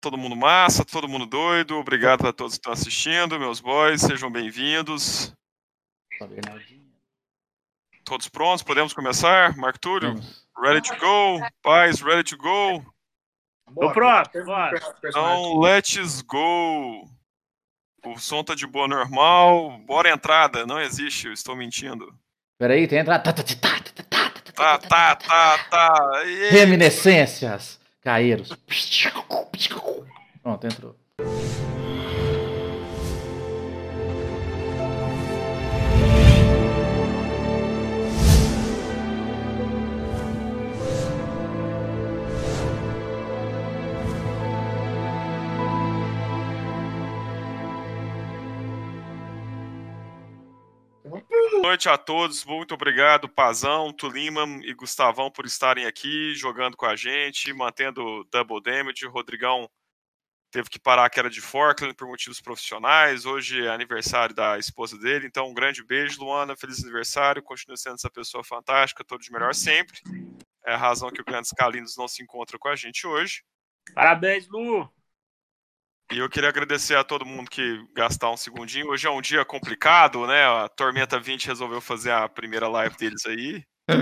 todo mundo massa, todo mundo doido. Obrigado a todos que estão assistindo, meus boys, sejam bem-vindos. Todos prontos? Podemos começar? Marco Túlio, ready to go? Paz, ready to go? Tô pronto, bora. Então, let's go. O som tá de boa normal. Bora entrada, não existe, eu estou mentindo. Peraí, tem entrada. Tá. Reminiscências. Caíros. Pronto, entrou. Boa noite a todos, muito obrigado, Pazão, Tuliman e Gustavão por estarem aqui, jogando com a gente, mantendo Double Damage. O Rodrigão teve que parar a queda de Forkland por motivos profissionais, hoje é aniversário da esposa dele, então um grande beijo, Luana, feliz aniversário, continue sendo essa pessoa fantástica, todo de melhor sempre. É a razão que o Grandes Calinos não se encontra com a gente hoje. Parabéns, Lu! E eu queria agradecer a todo mundo que gastar um segundinho. Hoje é um dia complicado, né? A Tormenta 20 resolveu fazer a primeira live deles aí.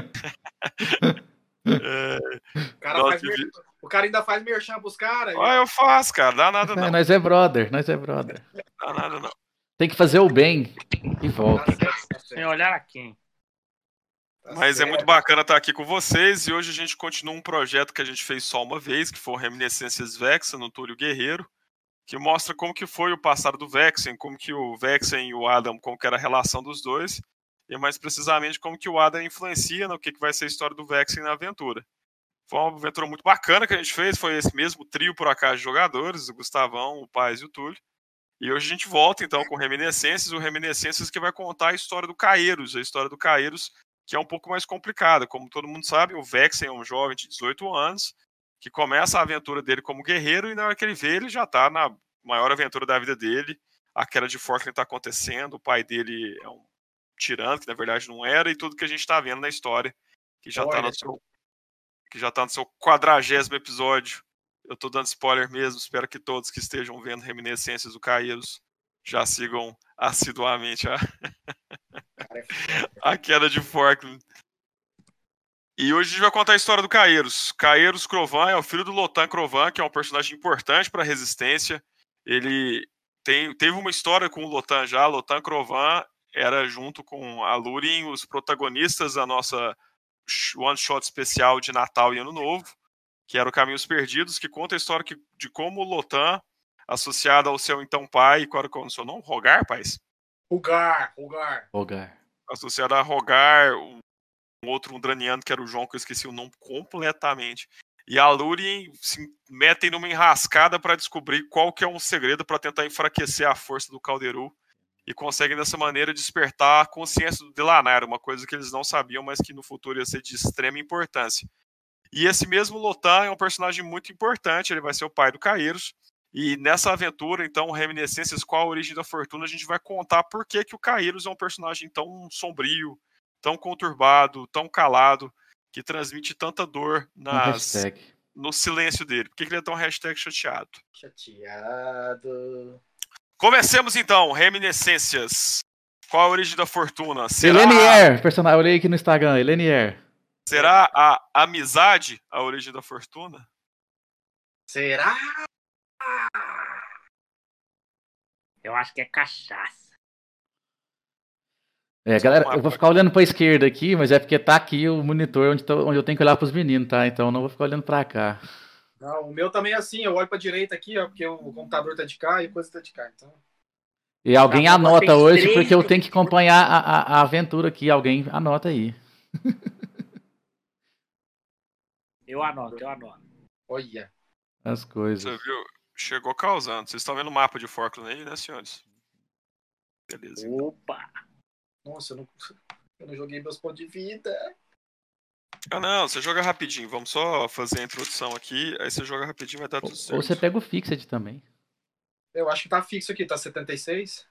O cara ainda faz merchan pros caras. Eu faço, cara. Dá nada não. Nós é brother. Dá nada não. Tem que fazer o bem e volta. Sem olhar a quem. Mas é muito bacana estar aqui com vocês. E hoje a gente continua um projeto que a gente fez só uma vez, que foi o Reminiscências Vexen, no Túlio Guerreiro, que mostra como que foi o passado do Vexen, como que o Vexen e o Adam, como que era a relação dos dois, e mais precisamente como que o Adam influencia no que vai ser a história do Vexen na aventura. Foi uma aventura muito bacana que a gente fez, foi esse mesmo trio, por acaso, de jogadores, o Gustavão, o Paz e o Túlio. E hoje a gente volta, então, com o Reminiscências que vai contar a história do Caeiros, que é um pouco mais complicada. Como todo mundo sabe, o Vexen é um jovem de 18 anos, que começa a aventura dele como guerreiro, e na hora que ele vê, ele já está na maior aventura da vida dele. A queda de Forkland está acontecendo, o pai dele é um tirano, que na verdade não era, e tudo que a gente está vendo na história, que já está no seu 40º episódio. Eu estou dando spoiler mesmo, espero que todos que estejam vendo Reminiscências do Caeiros já sigam assiduamente a queda de Forkland. E hoje a gente vai contar a história do Caeiros. Caeiros Crovan é o filho do Lothar Crovan, que é um personagem importante para a Resistência. Ele teve uma história com o Lothar já. Lothar Crovan era, junto com a Lúrien, os protagonistas da nossa one-shot especial de Natal e Ano Novo, que era o Caminhos Perdidos, que conta a história de como o Lothar, associado ao seu então pai, qual era o seu nome? Rogar, pais? Rogar. Associado a Rogar, um outro Undraniano, que era o João, que eu esqueci o nome completamente. E a Lúrien se metem numa enrascada para descobrir qual que é um segredo para tentar enfraquecer a força do Calderu, e conseguem dessa maneira despertar a consciência do Delanar, uma coisa que eles não sabiam, mas que no futuro ia ser de extrema importância. E esse mesmo Lothar é um personagem muito importante, ele vai ser o pai do Caeiros, e nessa aventura, então, Reminiscências, qual a origem da fortuna, a gente vai contar por que o Caeiros é um personagem tão sombrio, tão conturbado, tão calado, que transmite tanta dor no silêncio dele. Por que ele é tão chateado? Chateado. Comecemos então, Reminiscências. Qual a origem da fortuna? Elenier, personagem, olhei aqui no Instagram, Elenier. Será a amizade a origem da fortuna? Será? Eu acho que é cachaça. Galera, eu vou ficar olhando pra esquerda aqui, mas é porque tá aqui o monitor onde eu tenho que olhar pros meninos, tá? Então eu não vou ficar olhando pra cá. Não, o meu também é assim, eu olho pra direita aqui, ó, porque o computador tá de cá e a coisa tá de cá, então... E alguém anota hoje, porque eu tenho que acompanhar a aventura aqui, alguém anota aí. Eu anoto. Olha. As coisas. Você viu? Chegou causando. Vocês estão vendo o mapa de Forkland aí, né, senhores? Beleza. Opa! Nossa, eu não joguei meus pontos de vida. Não, você joga rapidinho. Vamos só fazer a introdução aqui, aí você joga rapidinho, vai dar tudo certo. Ou você pega o Fixed também. Eu acho que tá fixo aqui, tá 76.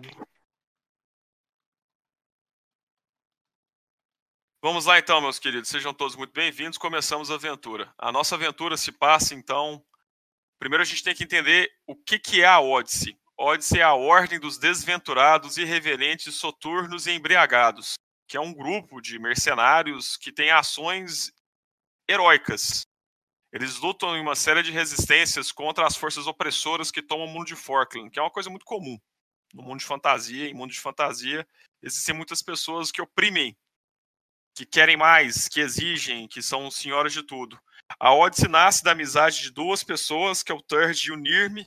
Vamos lá então, meus queridos. Sejam todos muito bem-vindos. Começamos a aventura. A nossa aventura se passa, então, Primeiro a gente tem que entender o que é a Ódice. Ódice é a Ordem dos Desventurados, Irreverentes, Soturnos e Embriagados, que é um grupo de mercenários que tem ações heróicas. Eles lutam em uma série de resistências contra as forças opressoras que tomam o mundo de Forkland, que é uma coisa muito comum no mundo de fantasia. Em mundo de fantasia, existem muitas pessoas que oprimem, que querem mais, que exigem, que são senhoras de tudo. A Ódice nasce da amizade de duas pessoas, que é o Turd e o Nirm,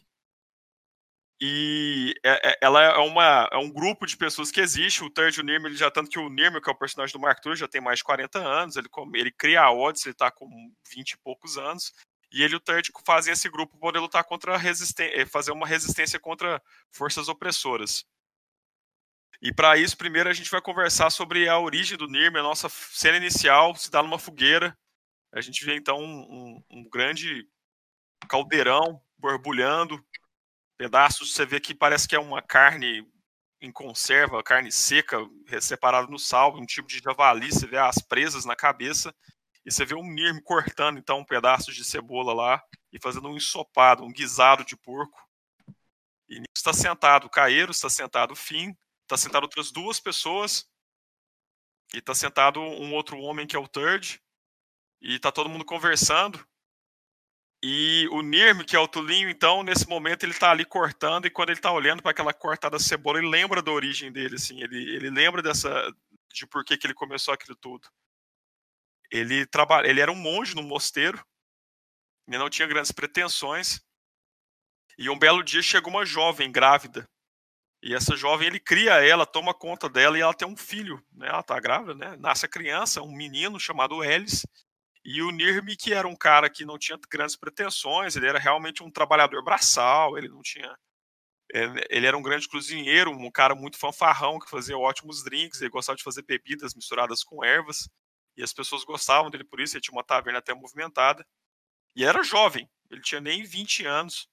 e ela é um grupo de pessoas que existe. O Turd e o Nirm, tanto que o Nirm, que é o personagem do Mark Turd, já tem mais de 40 anos, ele cria a Ódice, ele está com 20 e poucos anos, e ele e o Turd fazem esse grupo para poder lutar contra fazer uma resistência contra forças opressoras. E para isso, primeiro a gente vai conversar sobre a origem do Nirm. A nossa cena inicial se dá numa fogueira. A gente vê então um grande caldeirão borbulhando, pedaços, você vê que parece que é uma carne em conserva, carne seca, separada no sal, um tipo de javali, você vê as presas na cabeça, e você vê um Nirm cortando então pedaços de cebola lá, e fazendo um ensopado, um guisado de porco. E nisso está sentado o Caeiro, está sentado o Finn, está sentado outras duas pessoas, e está sentado um outro homem que é o Turd, e está todo mundo conversando. E o Nirm, que é o Tulinho, então, nesse momento ele tá ali cortando, e quando ele tá olhando para aquela cortada de cebola, ele lembra da origem dele, assim, ele lembra de por que ele começou aquilo tudo. Ele era um monge no mosteiro, ele não tinha grandes pretensões, e um belo dia chega uma jovem grávida, e essa jovem, ele cria ela, toma conta dela, e ela tem um filho, né, ela tá grávida, né, nasce a criança, um menino chamado Elis. E o Nirm, que era um cara que não tinha grandes pretensões, ele era realmente um trabalhador braçal, ele não tinha. Ele era um grande cozinheiro, um cara muito fanfarrão, que fazia ótimos drinks, ele gostava de fazer bebidas misturadas com ervas, e as pessoas gostavam dele por isso, ele tinha uma taverna até movimentada. E era jovem, ele tinha nem 20 anos.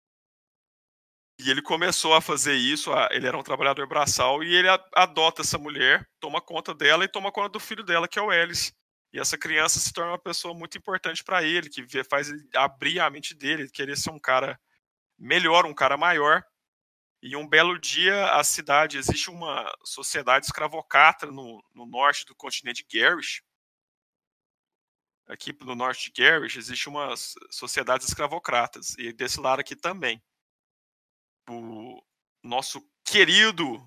E ele começou a fazer isso, ele era um trabalhador braçal, e ele adota essa mulher, toma conta dela e toma conta do filho dela, que é o Elis. E essa criança se torna uma pessoa muito importante para ele, que faz ele abrir a mente dele, querer ser um cara melhor, um cara maior. E um belo dia, a cidade, existe uma sociedade escravocrata no norte do continente Garish. Aqui no norte de Garish existe umas sociedades escravocratas, e desse lado aqui também. O nosso querido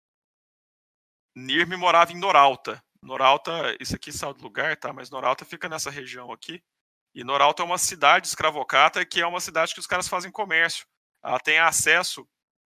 Nirm morava em Noralta. Noralta, isso aqui sai do lugar, tá? Mas Noralta fica nessa região aqui. E Noralta é uma cidade escravocrata, que é uma cidade que os caras fazem comércio. Ela tem acesso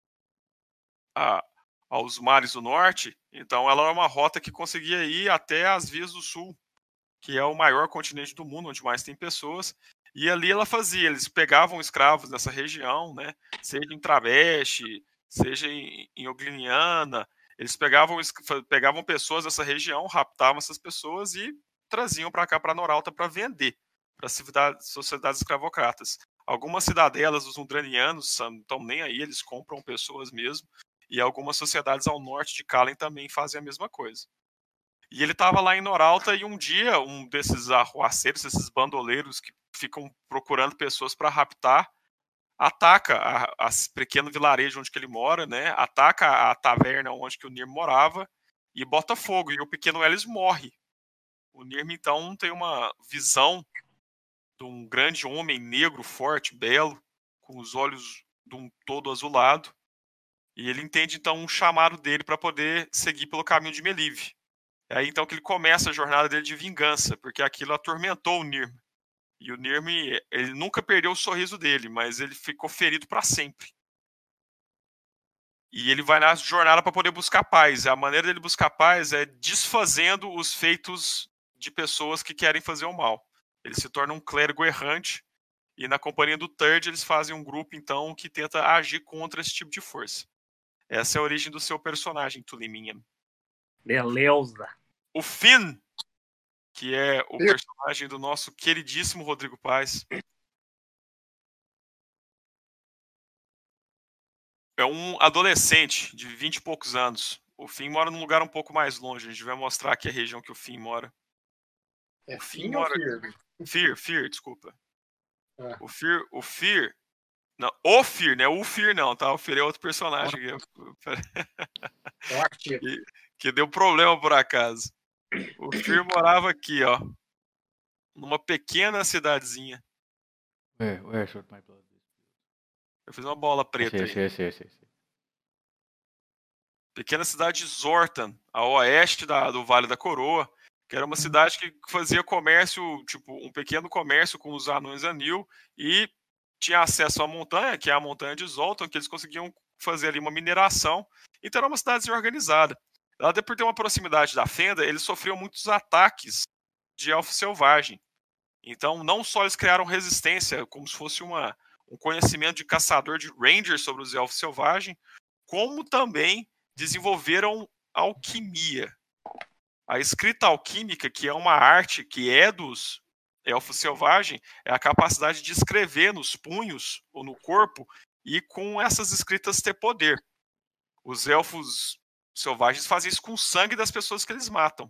aos mares do norte, então ela é uma rota que conseguia ir até as vias do sul, que é o maior continente do mundo, onde mais tem pessoas. E ali ela fazia, eles pegavam escravos nessa região, né? Seja em Traveste, seja em Ogliniana. Eles pegavam pessoas dessa região, raptavam essas pessoas e traziam para cá, para Noralta, para vender para sociedades escravocratas. Algumas cidadelas, os Undranianos, não estão nem aí, eles compram pessoas mesmo. E algumas sociedades ao norte de Kalen também fazem a mesma coisa. E ele estava lá em Noralta, e um dia um desses arruaceiros, esses bandoleiros que ficam procurando pessoas para raptar, ataca a pequeno vilarejo onde que ele mora, né? Ataca a taverna onde que o Nirm morava e bota fogo, e o pequeno Elis morre. O Nirm então tem uma visão de um grande homem negro, forte, belo, com os olhos de um todo azulado, e ele entende então um chamado dele para poder seguir pelo caminho de Melive. É aí então que ele começa a jornada dele de vingança, porque aquilo atormentou o Nirm. E o Nirm, ele nunca perdeu o sorriso dele, mas ele ficou ferido para sempre. E ele vai na jornada para poder buscar paz. A maneira dele buscar paz é desfazendo os feitos de pessoas que querem fazer o mal. Ele se torna um clérigo errante, e na companhia do Turd eles fazem um grupo então que tenta agir contra esse tipo de força. Essa é a origem do seu personagem, Tuliminha. Beleza. O Finn, que é o personagem do nosso queridíssimo Rodrigo Paes, é um adolescente de 20 e poucos anos. O Finn mora num lugar um pouco mais longe. A gente vai mostrar aqui a região que o Finn mora. É o Finn Finn ou mora... Fear? Fear, desculpa. Ah. O Fear Não, o Fear, né? O Fear não, tá? O Fear é outro personagem É um artigo. que deu problema por acaso. O Fear morava aqui, ó. Numa pequena cidadezinha. Where should my blood be? Eu fiz uma bola preta aí. Achei. Pequena cidade de Zortan, a oeste do Vale da Coroa, que era uma cidade que fazia comércio, tipo, um pequeno comércio com os anões Anil e tinha acesso à montanha, que é a montanha de Zoltan, que eles conseguiam fazer ali uma mineração. Então era uma cidade organizada. Até por ter uma proximidade da Fenda, eles sofriam muitos ataques de elfo selvagem. Então, não só eles criaram resistência, como se fosse um conhecimento de caçador de ranger sobre os elfos selvagens, como também desenvolveram alquimia. A escrita alquímica, que é uma arte que é dos elfos selvagens, é a capacidade de escrever nos punhos ou no corpo e com essas escritas ter poder. Os elfos selvagens fazem isso com o sangue das pessoas que eles matam.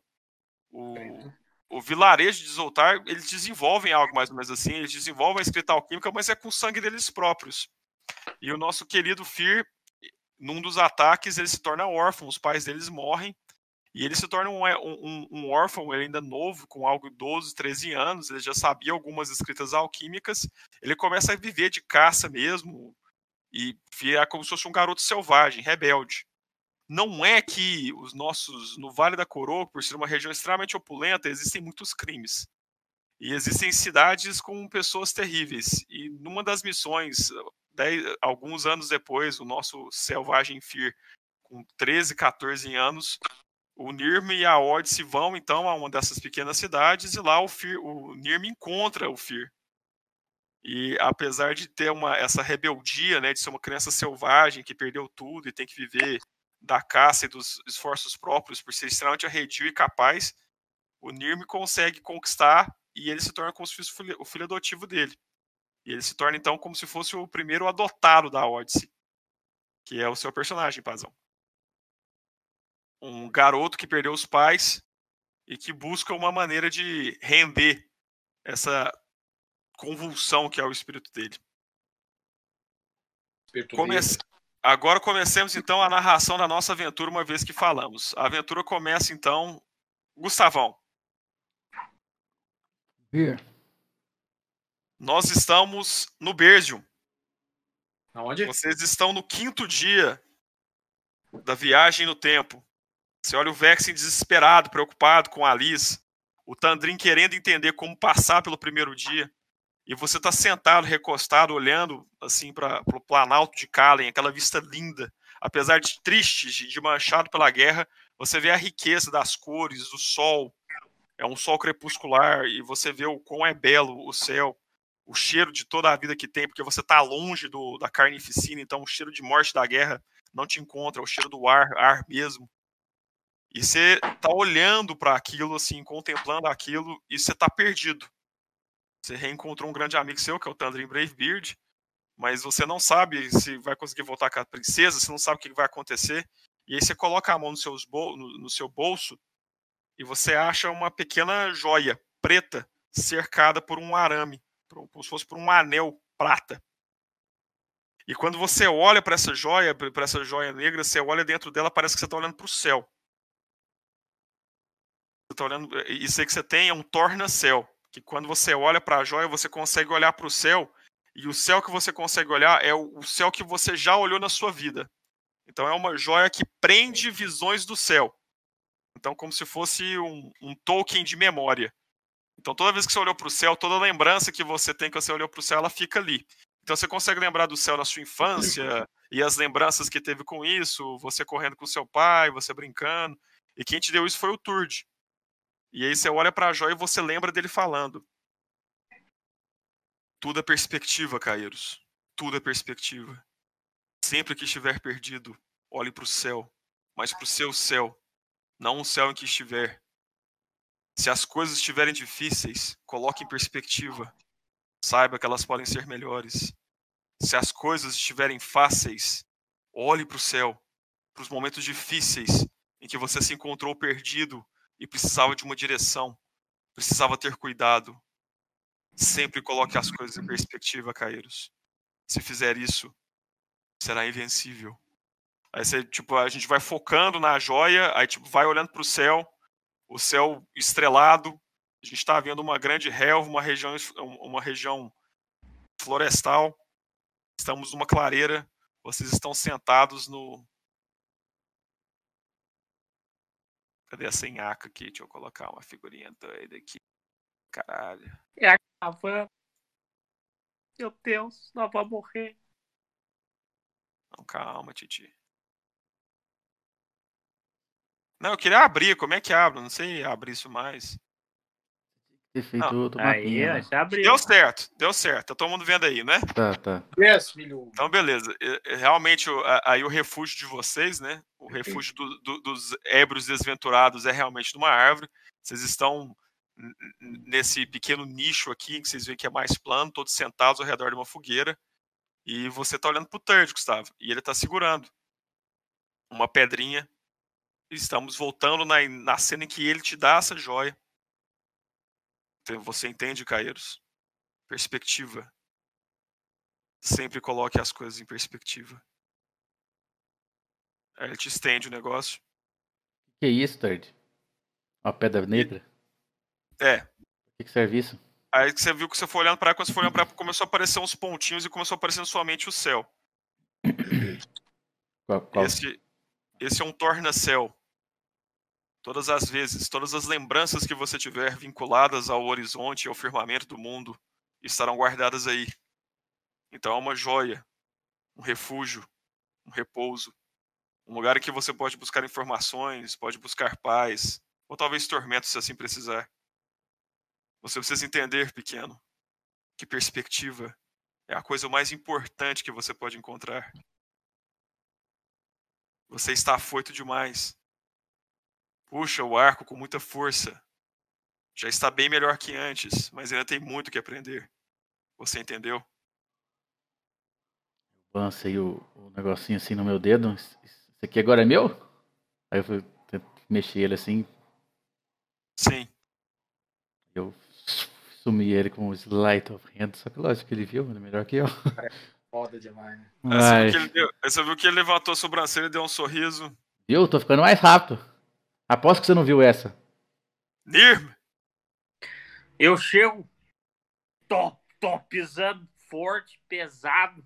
O vilarejo de Zoltar, eles desenvolvem algo mais ou menos assim, eles desenvolvem a escrita alquímica, mas é com o sangue deles próprios. E o nosso querido Fear, num dos ataques, ele se torna órfão, os pais deles morrem, e ele se torna um órfão, ele ainda novo, com algo de 12, 13 anos, ele já sabia algumas escritas alquímicas, ele começa a viver de caça mesmo, e virar como se fosse um garoto selvagem, rebelde. Não é que os nossos, no Vale da Coroa, por ser uma região extremamente opulenta, existem muitos crimes. E existem cidades com pessoas terríveis. E numa das missões, alguns anos depois, o nosso selvagem Fear, com 13, 14 anos, o Nirm e a Ord vão então a uma dessas pequenas cidades e lá o Nirm encontra o Fear. E apesar de ter essa rebeldia, né, de ser uma criança selvagem que perdeu tudo e tem que viver da caça e dos esforços próprios por ser extremamente arredio e capaz, o Nirm consegue conquistar e ele se torna como se fosse o filho adotivo dele. E ele se torna então como se fosse o primeiro adotado da Odyssey, que é o seu personagem, Pazão. Um garoto que perdeu os pais e que busca uma maneira de render essa convulsão que é o espírito dele. Agora comecemos então a narração da nossa aventura, uma vez que falamos. A aventura começa então, Gustavão. Here. Nós estamos no Berzium. Aonde? Vocês estão no 5º dia da viagem no tempo. Você olha o Vexen desesperado, preocupado com a Alice. O Tandrin querendo entender como passar pelo primeiro dia. E você está sentado, recostado, olhando assim para o Planalto de Kalen, aquela vista linda. Apesar de triste, de manchado pela guerra, você vê a riqueza das cores, do sol. É um sol crepuscular e você vê o quão é belo o céu. O cheiro de toda a vida que tem, porque você está longe da carnificina, então o cheiro de morte da guerra não te encontra, é o cheiro do ar mesmo. E você está olhando para aquilo, assim, contemplando aquilo, e você está perdido. Você reencontrou um grande amigo seu, que é o Tandrin Bravebeard, mas você não sabe se vai conseguir voltar com a princesa, você não sabe o que vai acontecer. E aí você coloca a mão no seu bolso e você acha uma pequena joia preta cercada por um arame, como se fosse por um anel prata. E quando você olha para essa joia negra, você olha dentro dela, parece que você está olhando para o céu. Você tá olhando, isso aí que você tem é um torna-céu, que quando você olha para a joia, você consegue olhar para o céu, e o céu que você consegue olhar é o céu que você já olhou na sua vida. Então é uma joia que prende visões do céu. Então como se fosse um token de memória. Então toda vez que você olhou para o céu, toda lembrança que você tem que você olhou para o céu, ela fica ali. Então você consegue lembrar do céu na sua infância, e as lembranças que teve com isso, você correndo com seu pai, você brincando. E quem te deu isso foi o Turd. E aí você olha para a joia e você lembra dele falando. Tudo é perspectiva, Caeiros. Tudo é perspectiva. Sempre que estiver perdido, olhe para o céu, mas para o seu céu, não o céu em que estiver. Se as coisas estiverem difíceis, coloque em perspectiva. Saiba que elas podem ser melhores. Se as coisas estiverem fáceis, olhe para o céu, para os momentos difíceis em que você se encontrou perdido e precisava de uma direção, precisava ter cuidado. Sempre coloque as coisas em perspectiva, Caeiros. Se fizer isso, será invencível. Aí você, tipo, a gente vai focando na joia, aí tipo, vai olhando pro céu, o céu estrelado, a gente tá vendo uma grande relva, uma região florestal, estamos numa clareira, vocês estão sentados no... Cadê a senhaca aqui? Deixa eu colocar uma figurinha doida aqui. Caralho. É a caravana. Meu Deus, nós vamos morrer. Não, calma, Titi. Não, eu queria abrir. Como é que abre? Não sei abrir isso mais. Ter feito Não. outro Aí, mapinha, né? já abriu. Deu certo. Tá todo mundo vendo aí, né? Tá. Yes, filho. Então, beleza. Realmente, aí o refúgio de vocês, né? O refúgio dos ébrios desventurados é realmente numa árvore. Vocês estão nesse pequeno nicho aqui, que vocês veem que é mais plano, todos sentados ao redor de uma fogueira. E você tá olhando pro Turd, Gustavo. E ele tá segurando uma pedrinha. Estamos voltando na cena em que ele te dá essa joia. Então, você entende, Caeiros? Perspectiva. Sempre coloque as coisas em perspectiva. Aí ele te estende o negócio. Que isso, Turd? Uma pedra negra? É. O que serve isso? Aí você viu que você foi olhando pra ela, quando você foi olhando pra ela, começou a aparecer uns pontinhos e começou a aparecer na sua mente o céu. Qual? Esse é um torna-céu. Todas as vezes, todas as lembranças que você tiver vinculadas ao horizonte e ao firmamento do mundo estarão guardadas aí. Então é uma joia, um refúgio, um repouso, um lugar em que você pode buscar informações, pode buscar paz, ou talvez tormento se assim precisar. Você precisa entender, pequeno, que perspectiva é a coisa mais importante que você pode encontrar. Você está afoito demais. Puxa o arco com muita força. Já está bem melhor que antes, mas ainda tem muito que aprender. Você entendeu? Lancei o negocinho assim no meu dedo. Isso aqui agora é meu? Aí eu fui mexer ele assim. Sim. Eu sumi ele com o Sleight of Hand. Só que lógico que ele viu, ele é melhor que eu. Foda demais, né? Você viu que ele levantou a sobrancelha e deu um sorriso. Viu? Tô ficando mais rápido. Aposto que você não viu essa. Nirm! Eu chego, tô pisando forte, pesado.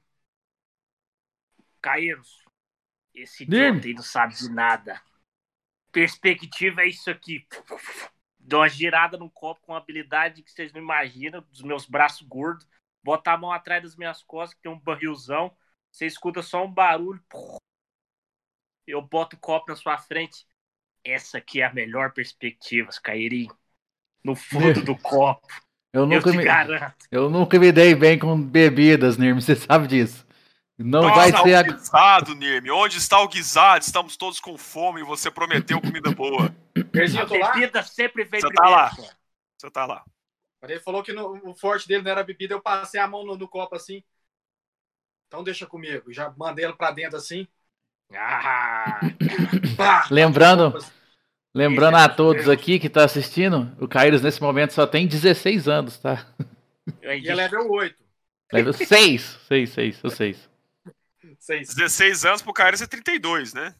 Caíros, esse idiota aí não sabe de nada. Perspectiva é isso aqui. Dou uma girada no copo com uma habilidade que vocês não imaginam, dos meus braços gordos. Botar a mão atrás das minhas costas, que tem um barrilzão. Você escuta só um barulho. Eu boto o copo na sua frente. Essa aqui é a melhor perspectiva, Cairinho. No fundo do copo. Eu te garanto. Eu nunca me dei bem com bebidas, Nirm, você sabe disso. Não vai ser o guisado, Nirm. Onde está o guisado? Estamos todos com fome e você prometeu comida boa. A bebida sempre vem primeiro. Você tá lá. Ele falou que o forte dele não era bebida, eu passei a mão no copo assim. Então deixa comigo. Já mandei ele pra dentro assim. Lembrando a todos aqui que tá assistindo, o Caíros nesse momento só tem 16 anos, tá? E é level 8. Level 6. 6. 16 anos pro Caíros é 32, né?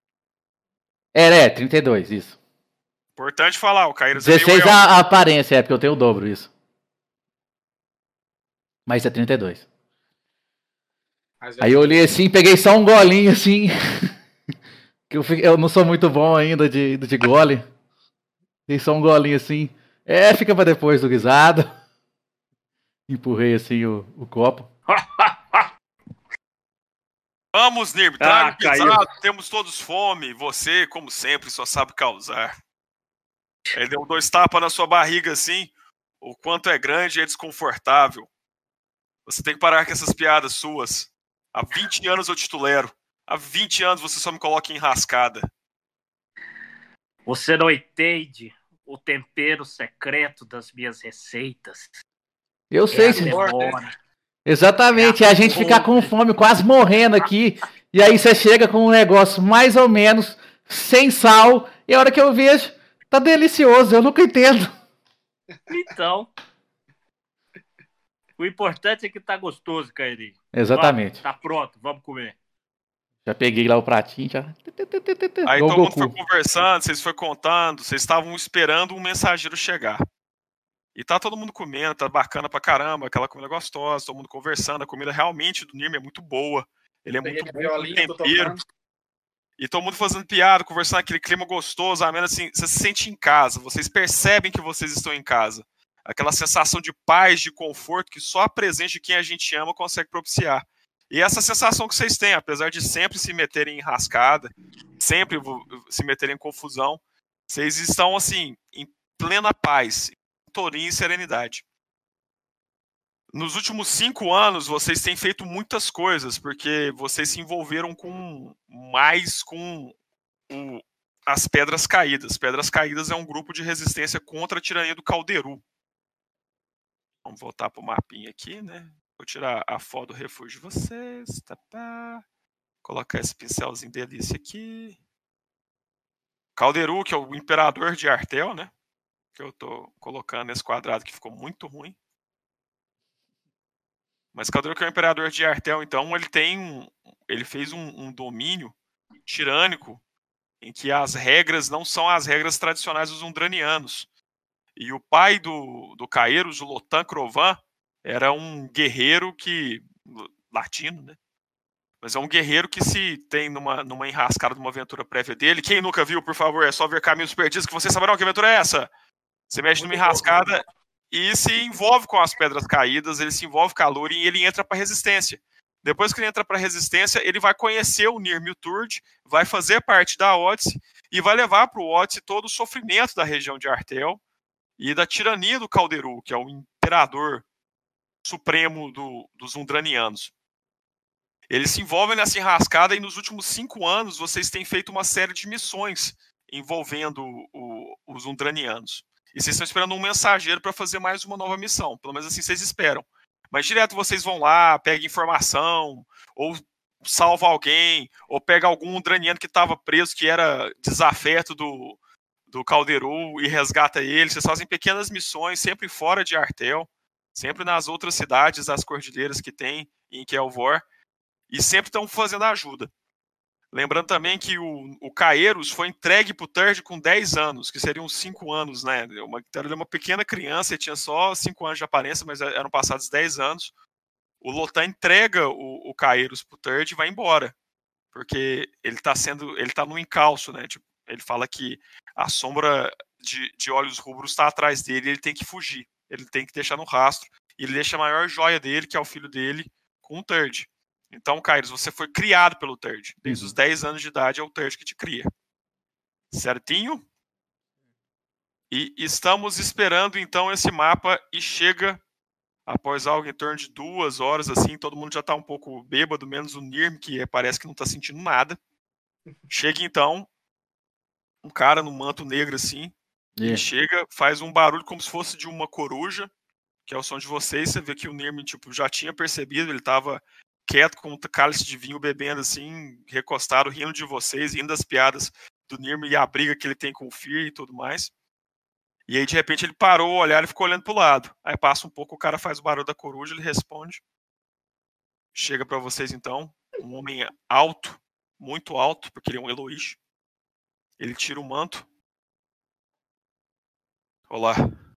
32, isso. Importante falar, o Caíros 16 é a aparência, porque eu tenho o dobro, isso. Mas é 32. Aí eu olhei assim, peguei só um golinho assim. Que eu não sou muito bom ainda de gole. Dei só um golinho assim. Fica pra depois do guisado. Empurrei assim o copo. Vamos, Nirm, traga o guisado, temos todos fome. Você, como sempre, só sabe causar. Ele deu 2 tapas na sua barriga assim. O quanto é grande e é desconfortável. Você tem que parar com essas piadas suas. Há 20 anos eu te tolero. Há 20 anos você só me coloca em enrascada. Você não entende o tempero secreto das minhas receitas. Eu sei, senhor. Exatamente, a gente ficar com fome, quase morrendo aqui. E aí você chega com um negócio mais ou menos, sem sal. E a hora que eu vejo, tá delicioso, eu nunca entendo. Então... O importante é que tá gostoso, Cairinho. Exatamente. Tá pronto, vamos comer. Já peguei lá o pratinho, já. Aí todo mundo foi conversando, vocês foram contando, vocês estavam esperando um mensageiro chegar. E tá todo mundo comendo, tá bacana pra caramba, aquela comida gostosa, todo mundo conversando, a comida realmente do Nirm é muito boa. Ele é muito bom com tempero. E todo mundo fazendo piada, conversando, aquele clima gostoso, ameno, assim, você se sente em casa, vocês percebem que vocês estão em casa. Aquela sensação de paz, de conforto, que só a presença de quem a gente ama consegue propiciar. E essa sensação que vocês têm, apesar de sempre se meterem em rascada, sempre se meterem em confusão, vocês estão, assim, em plena paz, em torinha e serenidade. Nos últimos 5 anos, vocês têm feito muitas coisas, porque vocês se envolveram mais com as Pedras Caídas. Pedras Caídas é um grupo de resistência contra a tirania do Calderu. Vamos voltar para o mapinha aqui, né? Vou tirar a foto do refúgio de vocês. Tá. Colocar esse pincelzinho delícia aqui. Calderu, que é o imperador de Artel, né? Que eu tô colocando nesse quadrado que ficou muito ruim. Mas Calderu, que é o imperador de Artel, então, ele fez um domínio tirânico em que as regras não são as regras tradicionais dos Undranianos. E o pai do Caeros, o Lotan Crovan, era um guerreiro latino, né? Mas é um guerreiro que se tem numa enrascada de uma aventura prévia dele. Quem nunca viu, por favor, é só ver Caminhos Perdidos que vocês saberão que aventura é essa. Você mexe numa enrascada e se envolve com as Pedras Caídas, ele se envolve com a Lúria e ele entra para resistência. Depois que ele entra para resistência, ele vai conhecer o Nirm Uthurd, vai fazer parte da Odyssey e vai levar para o Odyssey todo o sofrimento da região de Artel e da tirania do Calderu, que é o imperador supremo dos Undranianos. Eles se envolvem nessa enrascada e nos últimos 5 anos vocês têm feito uma série de missões envolvendo os Undranianos. E vocês estão esperando um mensageiro para fazer mais uma nova missão. Pelo menos assim vocês esperam. Mas direto vocês vão lá, pegam informação, ou salva alguém, ou pega algum Undraniano que estava preso, que era desafeto do Calderu e resgata ele. Vocês fazem pequenas missões, sempre fora de Artel, sempre nas outras cidades das cordilheiras que tem em Kelvor, e sempre estão fazendo ajuda. Lembrando também que o Caeros foi entregue para o Uthurd com 10 anos, que seriam 5 anos, né? Ele era uma pequena criança, ele tinha só 5 anos de aparência, mas eram passados 10 anos. O Lotan entrega o Caeros para o Uthurd e vai embora, porque ele está no encalço, né? Tipo, ele fala que a sombra de olhos rubros está atrás dele e ele tem que fugir. Ele tem que deixar no rastro. E ele deixa a maior joia dele, que é o filho dele, com o Uthurd. Então, Caeros, você foi criado pelo Uthurd. Desde os 10 anos de idade é o Uthurd que te cria. Certinho? E estamos esperando, então, esse mapa e chega, após algo em torno de 2 horas, assim, todo mundo já está um pouco bêbado, menos o Nirm, que parece que não está sentindo nada. Chega, então, um cara no manto negro, assim, ele chega, faz um barulho como se fosse de uma coruja, que é o som de vocês. Você vê que o Nirm, tipo, já tinha percebido, ele estava quieto com um cálice de vinho, bebendo assim, recostado, rindo de vocês, rindo das piadas do Nirm e a briga que ele tem com o Fear e tudo mais. E aí, de repente, ele parou o olhar e ficou olhando pro lado. Aí passa um pouco, o cara faz o barulho da coruja, ele responde. Chega para vocês, então, um homem alto, muito alto, porque ele é um Eloish. Ele tira o manto. Olá.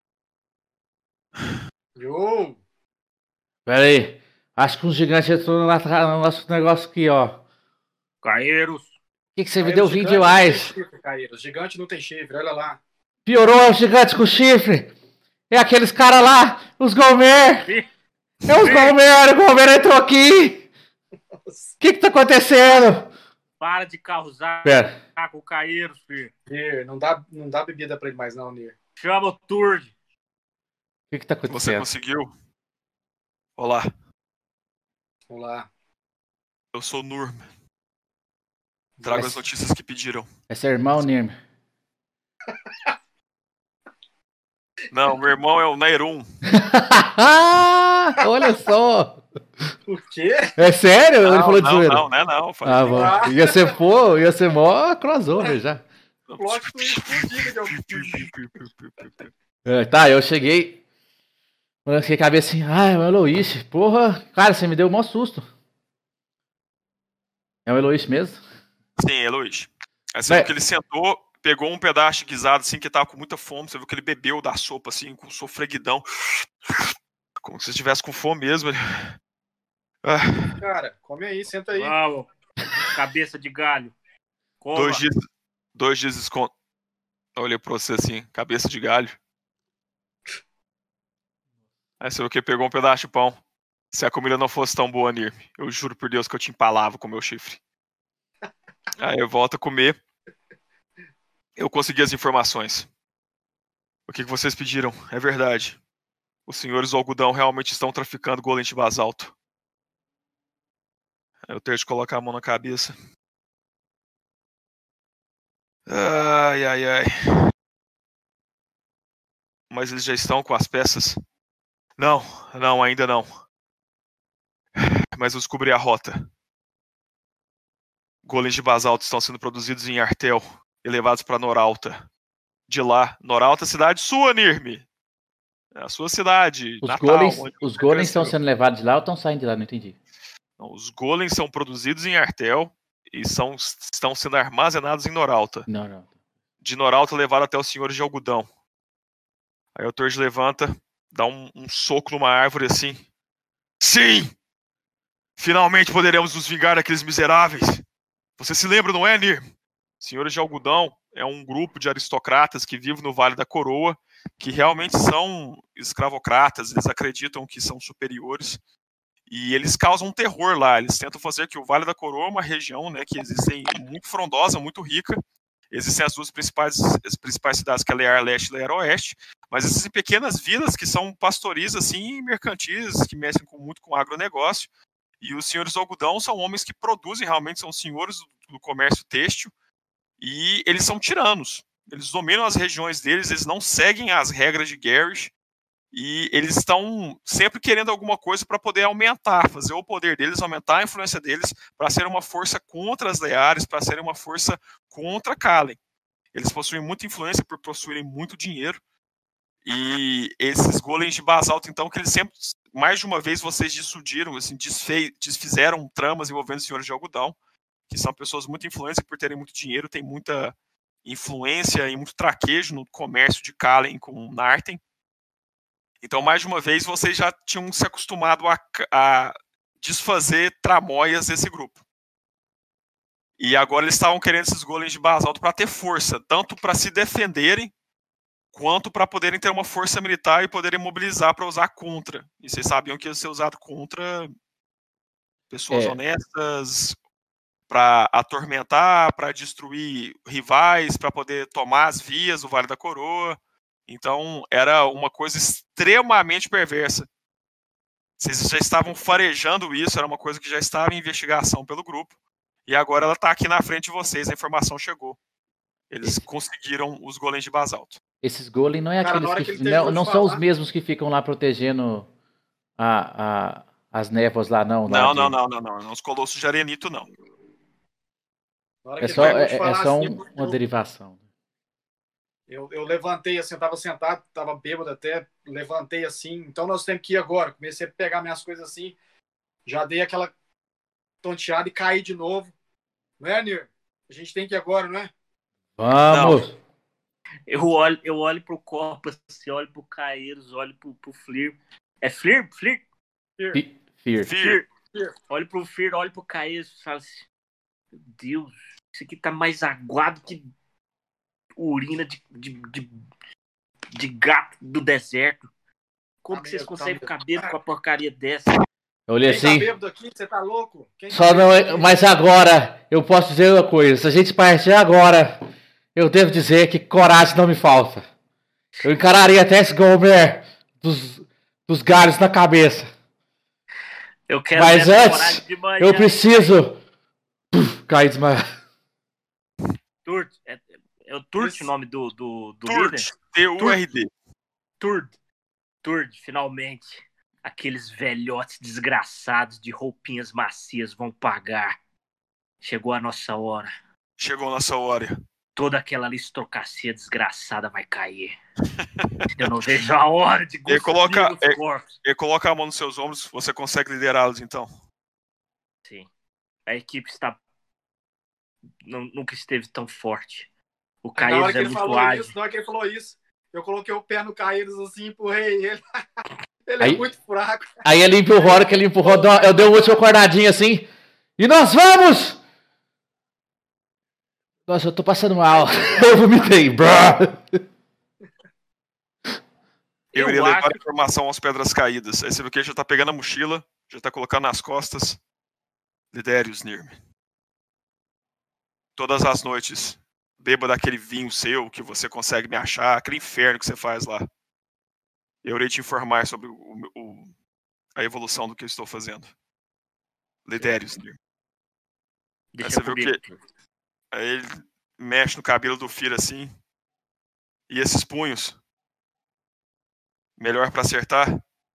Yo! Pera aí. Acho que um gigante entrou no nosso negócio aqui, ó. Caeros. O que você me deu 20 demais? Caeros. Gigante não tem chifre, olha lá. Piorou o gigante com chifre. É aqueles caras lá, os Golmer. É os Golmer, o Golmer entrou aqui. O que tá acontecendo? Para de causar com o Caeros, filho. Nir, não dá bebida pra ele mais não, Nir. Chama o Uthurd. O que tá acontecendo? Você conseguiu? Olá. Olá. Eu sou o Nurm. Trago as notícias que pediram. É seu irmão, Nirm? Não, meu irmão é o Nairum. Olha só. O quê? É sério? Não, ele falou de zoeira? Não. Bom. Ia ser mó crossover já. Plot twist fudido. Tá, eu cheguei. Eu fiquei a cabeça assim, é o Eloís. Porra, cara, você me deu o maior susto. É o Eloís mesmo? Sim, Eloís. Aí você viu que ele sentou, pegou um pedaço de guisado, assim, que tava com muita fome. Você viu que ele bebeu da sopa, assim, com sofreguidão. Como se estivesse com fome mesmo. Cara, come aí, senta aí. Uau, cabeça de galho. Coma. 2 dias de desconto. Eu olhei pra você assim, cabeça de galho. Aí você viu que pegou um pedaço de pão. Se a comida não fosse tão boa, Nir, eu juro por Deus que eu te empalava com o meu chifre. Aí eu volto a comer. Eu consegui as informações. O que vocês pediram? É verdade. Os senhores do algodão realmente estão traficando golem de basalto. Aí eu tenho de colocar a mão na cabeça. Ai, ai, ai. Mas eles já estão com as peças? Não, ainda não. Mas eu descobri a rota. Golems de basalto estão sendo produzidos em Artel e levados para Noralta. De lá, Noralta, cidade sua, Nirme. É a sua cidade, Natal. Os golems estão sendo levados de lá ou estão saindo de lá? Não entendi. Não, os golems são produzidos em Artel e estão sendo armazenados em Noralta. De Noralta levado até os senhores de algodão. Aí o Torge levanta, dá um soco numa árvore assim. Sim! Finalmente poderemos nos vingar daqueles miseráveis. Você se lembra, não é, Nir? Senhores de algodão é um grupo de aristocratas que vivem no Vale da Coroa, que realmente são escravocratas, eles acreditam que são superiores, e eles causam terror lá, eles tentam fazer que o Vale da Coroa é uma região, né, que existe muito frondosa, muito rica, existem as duas principais cidades, que é Lear Leste e Lear Oeste, mas existem pequenas vilas que são pastoris, assim, mercantis, que mexem muito com agronegócio, e os senhores do algodão são homens que produzem, realmente são senhores do comércio têxtil, e eles são tiranos. Eles dominam as regiões deles, eles não seguem as regras de Garrosh, e eles estão sempre querendo alguma coisa para poder aumentar, fazer o poder deles, aumentar a influência deles, para ser uma força contra as Leares, para ser uma força contra Kalen. Eles possuem muita influência por possuírem muito dinheiro, e esses golems de basalto, então, que eles sempre, mais de uma vez, vocês dissudiram, assim, desfizeram tramas envolvendo os senhores de algodão, que são pessoas muito influentes por terem muito dinheiro, têm muita influência e muito traquejo no comércio de Kalen com Narten. Então, mais de uma vez, vocês já tinham se acostumado a desfazer tramóias desse grupo. E agora eles estavam querendo esses golems de basalto para ter força, tanto para se defenderem, quanto para poderem ter uma força militar e poderem mobilizar para usar contra. E vocês sabiam que ia ser usado contra pessoas honestas, para atormentar, para destruir rivais, para poder tomar as vias do Vale da Coroa. Então, era uma coisa extremamente perversa. Vocês já estavam farejando isso, era uma coisa que já estava em investigação pelo grupo. E agora ela está aqui na frente de vocês, a informação chegou. Eles conseguiram os golems de basalto. Esses golems não é aqueles que não são os mesmos que ficam lá protegendo as névoas lá, não? Não. Os colossos de arenito, não. É só uma derivação. Eu levantei assim, eu tava sentado, tava bêbado até, levantei assim, então nós temos que ir agora. Comecei a pegar minhas coisas assim, já dei aquela tonteada e caí de novo. Não é, Nir? A gente tem que ir agora, não é? Vamos! Não. Eu olho pro copo, assim, olho pro Caeiros, olho pro Flir. É Flir? Flir. Olho pro Flir, olho pro Caeiros e falo assim, meu Deus, isso aqui tá mais aguado que urina de gato do deserto. Como que vocês conseguem ficar bêbados com a porcaria dessa? Eu olhei assim. Tá bêbado aqui? Você tá louco? Só não, mas agora, eu posso dizer uma coisa. Se a gente partir agora, eu devo dizer que coragem não me falta. Eu encararia até esse Gomer dos galhos na cabeça. Eu quero mas antes, de manhã, eu preciso cair desmaiado. Turt, é o Turt o nome do líder? T-U-R-D. Turt, finalmente. Aqueles velhotes desgraçados de roupinhas macias vão pagar. Chegou a nossa hora. Chegou a nossa hora. toda aquela aristocracia desgraçada vai cair. Eu não vejo a hora de ele coloca a mão nos seus ombros, você consegue liderá-los então? Sim. A equipe nunca esteve tão forte. O Caíros é muito ágil. Na hora que ele falou isso, eu coloquei o pé no Caíros assim, empurrei ele. Ele é muito fraco. Aí ele empurrou, a hora que ele empurrou, eu dei um último acordadinho assim. E nós vamos! Nossa, eu tô passando mal. Eu vomitei. Eu iria levar a informação às pedras caídas. Aí você viu que ele já tá pegando a mochila, já tá colocando nas costas. Lidere-os, Nirm. Todas as noites, beba daquele vinho seu que você consegue me achar, aquele inferno que você faz lá. Eu irei te informar sobre a evolução do que eu estou fazendo. Lidere-os, Nirm. Aí você viu que... Aí ele mexe no cabelo do filho assim. E esses punhos? Melhor pra acertar?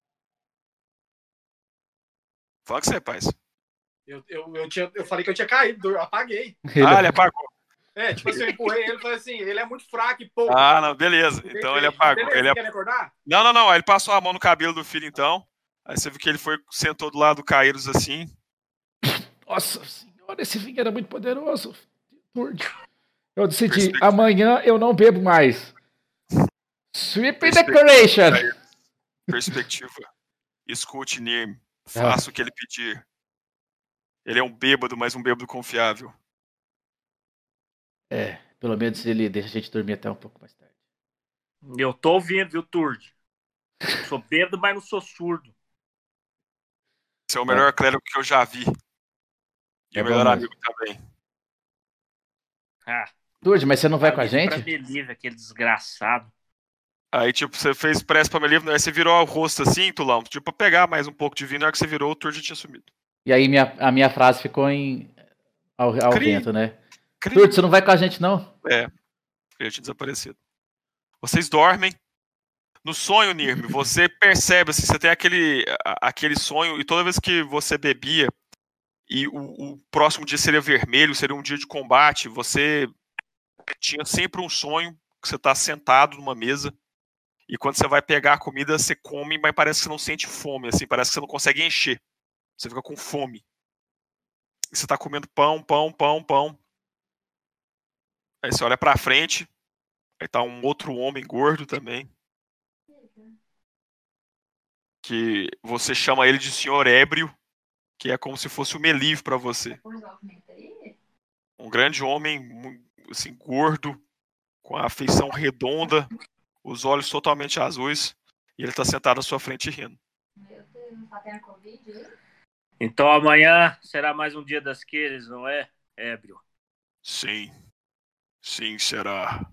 Fala que você é, paz. Eu falei que eu tinha caído, eu apaguei. Ele apagou. Tipo assim, eu empurrei ele e falei assim, ele é muito fraco e pouco. Não, beleza. Então ele apagou. Beleza, quer me acordar? Não. Aí ele passou a mão no cabelo do filho então. Aí você viu que ele sentou do lado do Caíros assim. Nossa senhora, esse vinho era muito poderoso. Eu decidi, amanhã eu não bebo mais. Sweep Decoration. Perspectiva. Escute Nirm. Faça o que ele pedir. Ele é um bêbado, mas um bêbado confiável. Pelo menos ele deixa a gente dormir até um pouco mais tarde. Eu tô ouvindo, viu, Turd? Sou bêbado, mas não sou surdo. Você é o melhor clérigo que eu já vi. E o melhor amigo também. Turd, mas você não vai com a gente? Pra Melive, aquele desgraçado. Aí, tipo, você fez pressa pra Melive, aí você virou o rosto assim, Tulão, tipo, pra pegar mais um pouco de vinho, na hora que você virou, o Turd tinha sumido. E aí a minha frase ficou ao vento, né? Turd, você não vai com a gente, não? Eu tinha desaparecido. Vocês dormem. No sonho, Nirm, você percebe, assim, você tem aquele sonho, e toda vez que você bebia, e o próximo dia seria vermelho, seria um dia de combate, você tinha sempre um sonho que você tá sentado numa mesa, e quando você vai pegar a comida, você come, mas parece que você não sente fome, assim, parece que você não consegue encher. Você fica com fome. E você tá comendo pão. Aí você olha pra frente, aí tá um outro homem gordo também, que você chama ele de senhor ébrio, que é como se fosse o Melive pra você. Um grande homem, assim, gordo, com a feição redonda, os olhos totalmente azuis, e ele tá sentado à sua frente rindo. Então amanhã será mais um dia daqueles, não é, ébrio? Sim será.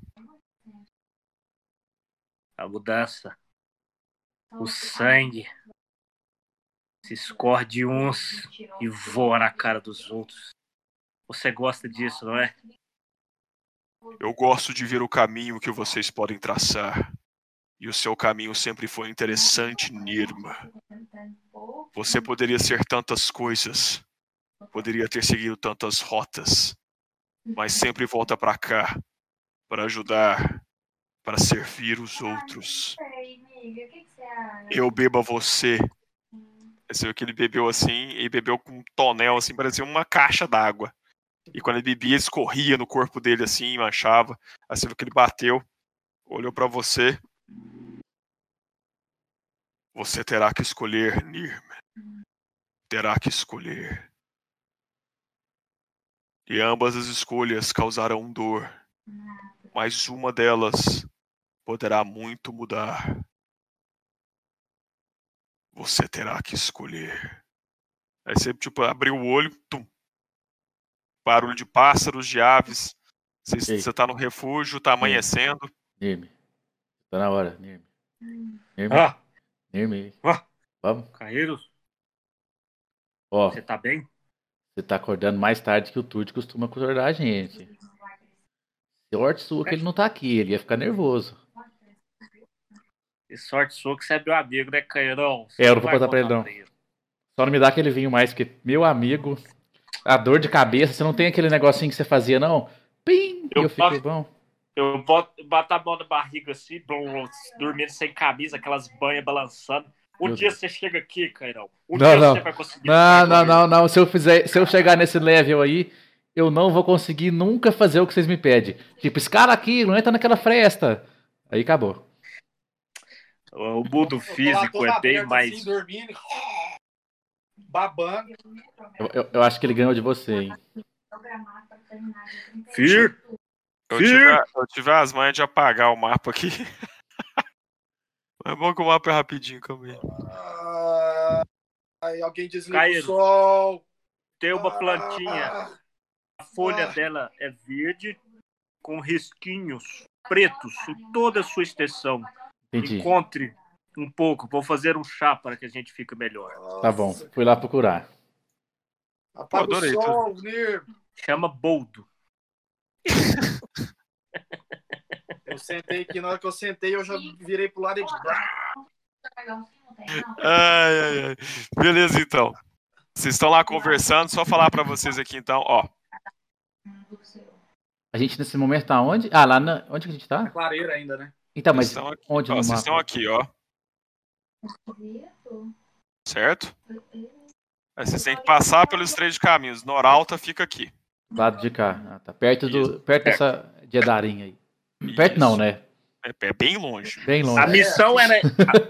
A mudança. O sangue se escorre de uns e voa na cara dos outros. Você gosta disso, não é? Eu gosto de ver o caminho que vocês podem traçar. E o seu caminho sempre foi interessante, Nirma. Você poderia ser tantas coisas. Poderia ter seguido tantas rotas. Mas sempre volta pra cá. Para ajudar. Para servir os outros. Eu bebo a você. Você viu que ele bebeu assim, e bebeu com um tonel, assim, parecia uma caixa d'água. E quando ele bebia, escorria no corpo dele, assim, manchava. Aí você viu que ele bateu, olhou pra você. Você terá que escolher, Nirm. Terá que escolher. E ambas as escolhas causarão dor. Mas uma delas poderá muito mudar. Você terá que escolher. Aí você, tipo, abriu o olho, tum. Barulho de pássaros, de aves. Você tá no refúgio, tá amanhecendo. Nirm. Tá na hora, Nirm. Nirm. Vamos. Caíros? Ó. Você tá bem? Você tá acordando mais tarde que o Turd costuma acordar a gente. Sorte sua que ele não tá aqui, ele ia ficar nervoso. E sorte sua que você é meu amigo, né, Cairão? Eu não vou contar pra ele, não. Só não me dá aquele vinho mais, porque, meu amigo, a dor de cabeça, você não tem aquele negocinho que você fazia, não? Pim! e eu fico bom. Eu boto a mão na barriga assim, dormindo sem camisa, aquelas banhas balançando. Um dia você chega aqui, Cairão. Você vai conseguir. Não. Se eu chegar nesse level aí, eu não vou conseguir nunca fazer o que vocês me pedem. Tipo, esse cara aqui não entra naquela fresta. Aí acabou. O mundo físico é bem mais. Assim, dormindo, babando. Eu acho que ele ganhou de você, hein? Fir! Eu tive as manhas de apagar o mapa aqui. É bom que o mapa é rapidinho, calma aí. Aí alguém desliga o sol. Tem uma plantinha. A folha dela é verde, com risquinhos pretos em toda a sua extensão. Entendi. Encontre um pouco. Vou fazer um chá para que a gente fique melhor. Tá bom, fui lá procurar. Apaga o sol, Nir. Chama boldo. Eu sentei aqui, na hora que eu sentei, eu já virei pro lado e... Ai. Beleza, então. Vocês estão lá conversando, só falar pra vocês aqui, então, ó. A gente nesse momento tá onde? Ah, lá na... Onde que a gente tá? Na clareira ainda, né? Então, mas onde no mapa? Vocês estão aqui, ó. Certo? Aí vocês têm que passar pelos 3 caminhos. Noralta fica aqui. Lado de cá. Ah, tá. Perto dessa Jedarim aí. Perto Isso. não, né? É bem longe. Bem longe. A missão era...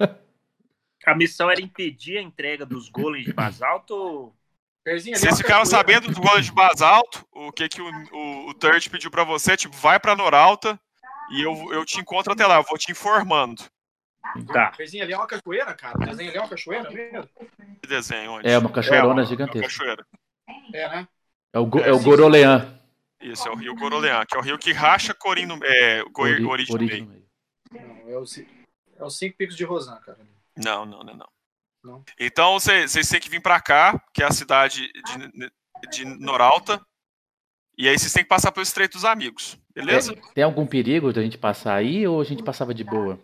A missão era impedir a entrega dos golems de basalto? Vocês ficaram sabendo dos golems de basalto, o que o Turd pediu pra você, tipo, vai pra Noralta e eu te encontro até lá, eu vou te informando. Tá. O desenho ali é uma cachoeira, cara. O desenho ali é uma cachoeira mesmo. Que desenho? Onde? É uma cachoeirona gigantesca. É uma cachoeira. É, né? É o Goroleã. Isso, é o rio Goroleã, que é o rio que racha Corim no Origem no meio. Não, é os 5 picos de Rosan, cara. Não. Então vocês têm que vir pra cá, que é a cidade de Noralta. E aí vocês têm que passar pelo Estreito dos Amigos, beleza? Tem algum perigo da gente passar aí ou a gente passava de boa?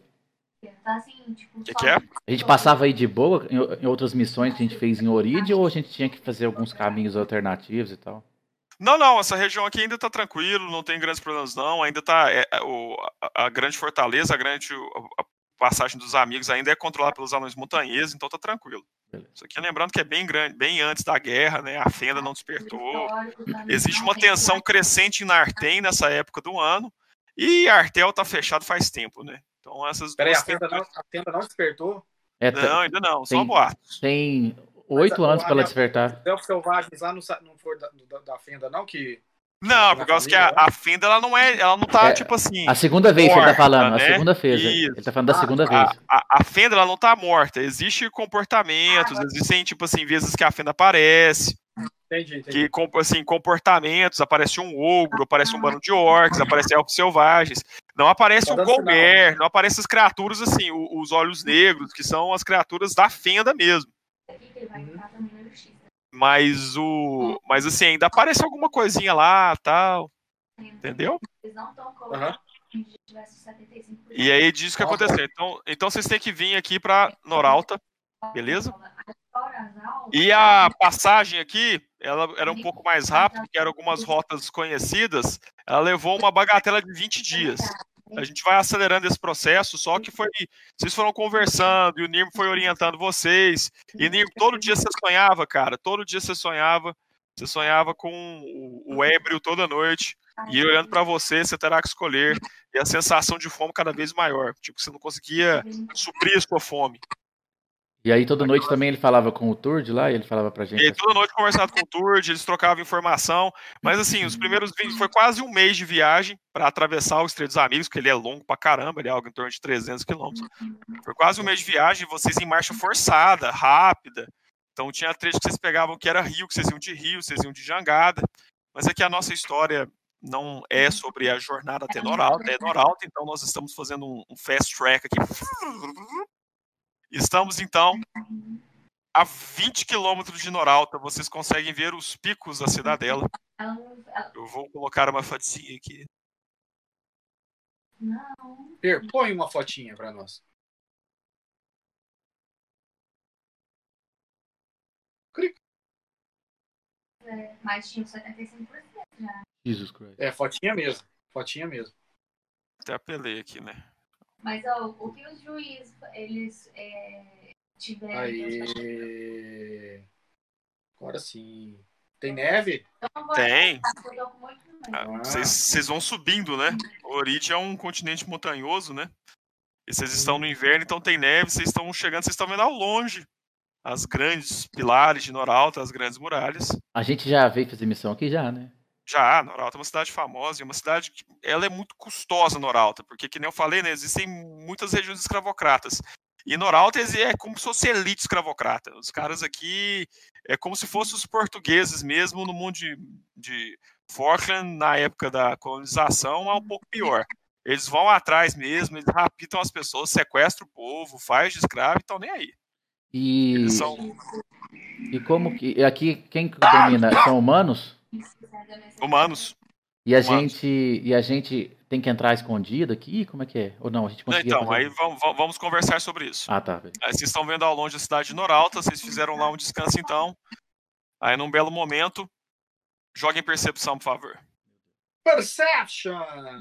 O que é? A gente passava aí de boa em outras missões que a gente fez em Oride ou a gente tinha que fazer alguns caminhos alternativos e tal? Não, essa região aqui ainda tá tranquilo, não tem grandes problemas não, ainda tá a grande fortaleza, a passagem dos amigos ainda é controlada pelos anões montanheses, então tá tranquilo. Beleza. Isso aqui lembrando que é bem grande, bem antes da guerra, né? A Fenda não despertou. Existe uma tensão crescente em Nartem nessa época do ano, e Artel tá fechado faz tempo, né? Então essas Peraí, duas... a Fenda não despertou? Não, ainda não, só boatos. Tem 8 anos pra ela despertar. Os elfos selvagens lá não for da Fenda, não? Não, por causa que a Fenda ela não tá tipo assim. A segunda vez que ele tá falando, né? A segunda vez. Ele tá falando da segunda vez. A Fenda ela não tá morta. Existem comportamentos, existem tipo assim, vezes que a Fenda aparece. Entendi. Que assim, comportamentos, aparece um ogro, aparece um bando de orcs, aparece elfos selvagens. Não aparece o Golmer, não aparecem as criaturas assim, os olhos negros, que são as criaturas da Fenda mesmo. Mas assim, ainda aparece alguma coisinha lá, tal. Entendeu? Uhum. E aí diz o que aconteceu. Então vocês têm que vir aqui pra Noralta, beleza? E a passagem aqui, ela era um pouco mais rápida, porque eram algumas rotas conhecidas. Ela levou uma bagatela de 20 dias. A gente vai acelerando esse processo, só que vocês foram conversando e o Nirmo foi orientando vocês. E Nirmo, todo dia você sonhava, cara. Todo dia você sonhava. Você sonhava com o ébrio toda noite. E ele olhando pra você, você terá que escolher. E a sensação de fome cada vez maior. Tipo, você não conseguia suprir a sua fome. E aí toda noite também ele falava com o Turd lá, e ele falava pra gente... E aí, toda noite conversava com o Turd, eles trocavam informação, mas assim, os primeiros 20, foi quase um mês de viagem para atravessar o Estreito dos Amigos, porque ele é longo pra caramba, ele é algo em torno de 300 quilômetros. Foi quase um mês de viagem, vocês em marcha forçada, rápida, então tinha trechos que vocês pegavam que era rio, que vocês iam de rio, vocês iam de jangada, mas aqui a nossa história não é sobre a jornada até Noralta, é Noralta, então nós estamos fazendo um fast track aqui. Estamos, então, a 20 quilômetros de Noralta. Vocês conseguem ver os picos da cidadela. Eu vou colocar uma fotinha aqui. Põe uma fotinha para nós. Mas tinha 75% já. Jesus Christ. Fotinha mesmo. Fotinha mesmo. Até apelei aqui, né? Mas o que os juízes, eles tiveram... Aí... Agora sim. Tem neve? Tem. Eu tô com muito medo. Vocês vão subindo, né? O Oride é um continente montanhoso, né? E vocês estão no inverno, então tem neve, vocês estão chegando, vocês estão vendo ao longe as grandes pilares de Noralta, as grandes muralhas. A gente já veio fazer missão aqui já, né? Já, Noralta é uma cidade famosa, e uma cidade que ela é muito custosa, Noralta, porque, que nem eu falei, né, existem muitas regiões escravocratas. E Noralta é como se fosse elite escravocrata. Os caras aqui é como se fossem os portugueses mesmo no mundo de Falkland, na época da colonização, é um pouco pior. Eles vão atrás mesmo, eles raptam as pessoas, sequestram o povo, faz de escravo e estão nem aí. E... São... e como que... Aqui, quem domina? São humanos? Humanos. E a gente tem que entrar escondido aqui? Como é que é? Ou não, a gente conseguia Então, fazer... aí vamos conversar sobre isso. Ah, tá. Aí vocês estão vendo ao longe a cidade de Noralta, vocês fizeram lá um descanso então. Aí num belo momento, joguem percepção, por favor. Perception!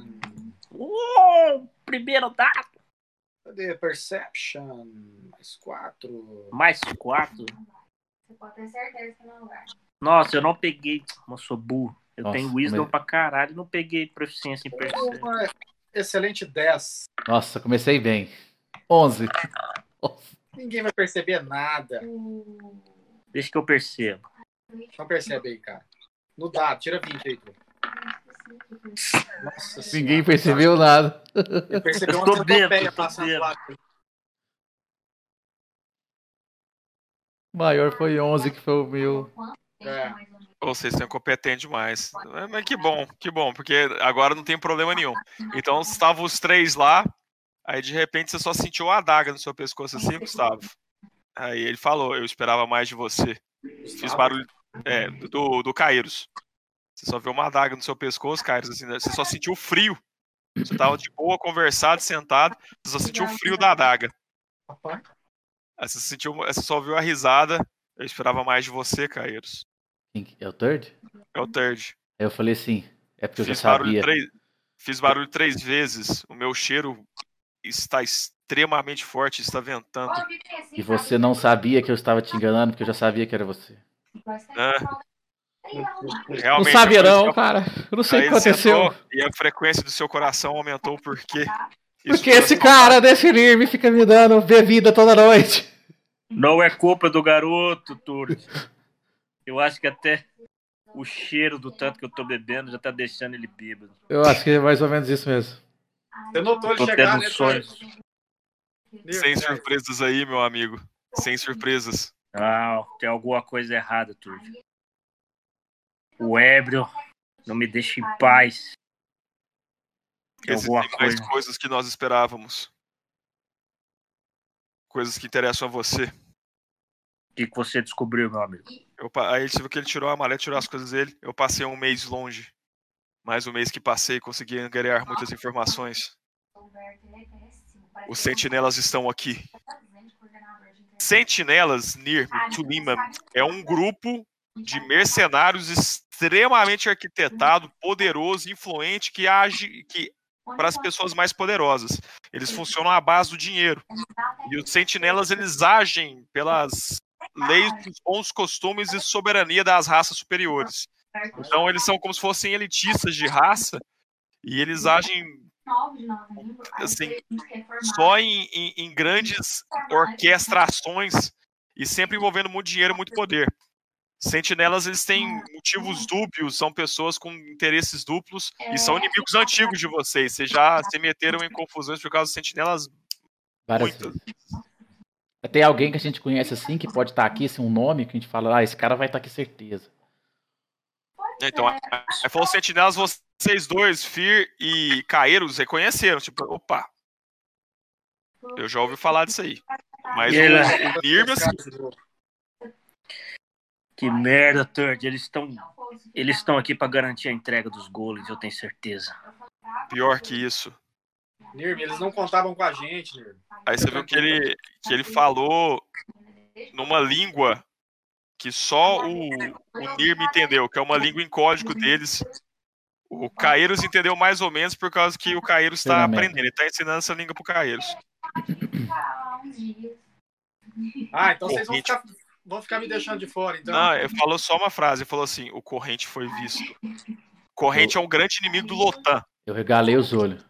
Primeiro dado. Cadê? Perception. Mais 4. Mais 4. Você pode ter certeza que não vai. Nossa, eu não peguei. Eu sou burro. Eu Nossa, tenho wisdom pra caralho e não peguei proficiência em percepção. Excelente 10. Nossa, comecei bem. 11. Ninguém vai perceber nada. Deixa que eu percebo. Não percebe aí, cara. No dado, tira 20 aí, tu. Nossa senhora, Ninguém percebeu nada. Ele percebeu Eu uma tô centopeia dentro, passando lá. O maior foi 11, que foi o meu. É. Vocês são competentes demais. Mas que bom, porque agora não tem problema nenhum. Então estavam os três lá, aí de repente você só sentiu uma adaga no seu pescoço assim, Gustavo. Aí ele falou, eu esperava mais de você. Fiz barulho do Caíros. Você só viu uma adaga no seu pescoço, Caíros, assim, você só sentiu frio. Você tava de boa, conversado, sentado, você só sentiu o frio da adaga. Aí você só ouviu a risada. Eu esperava mais de você, Caíros. É o third? É o third. Aí eu falei assim, é porque eu já sabia. Fiz barulho 3 vezes. O meu cheiro está extremamente forte, está ventando. E você não sabia que eu estava te enganando, porque eu já sabia que era você. Realmente, não sabia não, cara. Eu não sei o que aconteceu. E a frequência do seu coração aumentou por quê? Porque esse cara desse Nirm fica me dando bebida toda noite. Não é culpa do garoto, Turk. Eu acho que até o cheiro do tanto que eu tô bebendo já tá deixando ele bêbado. Eu acho que é mais ou menos isso mesmo. Você notou ele Tô chegar, tendo né? sonhos. Sem surpresas aí, meu amigo. Sem surpresas. Não, tem alguma coisa errada, Turk. O ébrio não me deixa em paz. Tem alguma Existem coisa. mais coisas que nós esperávamos. Coisas que interessam a você. O que você descobriu, meu amigo? Aí você viu que ele tirou a maleta, tirou as coisas dele. Eu passei um mês longe. Mais um mês que passei, consegui angariar muitas informações. Os sentinelas estão aqui. Sentinelas, Nir, Tulima, é um grupo de mercenários extremamente arquitetado, poderoso, influente, que age para as pessoas mais poderosas. Eles funcionam à base do dinheiro. E os sentinelas, eles agem pelas leis dos bons costumes e soberania das raças superiores. Então eles são como se fossem elitistas de raça e eles agem assim, só em grandes orquestrações e sempre envolvendo muito dinheiro e muito poder. Sentinelas, eles têm motivos dúbios, são pessoas com interesses duplos e são inimigos antigos de vocês. Vocês já se meteram em confusões por causa dos sentinelas muitas. Tem alguém que a gente conhece assim, que pode estar aqui, assim, um nome que a gente fala, esse cara vai estar aqui, certeza. Então, aí falou sentinelas, vocês dois, Fir e Caeiros, reconheceram. Tipo, opa, eu já ouvi falar disso aí. Mas o Nirm, assim... Que merda, Turd. Eles estão aqui pra garantir a entrega dos golems, eu tenho certeza. Pior que isso. Nirm, eles não contavam com a gente, Nirm. Aí você viu que ele falou numa língua que só o Nirm entendeu, que é uma língua em código deles. O Caeiros entendeu mais ou menos por causa que o Caeiros está aprendendo. Ele está ensinando essa língua pro Caeiros. Então vocês vão ficar me deixando de fora, então. Não, ele falou só uma frase. Ele falou assim, o Corrente foi visto. O Corrente é um grande inimigo do Lotan. Eu regalei os olhos.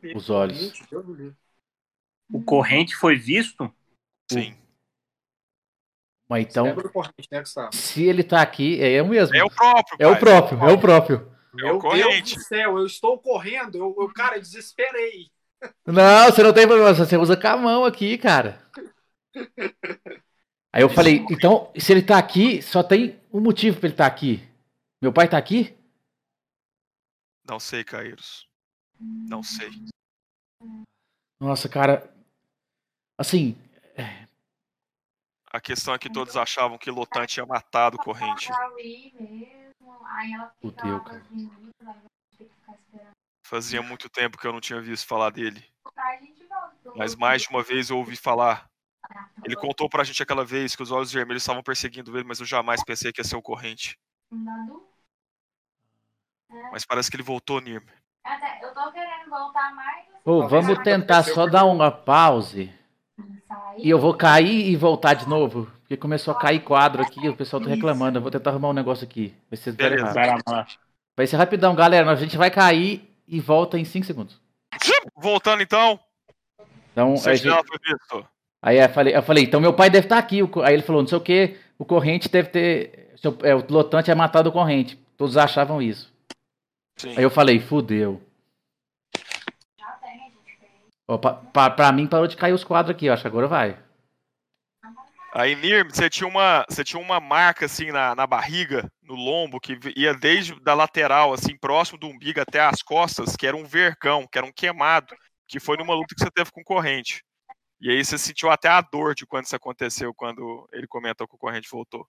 O Corrente foi visto? Sim. Mas então, Corrente, né, Gustavo? se ele tá aqui, é o mesmo. É o próprio, É o próprio, é o próprio. Meu Deus do céu, eu estou correndo. Cara, eu desesperei. Não, você não tem problema. Você usa com a mão aqui, cara. Aí eu falei, então, se ele tá aqui, só tem um motivo pra ele estar aqui. Meu pai tá aqui? Não sei, Caeiros. Não sei. Nossa, cara. Assim. A questão é que todos achavam que Lotan tinha matado o Corrente. Fudeu, cara. Fazia muito tempo que eu não tinha visto falar dele. Mas mais de uma vez eu ouvi falar. Ele contou pra gente aquela vez que os Olhos Vermelhos estavam perseguindo ele, mas eu jamais pensei que ia ser o Corrente. Mas parece que ele voltou, Nirm. Eu tô querendo voltar mais. Ô, vamos tentar só dar uma pause. E eu vou cair e voltar de novo. Porque começou a cair quadro aqui, o pessoal tá reclamando. Eu vou tentar arrumar um negócio aqui. Vai ser Vai ser rapidão, galera. A gente vai cair e volta em 5 segundos. Voltando então. Então, aí eu falei, então meu pai deve estar aqui. Aí ele falou, não sei o que, o Corrente deve ter. O Lotan tinha matado o Corrente. Todos achavam isso. Sim. Aí eu falei, fudeu. Ó, pra mim parou de cair os quadros aqui, eu acho que agora vai. Aí, Nirm, você tinha uma marca assim na barriga, no lombo, que ia desde da lateral, assim, próximo do umbigo até as costas, que era um vergão, que era um queimado, que foi numa luta que você teve com o Corrente. E aí você sentiu até a dor de quando isso aconteceu, quando ele comentou que o Corrente voltou.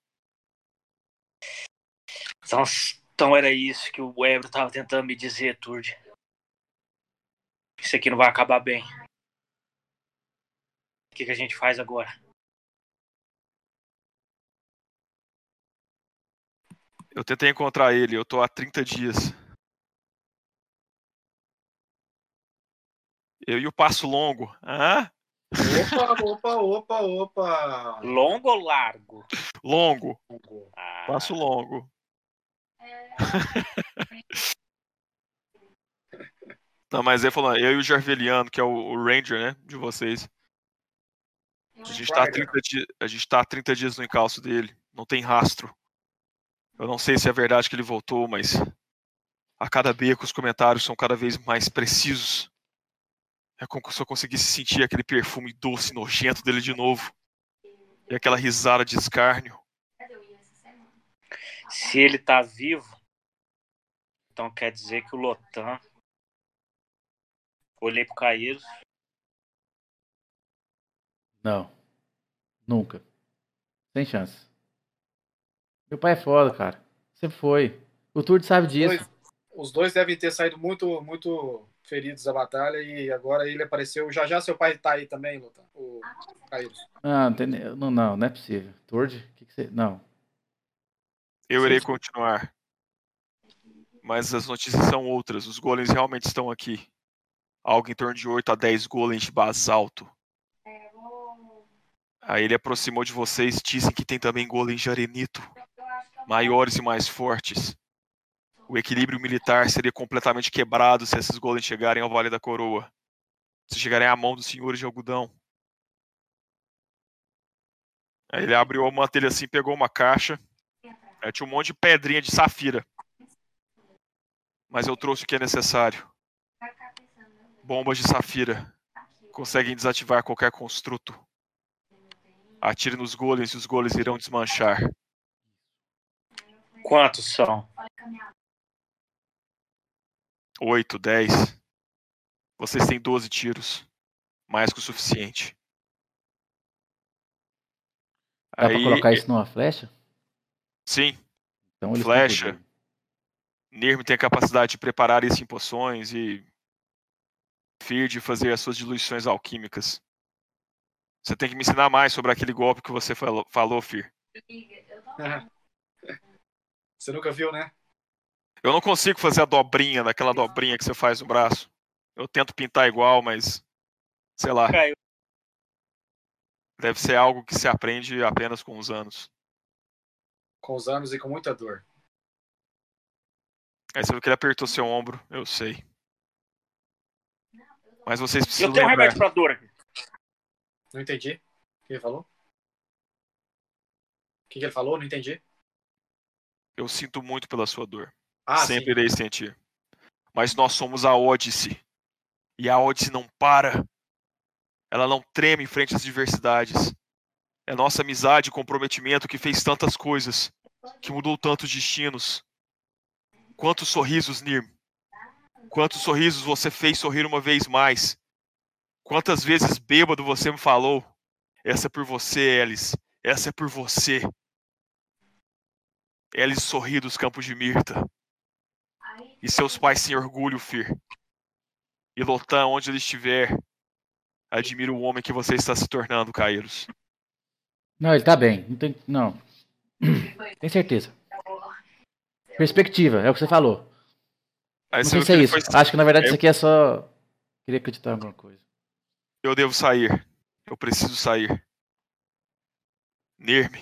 Então era isso que o Ebro tava tentando me dizer, Turdi. Isso aqui não vai acabar bem. O que a gente faz agora? Eu tentei encontrar ele, eu tô há 30 dias. Eu e o Passo Longo. Hã? Opa. Longo ou largo? Longo. Passo Longo. Não, mas ele falou, eu e o Jarveliano, que é o Ranger, né, de vocês. A gente tá há 30 dias no encalço dele. Não tem rastro. Eu não sei se é verdade que ele voltou, mas a cada beco os comentários são cada vez mais precisos. É como se eu conseguisse sentir aquele perfume doce e nojento dele de novo. E aquela risada de escárnio. Se ele tá vivo, então quer dizer que o Lotan... Olhei pro Caeiros. Não. Nunca. Sem chance. Meu pai é foda, cara. Sempre foi. O Turdi sabe disso. Os dois devem ter saído muito feridos da batalha e agora ele apareceu. Já seu pai tá aí também, Lotan? O Caeiros. Não é possível. Turdi? O que você... Não. Eu irei continuar. Mas as notícias são outras. Os golems realmente estão aqui. Algo em torno de 8 a 10 golems de basalto. Aí ele aproximou de vocês, dizem que tem também golems de arenito, maiores e mais fortes. O equilíbrio militar seria completamente quebrado se esses golems chegarem ao Vale da Coroa. Se chegarem à mão dos senhores de algodão. Aí ele abriu a mantelha assim, pegou uma caixa. Aí tinha um monte de pedrinha de safira. Mas eu trouxe o que é necessário. Bombas de safira. Conseguem desativar qualquer construto. Atire nos golems e os golems irão desmanchar. Quantos são? 8, 10. Vocês têm 12 tiros. Mais que o suficiente. Dá pra colocar isso numa flecha? Sim. Então, flecha. Nirm tem a capacidade de preparar isso em poções e Fir de fazer as suas diluições alquímicas. Você tem que me ensinar mais sobre aquele golpe que você falou, Fir. Você nunca viu, né? Eu não consigo fazer a dobrinha, daquela dobrinha que você faz no braço. Eu tento pintar igual, mas... Sei lá. Deve ser algo que se aprende apenas com os anos. Com os anos e com muita dor. Aí você viu que ele apertou seu ombro, eu sei. Mas vocês precisam Eu tenho um lembrar. remédio pra dor aqui. Não entendi. O que ele falou? O que ele falou? Não entendi. Eu sinto muito pela sua dor. Ah, Sempre sim. irei sentir. Mas nós somos a Ódice. E a Ódice não para. Ela não treme em frente às diversidades. É nossa amizade e comprometimento que fez tantas coisas. Que mudou tantos destinos. Quantos sorrisos, Nirm. Quantos sorrisos você fez sorrir uma vez mais. Quantas vezes bêbado você me falou. Essa é por você, Alice. Essa é por você. Alice sorri dos campos de Mirta. E seus pais se orgulham, Fir. E Lotan, onde ele estiver, admira o homem que você está se tornando, Caíros. Não, ele tá bem. Não. Tem certeza. Perspectiva, é o que você falou. Aí Não você sei viu se é que ele isso. foi... Acho que na verdade isso aqui é só... Queria acreditar em alguma coisa. Eu devo sair. Eu preciso sair. Nirme.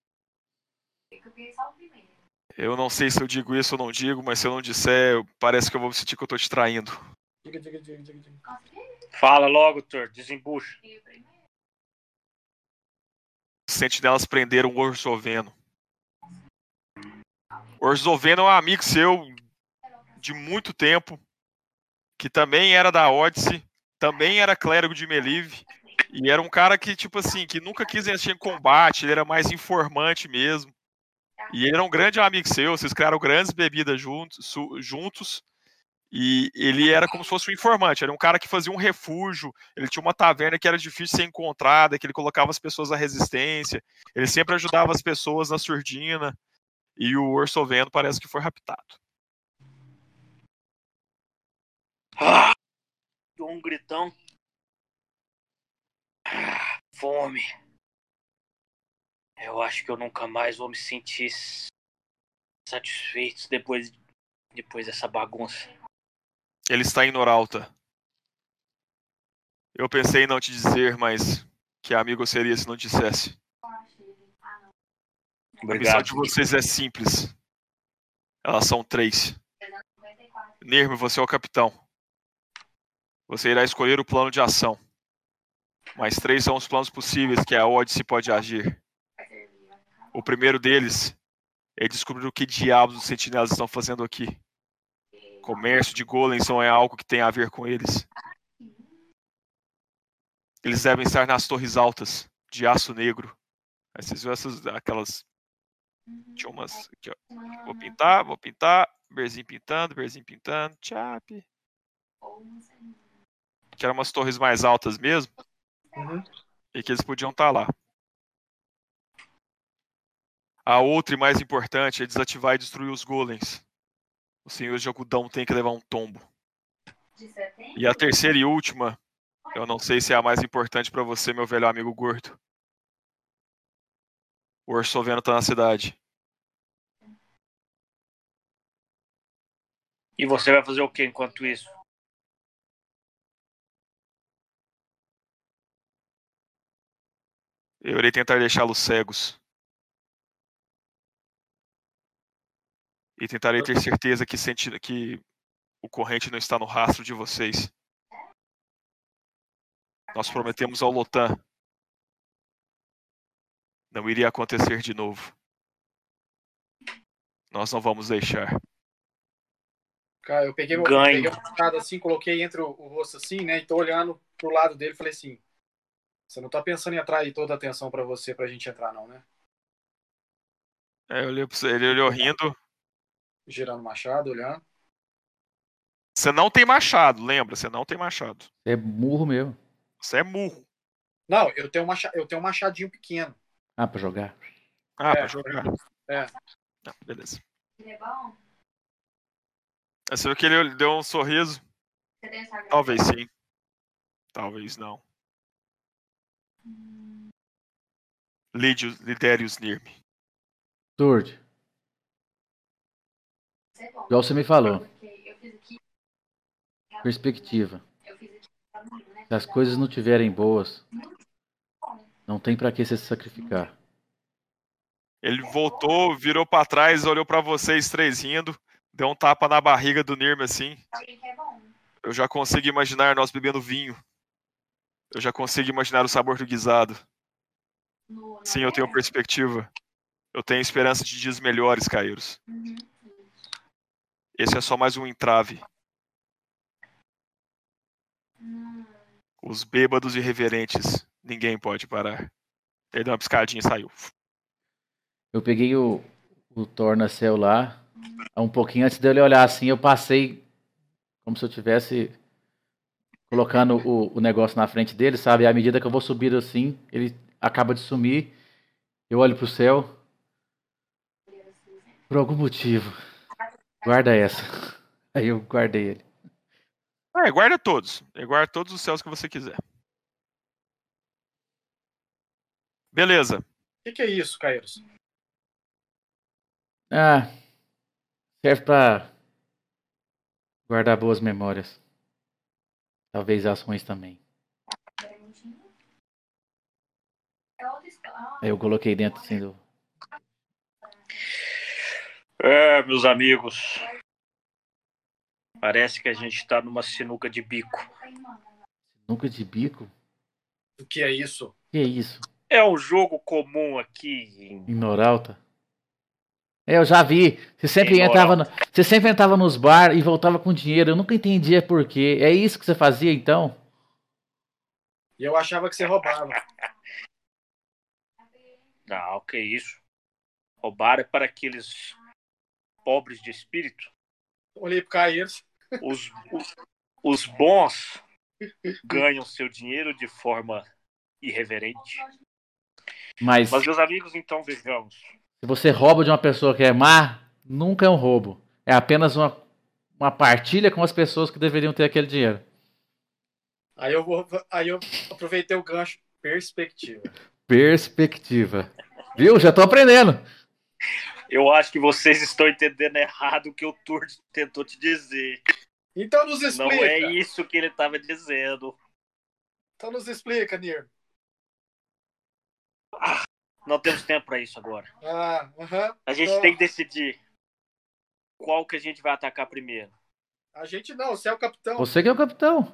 Eu não sei se eu digo isso ou não digo, mas se eu não disser, parece que eu vou sentir que eu tô te traindo. Diga. Fala logo, Thor. Desembucha. Os sentinelas prenderam o Orzoveno. Orzoveno é um amigo seu de muito tempo, que também era da Ódice, também era clérigo de Melive, e era um cara que, tipo assim, que nunca quis investir em combate, ele era mais informante mesmo. E ele era um grande amigo seu, vocês criaram grandes bebidas juntos, e ele era como se fosse um informante, era um cara que fazia um refúgio, ele tinha uma taverna que era difícil de ser encontrada, que ele colocava as pessoas à resistência, ele sempre ajudava as pessoas na surdina, e o Orzoveno parece que foi raptado. Deu um gritão. Fome. Eu acho que eu nunca mais vou me sentir satisfeito depois dessa bagunça. Ele está em Noralta. Eu pensei em não te dizer, mas que amigo eu seria se não dissesse. Obrigado. A missão de vocês é simples. Elas são 3. Nirme, você é o capitão. Você irá escolher o plano de ação. Mas 3 são os planos possíveis que a Ódice pode agir. O primeiro deles é descobrir o que diabos os sentinelas estão fazendo aqui. Comércio de golems não é algo que tem a ver com eles. Eles devem estar nas torres altas, de aço negro. Aí vocês viram aquelas... Tinha umas... Aqui, ó. Vou pintar. Berzinho pintando. Tchap. Que eram umas torres mais altas mesmo. Uhum. E que eles podiam estar lá. A outra e mais importante é desativar e destruir os golems. Os senhores de algodão têm que levar um tombo. E a terceira e última, eu não sei se é a mais importante pra você, meu velho amigo gordo. O Orzoveno tá na cidade. E você vai fazer o que enquanto isso? Eu irei tentar deixá-los cegos. E tentarei ter certeza que o corrente não está no rastro de vocês. Nós prometemos ao Lotan. Não iria acontecer de novo. Nós não vamos deixar. Cara, eu peguei uma escada assim, coloquei entre o rosto assim, né? E tô olhando pro lado dele e falei assim: você não tá pensando em atrair toda a atenção pra você pra gente entrar, não, né? Eu olhei pra você, ele olhou rindo. Girando o machado, olhando. Você não tem machado, lembra? Você não tem machado. Você é burro mesmo. Você é murro. Não, eu tenho um machadinho pequeno. Ah, pra jogar. Pra jogar. Não, beleza. Ele é bom? Você viu que ele deu um sorriso? Talvez sim. Talvez não. Lidere os Nirme. Tord. Isso é bom. Igual você me falou. Perspectiva. Se as coisas não estiverem boas, não tem pra que você se sacrificar. Ele voltou, virou pra trás, olhou pra vocês três rindo, deu um tapa na barriga do Nirma assim. Eu já consigo imaginar nós bebendo vinho. Eu já consigo imaginar o sabor do guisado. Sim, eu tenho perspectiva. Eu tenho esperança de dias melhores, Caíros. Esse é só mais um entrave. Os bêbados irreverentes. Ninguém pode parar. Ele deu uma piscadinha e saiu. Eu peguei o tornacel lá. Um pouquinho antes dele olhar assim, eu passei como se eu tivesse colocando o negócio na frente dele, sabe? E à medida que eu vou subir assim, ele acaba de sumir. Eu olho pro céu. Por algum motivo. Guarda essa. Aí eu guardei ele. Guarda todos. Guarda todos os céus que você quiser. Beleza. O que é isso, Caíros? Serve pra guardar boas memórias. Talvez ações também. Aí eu coloquei dentro assim do... Meus amigos. Parece que a gente tá numa sinuca de bico. Sinuca de bico? O que é isso? O que é isso? É um jogo comum aqui em Noralta? Eu já vi. Você sempre entrava nos bar e voltava com dinheiro. Eu nunca entendia por quê. É isso que você fazia, então? E eu achava que você roubava. Não, que isso. Roubar é para aqueles pobres de espírito. Olhei pro Caíros. Os bons ganham seu dinheiro de forma irreverente. Mas, meus amigos, então vejamos. Se você rouba de uma pessoa que é má, nunca é um roubo. É apenas uma partilha com as pessoas que deveriam ter aquele dinheiro. Aí eu aproveitei o gancho. Perspectiva. Perspectiva. Viu? Já tô aprendendo. Eu acho que vocês estão entendendo errado o que o Turd tentou te dizer. Então nos explica. Não é isso que ele estava dizendo. Então nos explica, Nir. Não temos tempo para isso agora. A gente tem que decidir qual que a gente vai atacar primeiro. A gente não, você é o capitão. Você que é o capitão.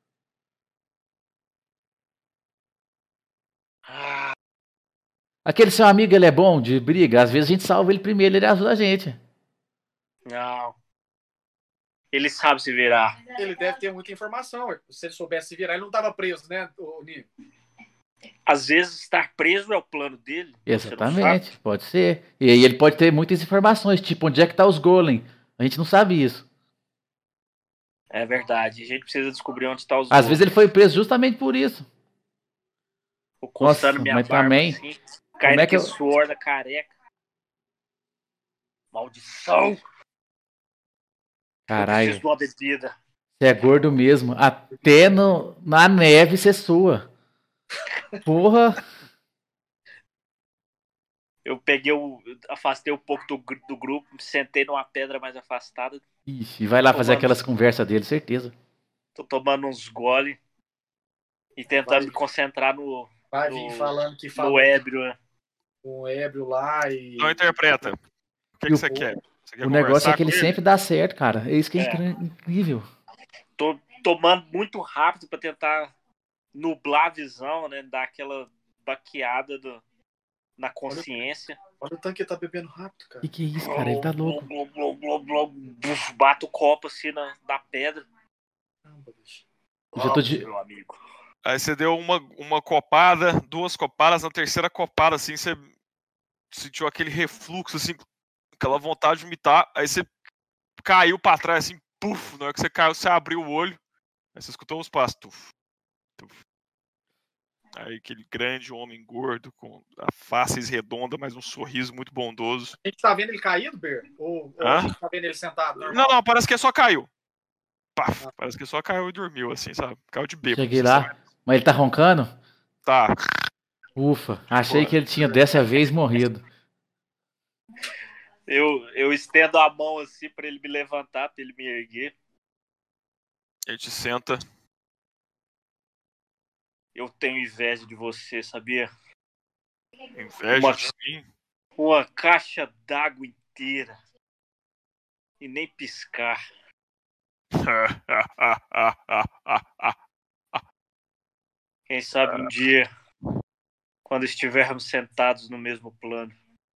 Aquele seu amigo, ele é bom de briga. Às vezes a gente salva ele primeiro, ele ajuda a gente. Não. Ele sabe se virar. Ele deve ter muita informação. Se ele soubesse se virar, ele não estava preso, né, Nir? Às vezes estar preso é o plano dele. Exatamente, pode ser. E aí ele pode ter muitas informações, tipo, onde é que tá os golem? A gente não sabe isso. É verdade, a gente precisa descobrir onde está os Às vezes ele foi preso justamente por isso. Tô coçando minha barba também, assim, caindo aquele suor da careca. Maldição! Caralho. Eu preciso de uma bebida. Você é gordo mesmo. Até na neve você sua. Porra. Eu afastei um pouco do grupo, me sentei numa pedra mais afastada. Ixi, vai lá fazer aquelas conversas dele, certeza. Tô tomando uns gole e tentando me concentrar no ébrio, né? O ébrio lá e... Não interpreta. O que você quer? O negócio é que ele sempre dá certo, cara. É isso que é incrível. Tô tomando muito rápido pra tentar nublar a visão, né? Dar aquela baqueada na consciência. Olha o tanque, tá bebendo rápido, cara. Que é isso, cara? Ele tá louco. Bato o copo assim na pedra. Meu amigo. Aí você deu uma copada, 2 copadas, na terceira copada, assim, você sentiu aquele refluxo, assim, aquela vontade de vomitar, aí você caiu pra trás, assim, puf, na hora que você caiu, você abriu o olho, aí você escutou uns passos, tuf, tuf. Aí aquele grande homem gordo, com a face redonda, mas um sorriso muito bondoso. A gente tá vendo ele caído, Ber? Ou a gente tá vendo ele sentado? Normal? Não, parece que só caiu. Paf, parece que só caiu e dormiu, assim, sabe? Caiu de bêbado. Cheguei lá, mas ele tá roncando? Tá. Ufa, achei que ele tinha dessa vez morrido. Eu estendo a mão assim pra ele me levantar, pra ele me erguer. A gente senta. Eu tenho inveja de você, sabia? Inveja de mim? Uma caixa d'água inteira. E nem piscar. Quem sabe um dia, quando estivermos sentados no mesmo plano.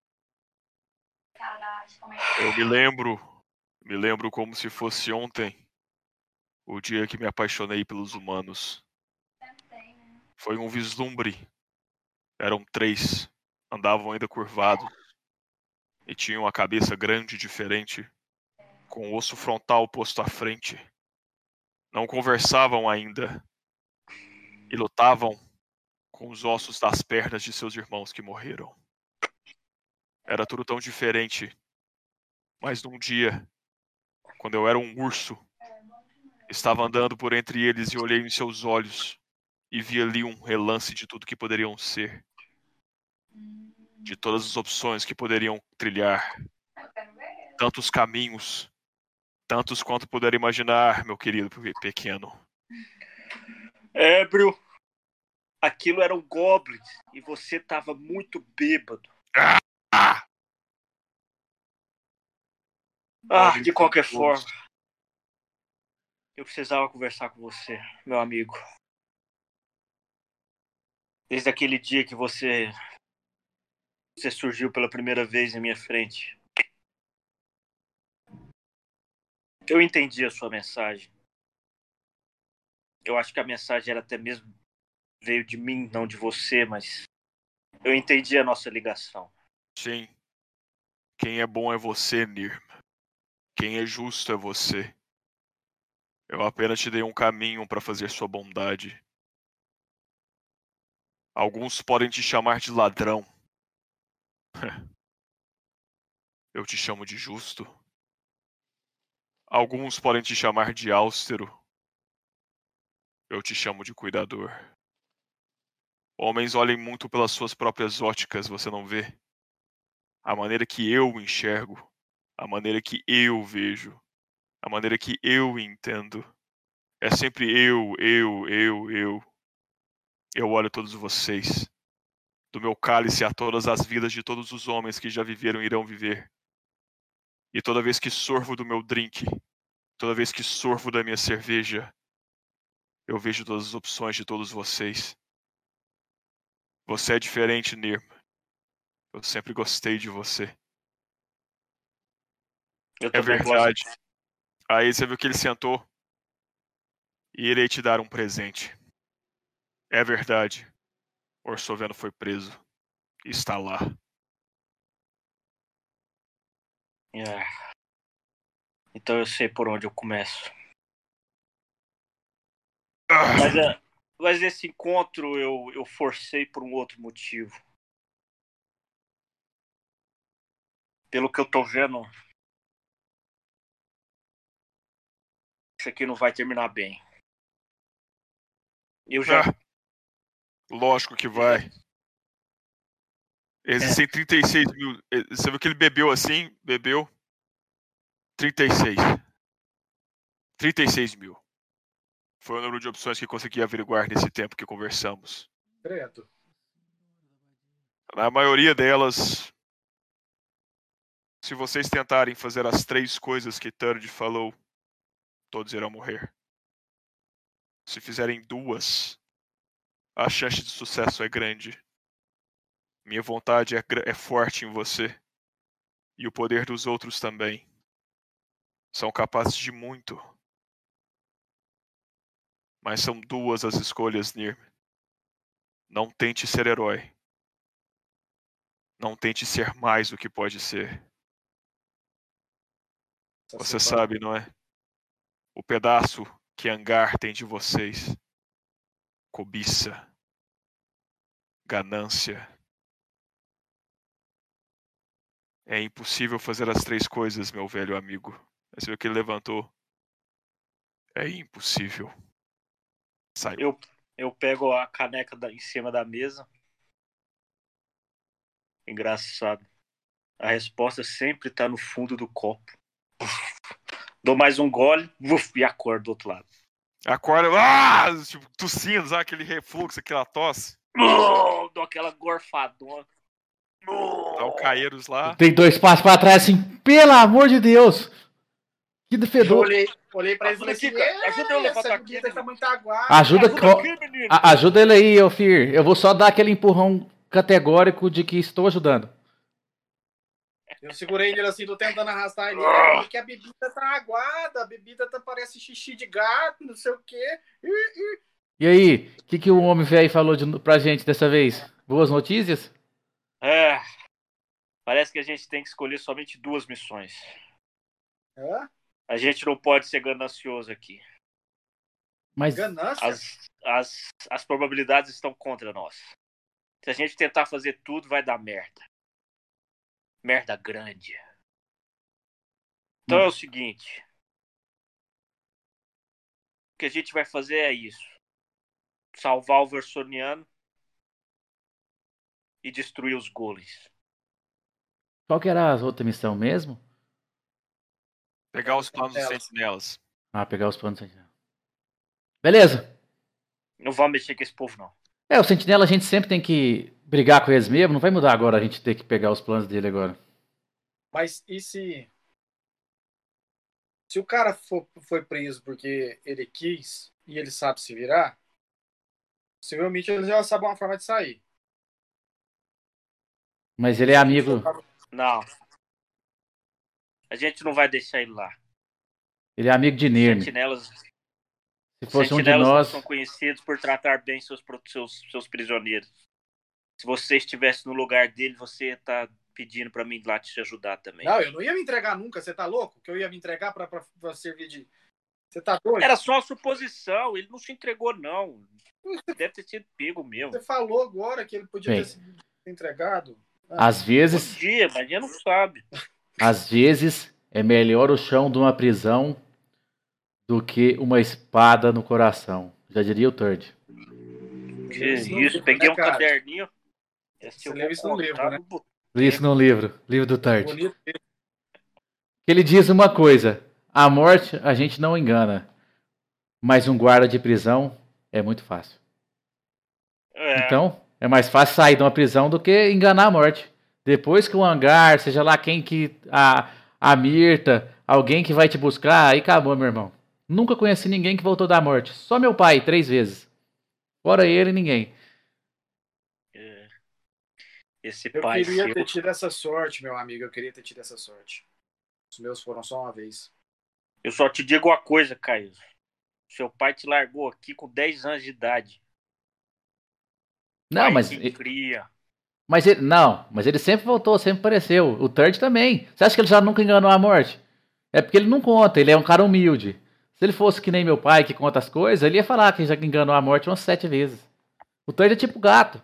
Eu me lembro como se fosse ontem, o dia que me apaixonei pelos humanos. Foi um vislumbre. Eram 3, andavam ainda curvados e tinham a cabeça grande e diferente, com o osso frontal posto à frente. Não conversavam ainda e lutavam com os ossos das pernas de seus irmãos que morreram. Era tudo tão diferente, mas num dia, quando eu era um urso, estava andando por entre eles e olhei em seus olhos e vi ali um relance de tudo que poderiam ser, de todas as opções que poderiam trilhar, tantos caminhos, tantos quanto puder imaginar, meu querido pequeno. Ébrio, aquilo eram goblins e você estava muito bêbado. De qualquer forma, eu precisava conversar com você, meu amigo. Desde aquele dia que você surgiu pela primeira vez em minha frente. Eu entendi a sua mensagem. Eu acho que a mensagem era até mesmo veio de mim, não de você, mas eu entendi a nossa ligação. Sim. Quem é bom é você, Nirm. Quem é justo é você. Eu apenas te dei um caminho para fazer sua bondade. Alguns podem te chamar de ladrão. Eu te chamo de justo. Alguns podem te chamar de austero. Eu te chamo de cuidador. Homens olhem muito pelas suas próprias óticas, você não vê? A maneira que eu enxergo, a maneira que eu vejo, a maneira que eu entendo. É sempre eu. Eu olho todos vocês. Do meu cálice a todas as vidas de todos os homens que já viveram e irão viver. E toda vez que sorvo do meu drink, toda vez que sorvo da minha cerveja, eu vejo todas as opções de todos vocês. Você é diferente, Nirm. Eu sempre gostei de você. É verdade. Aí você viu que ele sentou e irei te dar um presente. É verdade. Orsoveno foi preso. Está lá. Então eu sei por onde eu começo. Mas esse encontro eu forcei por um outro motivo. Pelo que eu tô vendo, isso aqui não vai terminar bem. Lógico que vai. Existem 36 mil. Você viu que ele bebeu assim? Bebeu 36. 36 mil. Foi o número de opções que consegui averiguar nesse tempo que conversamos. Credo. Na maioria delas, se vocês tentarem fazer as 3 coisas que Turd falou, todos irão morrer. Se fizerem 2, a chance de sucesso é grande. Minha vontade é forte em você. E o poder dos outros também. São capazes de muito. Mas são 2 as escolhas, Nirm. Não tente ser herói. Não tente ser mais do que pode ser. Você sabe, não é? O pedaço que Angar tem de vocês. Cobiça. Ganância. É impossível fazer as 3 coisas, meu velho amigo. Você viu que ele levantou. É impossível. Saiu. Eu pego a caneca em cima da mesa. Engraçado. A resposta sempre tá no fundo do copo. Dou mais um gole e acordo do outro lado. Acorda, tipo, tossindo, sabe? Aquele refluxo, aquela tosse. Dou aquela gorfadona. Tá o Caeiros lá. Tem 2 passos pra trás, assim, pelo amor de Deus. Que Eu fedor. olhei pra ele e falei assim, ajuda eu a levantar aqui, bebida tá muito aguada. Ajuda ele aí, ô Fir. Eu vou só dar aquele empurrão categórico de que estou ajudando. Eu segurei ele assim, tô tentando arrastar ele. Porque a bebida tá aguada, a bebida parece xixi de gato, não sei o quê. E aí, o que o homem velho falou pra gente dessa vez? Boas notícias? Parece que a gente tem que escolher somente 2 missões. Hã? A gente não pode ser ganancioso aqui. Mas Ganância? As probabilidades estão contra nós. Se a gente tentar fazer tudo, vai dar merda. Merda grande. Então é o seguinte. O que a gente vai fazer é isso. Salvar o Versoniano e destruir os golems. qual que era a outra missão mesmo? Pegar os planos dos sentinelas. Pegar os planos do sentinela. Beleza. Não vamos mexer com esse povo, não. O sentinela a gente sempre tem que brigar com eles mesmo. Não vai mudar agora a gente ter que pegar os planos dele agora. Mas e se o cara foi preso porque ele quis e ele sabe se virar, possivelmente ele já sabe uma forma de sair. Mas ele é amigo... Não. A gente não vai deixar ele lá. Ele é amigo de Nirn. Sentinelas, Se fosse um de não nós... são conhecidos por tratar bem seus prisioneiros. Se você estivesse no lugar dele, você tá pedindo pra mim lá te ajudar também. Não, eu não ia me entregar nunca. Você tá louco? Que eu ia me entregar pra servir de... Você tá doido? Era só a suposição. Ele não se entregou, não. Deve ter sido pego mesmo. Você falou agora que ele podia ter sido entregado. Às vezes... Podia, mas ele não sabe. Às vezes é melhor o chão de uma prisão do que uma espada no coração. Já diria o Third. Que isso, peguei um caderninho. Você leu isso no livro, né? Li isso num livro do Third. Bonito. Ele diz uma coisa: a morte a gente não engana, mas um guarda de prisão é muito fácil. Então, é mais fácil sair de uma prisão do que enganar a morte. Depois que o hangar, seja lá quem que... A Mirta, alguém que vai te buscar, aí acabou, meu irmão. Nunca conheci ninguém que voltou da morte. Só meu pai, 3 vezes. Fora ele, ninguém. Esse Eu pai queria seu... ter tido essa sorte, meu amigo. Eu queria ter tido essa sorte. Os meus foram só uma vez. Eu só te digo uma coisa, Caio. Seu pai te largou aqui com 10 anos de idade. Não, pai mas... que cria. Mas ele sempre voltou, sempre apareceu. O Third também. Você acha que ele já nunca enganou a morte? É porque ele não conta, ele é um cara humilde. Se ele fosse que nem meu pai, que conta as coisas, ele ia falar que já enganou a morte umas 7 vezes. O Third é tipo gato.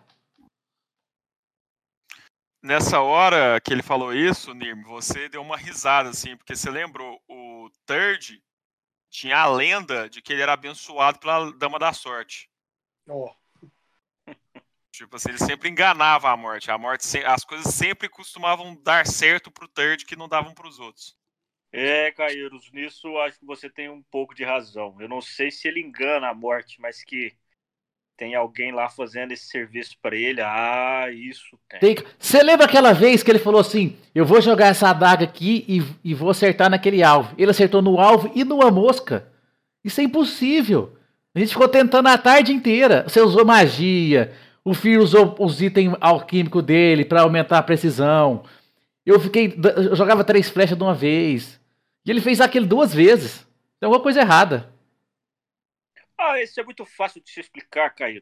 Nessa hora que ele falou isso, Nirm, você deu uma risada, assim, porque você lembrou, o Third tinha a lenda de que ele era abençoado pela Dama da Sorte. Oh. Tipo assim, ele sempre enganava a morte. As coisas sempre costumavam dar certo pro Third que não davam pros outros. Caíros, nisso eu acho que você tem um pouco de razão. Eu não sei se ele engana a morte, mas que tem alguém lá fazendo esse serviço pra ele. Isso tem. Você lembra aquela vez que ele falou assim: eu vou jogar essa adaga aqui e vou acertar naquele alvo. Ele acertou no alvo e numa mosca. Isso é impossível. A gente ficou tentando a tarde inteira. Você usou magia. O Fir usou os itens alquímicos dele pra aumentar a precisão. Eu jogava 3 flechas de uma vez. E ele fez aquilo 2 vezes. Tem alguma coisa errada. Isso é muito fácil de se explicar, Caio.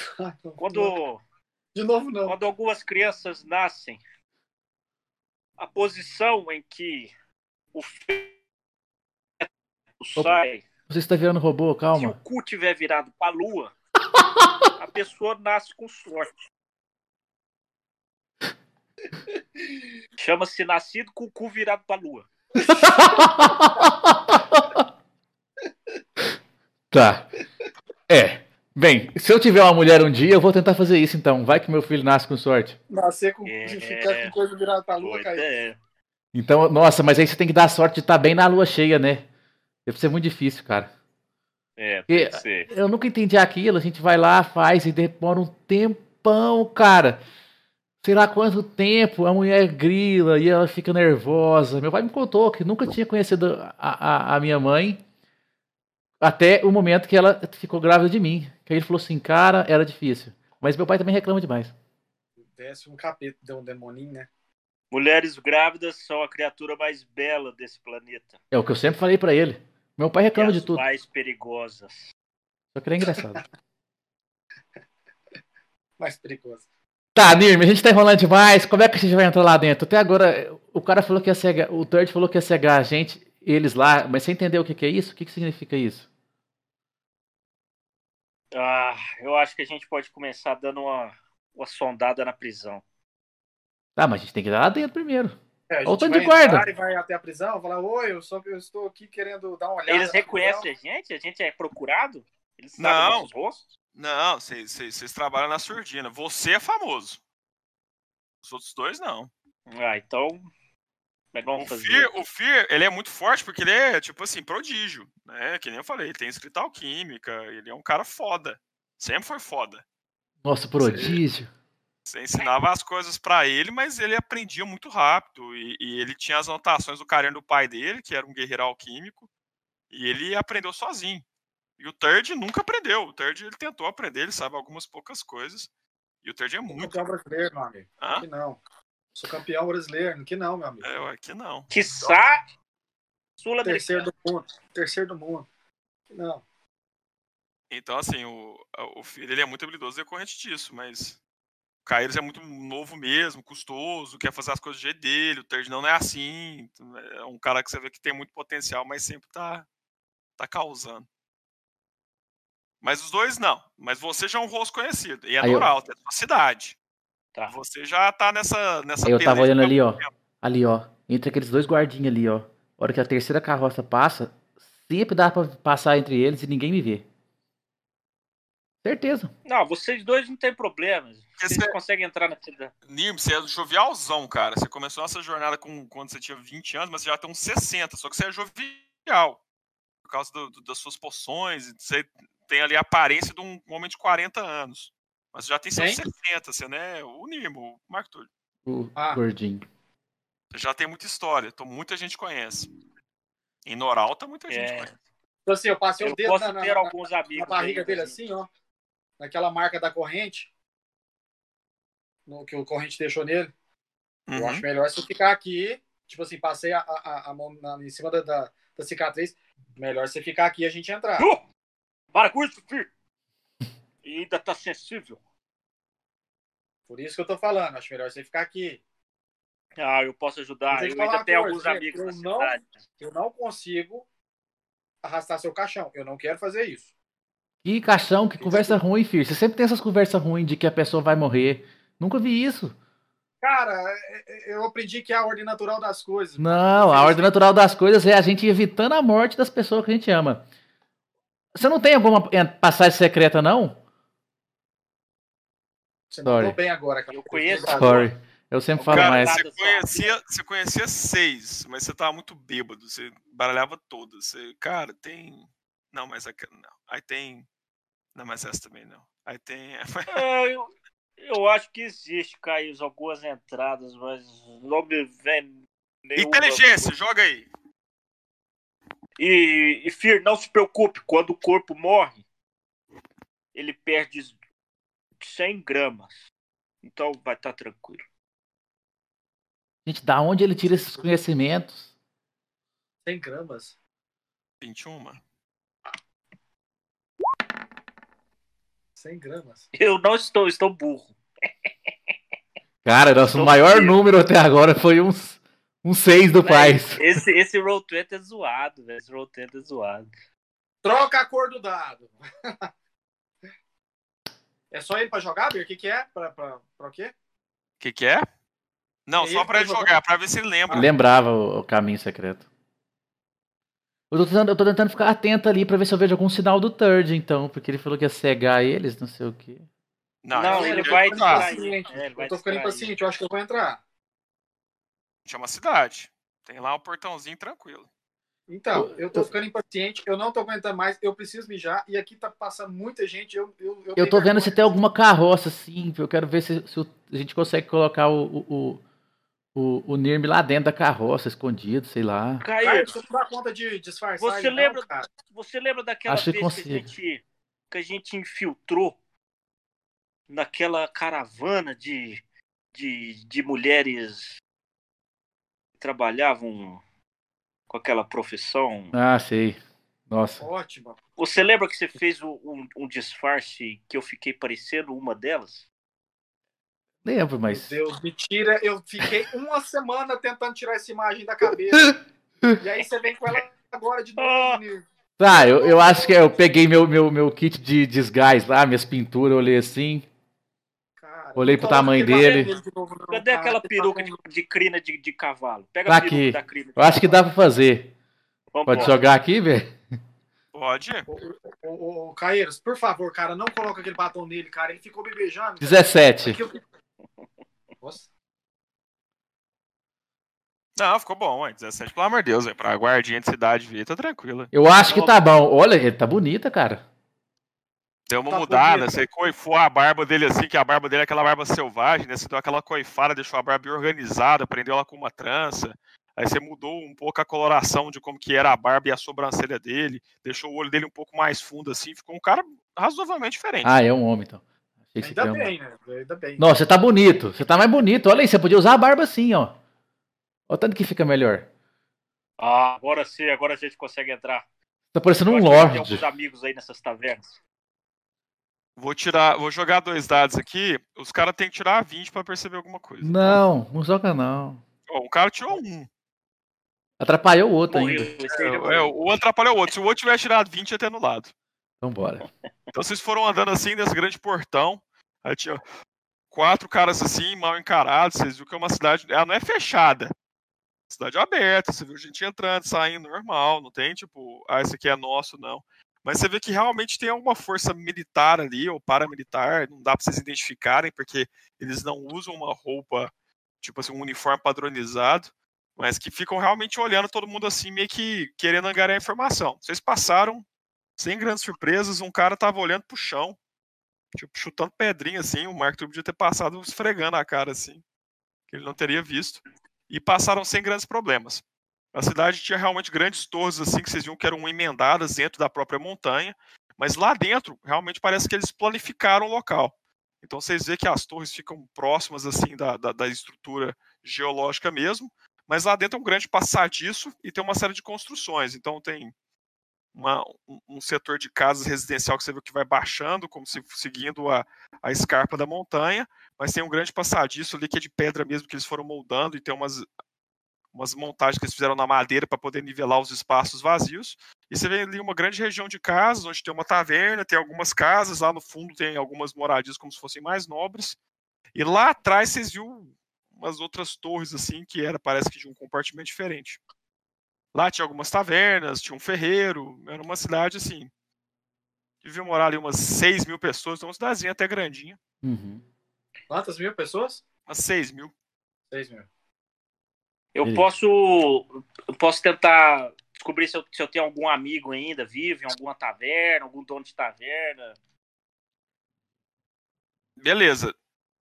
De novo, não. Quando algumas crianças nascem, a posição em que o feto sai... Você está virando robô, calma. Se o cu tiver virado pra lua, a pessoa nasce com sorte. Chama-se nascido com o cu virado pra lua. Tá. Bem, se eu tiver uma mulher um dia, eu vou tentar fazer isso então. Vai que meu filho nasce com sorte. Nascer com ficar com coisa virada pra lua, Caio. Então, nossa, mas aí você tem que dar sorte de estar bem na lua cheia, né? Deve ser muito difícil, cara. Tem que ser. Eu nunca entendi aquilo. A gente vai lá, faz e demora um tempão, cara. Sei lá quanto tempo. A mulher grila e ela fica nervosa. Meu pai me contou que nunca tinha conhecido a minha mãe até o momento que ela ficou grávida de mim. Que aí ele falou assim, cara, era difícil. Mas meu pai também reclama demais. Desce um capeta, deu um demoninho, né? Mulheres grávidas são a criatura mais bela desse planeta. É o que eu sempre falei pra ele. Meu pai reclama de tudo. Mais perigosas. Só que ele é engraçado. Mais perigoso. Tá, Nirme, a gente tá enrolando demais. Como é que a gente vai entrar lá dentro? Até agora, o cara falou que ia cegar. O Third falou que ia cegar a gente, eles lá, mas você entendeu o que é isso? O que significa isso? Eu acho que a gente pode começar dando uma sondada na prisão. Tá, mas a gente tem que ir lá dentro primeiro. A Olha o gente tanto vai de guarda. entrar e vai até a prisão, falar, oi, eu estou aqui querendo dar uma olhada. Eles reconhecem a gente? A gente é procurado? Eles sabem Não. nossos rostos? Não, vocês trabalham na surdina. Você é famoso. Os outros dois, não. Então... O Fear, ele é muito forte porque ele é, tipo assim, prodígio, né? Que nem eu falei, ele tem escrita alquímica, ele é um cara foda. Sempre foi foda. Nossa, prodígio. Você ensinava as coisas pra ele, mas ele aprendia muito rápido. E ele tinha as anotações do carinha do pai dele, que era um guerreiro alquímico, e ele aprendeu sozinho. E o Third nunca aprendeu. O Third, ele tentou aprender, ele sabe algumas poucas coisas. E o Third é muito... Campeão brasileiro, meu amigo. Aqui não. Sou campeão brasileiro. Aqui não, meu amigo. Aqui não. Quiçá sul-americano. Terceiro do mundo. Aqui não. Então, assim, o filho, ele é muito habilidoso decorrente disso, mas o Kairos é muito novo mesmo, custoso, quer fazer as coisas do jeito dele, o Third não é assim, é um cara que você vê que tem muito potencial, mas sempre tá causando. Mas os dois não, mas você já é um rosto conhecido, e é Noralta, é da sua cidade. Tá. Você já tá nessa aí eu tava olhando ali, ó. Ali, ó. Entre aqueles dois guardinhas ali, ó. A hora que a terceira carroça passa, sempre dá pra passar entre eles e ninguém me vê. Certeza. Não, vocês dois não tem problema. Vocês conseguem entrar na cidade. Nirm, você é jovialzão, cara. Você começou essa jornada quando você tinha 20 anos, mas você já tem uns 60. Só que você é jovial. Por causa das suas poções. Você tem ali a aparência de um homem de 40 anos. Mas você já tem seus 60. Você não é o Nirm, o Marco Túlio. O gordinho. Você já tem muita história. Então muita gente conhece. Em Noralta, muita gente conhece. Então, assim, eu passei o dedo alguns amigos na barriga dele assim, ó. Naquela marca da corrente, que o corrente deixou nele. Uhum. Eu acho melhor você ficar aqui, tipo assim, passei a mão em cima da cicatriz, melhor você ficar aqui e a gente entrar. Para com isso, filho! E ainda tá sensível. Por isso que eu tô falando, acho melhor você ficar aqui. Eu posso ajudar, eu ainda tenho alguns amigos na cidade. Eu não consigo arrastar seu caixão, eu não quero fazer isso. Que caixão, que conversa ruim, filho. Você sempre tem essas conversas ruins de que a pessoa vai morrer. Nunca vi isso. Cara, eu aprendi que é a ordem natural das coisas. Não, a ordem natural das coisas é a gente evitando a morte das pessoas que a gente ama. Você não tem alguma passagem secreta, não? Você mandou bem agora. Eu conheço. Sorry. Eu sempre falo mais. Você conhecia 6, mas você tava muito bêbado. Você baralhava todas. Cara, tem... Não, mas não. Aí tem... Não, mas essa também não. Aí tem... eu acho que existe, Caio, algumas entradas, mas não me vem nenhuma. Inteligência, joga aí. E Fir, não se preocupe, quando o corpo morre, ele perde 100 gramas. Então vai estar tranquilo. Gente, da onde ele tira esses conhecimentos? 100 gramas? 21. 100 gramas. Eu não estou burro. Cara, nosso maior número até agora foi uns 6 do Paz. Esse Roll20 é zoado, velho. Esse Roll20 é zoado. Troca a cor do dado. É só ele pra jogar, Bir? O que é? Pra o quê? O que é? Não, só pra ele jogar, pra ver se ele lembra. Lembrava o caminho secreto. Eu tô tentando ficar atento ali pra ver se eu vejo algum sinal do Third, então. Porque ele falou que ia cegar eles, não sei o quê. Não, ele vai distrair. Ele vai eu tô ficando impaciente, eu acho que eu vou entrar. Chama cidade. Tem lá um portãozinho tranquilo. Então, eu tô ficando impaciente, eu não tô aguentando mais, eu preciso mijar, e aqui tá passando muita gente, Eu tô vendo se tem alguma carroça, assim, eu quero ver se a gente consegue colocar o Nirm lá dentro da carroça, escondido, sei lá. Caio, você não dá conta de disfarçar você lembra daquela Acho que vez que a gente infiltrou naquela caravana de mulheres que trabalhavam com aquela profissão? Ah, sei. Nossa. Ótimo. Você lembra que você fez um disfarce que eu fiquei parecendo uma delas? Lembro, mas... Meu Deus, mentira. Eu fiquei uma semana tentando tirar essa imagem da cabeça. E aí você vem com ela agora de novo, Nir. Tá, eu acho que eu peguei meu kit de desgás lá, minhas pinturas, olhei assim. Cara, olhei pro tamanho dele. Cadê aquela peruca de crina de cavalo? Pega Tá a peruca aqui. da crina. Eu acho que dá pra fazer. Vambora. Pode jogar aqui, velho? Pode. Ô, Caeiros, por favor, cara, não coloca aquele batom nele, cara. Ele ficou me beijando. 17. Nossa. Não, ficou bom, ué. 17, pelo amor de Deus, velho. Pra guardinha de cidade vir, tá tranquilo. Eu acho que tá bom. Olha, ele tá bonita, cara. Deu uma Tá mudada, bonito. você coifou a barba dele assim, que a barba dele é aquela barba selvagem, né? Você deu aquela coifada, deixou a barba bem organizada, prendeu ela com uma trança. Aí você mudou um pouco a coloração de como que era a barba e a sobrancelha dele, deixou o olho dele um pouco mais fundo assim, ficou um cara razoavelmente diferente. Ah, é um homem, então. Achei que Ainda você bem, né? Ainda bem. Nossa, você tá bonito. Você tá mais bonito. Olha aí, você podia usar a barba assim, ó. Olha o tanto que fica melhor. Ah, agora sim, agora a gente consegue entrar. Tá parecendo um Tem lorde. alguns amigos aí nessas tavernas. Vou jogar 2 dados aqui, os caras têm que tirar 20 pra perceber alguma coisa. Não, não joga não. Ó, um cara tirou 1. Atrapalhou o outro Morreu. ainda. O outro atrapalhou o outro. Se o outro tivesse tirado 20, ia ter anulado. Então bora. Então vocês foram andando assim nesse grande portão. Aí tinha 4 caras assim, mal encarados. Vocês viram que é uma cidade. Ela não é fechada. Cidade aberta. Você viu gente entrando, saindo normal. Não tem tipo, esse aqui é nosso, não. Mas você vê que realmente tem alguma força militar ali, ou paramilitar. Não dá pra vocês identificarem, porque eles não usam uma roupa, tipo assim, um uniforme padronizado. Mas que ficam realmente olhando todo mundo assim, meio que querendo angariar informação. Vocês passaram sem grandes surpresas, um cara tava olhando pro chão, tipo, chutando pedrinha assim, o Mark podia ter passado esfregando a cara assim, que ele não teria visto, e passaram sem grandes problemas. A cidade tinha realmente grandes torres assim, que vocês viam que eram emendadas dentro da própria montanha, mas lá dentro, realmente parece que eles planificaram o local. Então vocês veem que as torres ficam próximas assim da estrutura geológica mesmo, mas lá dentro é um grande passadiço e tem uma série de construções, então tem um setor de casas residencial que você vê que vai baixando, como se seguindo a escarpa da montanha, mas tem um grande passadiço ali que é de pedra mesmo, que eles foram moldando, e tem umas montagens que eles fizeram na madeira para poder nivelar os espaços vazios. E você vê ali uma grande região de casas, onde tem uma taverna, tem algumas casas, lá no fundo tem algumas moradias como se fossem mais nobres. E lá atrás vocês viram umas outras torres assim, que parece que de um compartimento diferente. Lá tinha algumas tavernas, tinha um ferreiro, era uma cidade assim. Devia morar ali umas 6 mil pessoas, então uma cidadezinha até grandinha. Uhum. Quantas mil pessoas? Umas 6 mil. 6 mil. Eu posso tentar descobrir se eu tenho algum amigo ainda vivo em alguma taverna, algum dono de taverna. Beleza.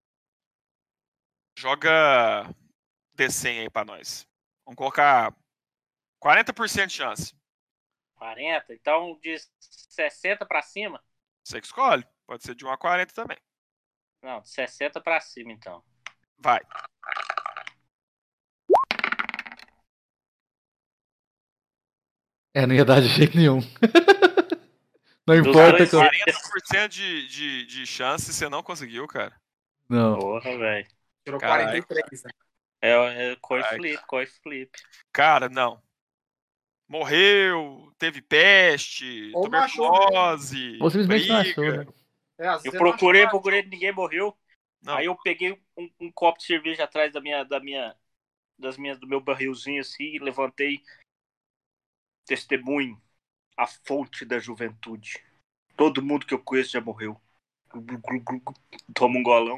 Joga D100 aí pra nós. Vamos colocar 40% de chance. 40? Então de 60 pra cima? Você que escolhe. Pode ser de 1 a 40 também. Não, de 60 pra cima então. Vai. Não ia dar de jeito nenhum. Não importa. 40% de chance você não conseguiu, cara. Não. Porra, velho. Tirou Carai. 43, né? É coin flip. Cara, não. Morreu, teve peste, Ou tuberculose, Ou simplesmente não briga. achou, né? Eu procurei, ninguém morreu. Não. Aí eu peguei um copo de cerveja atrás do meu barrilzinho assim, levantei. Testemunho, a fonte da juventude. Todo mundo que eu conheço já morreu. Toma um golão.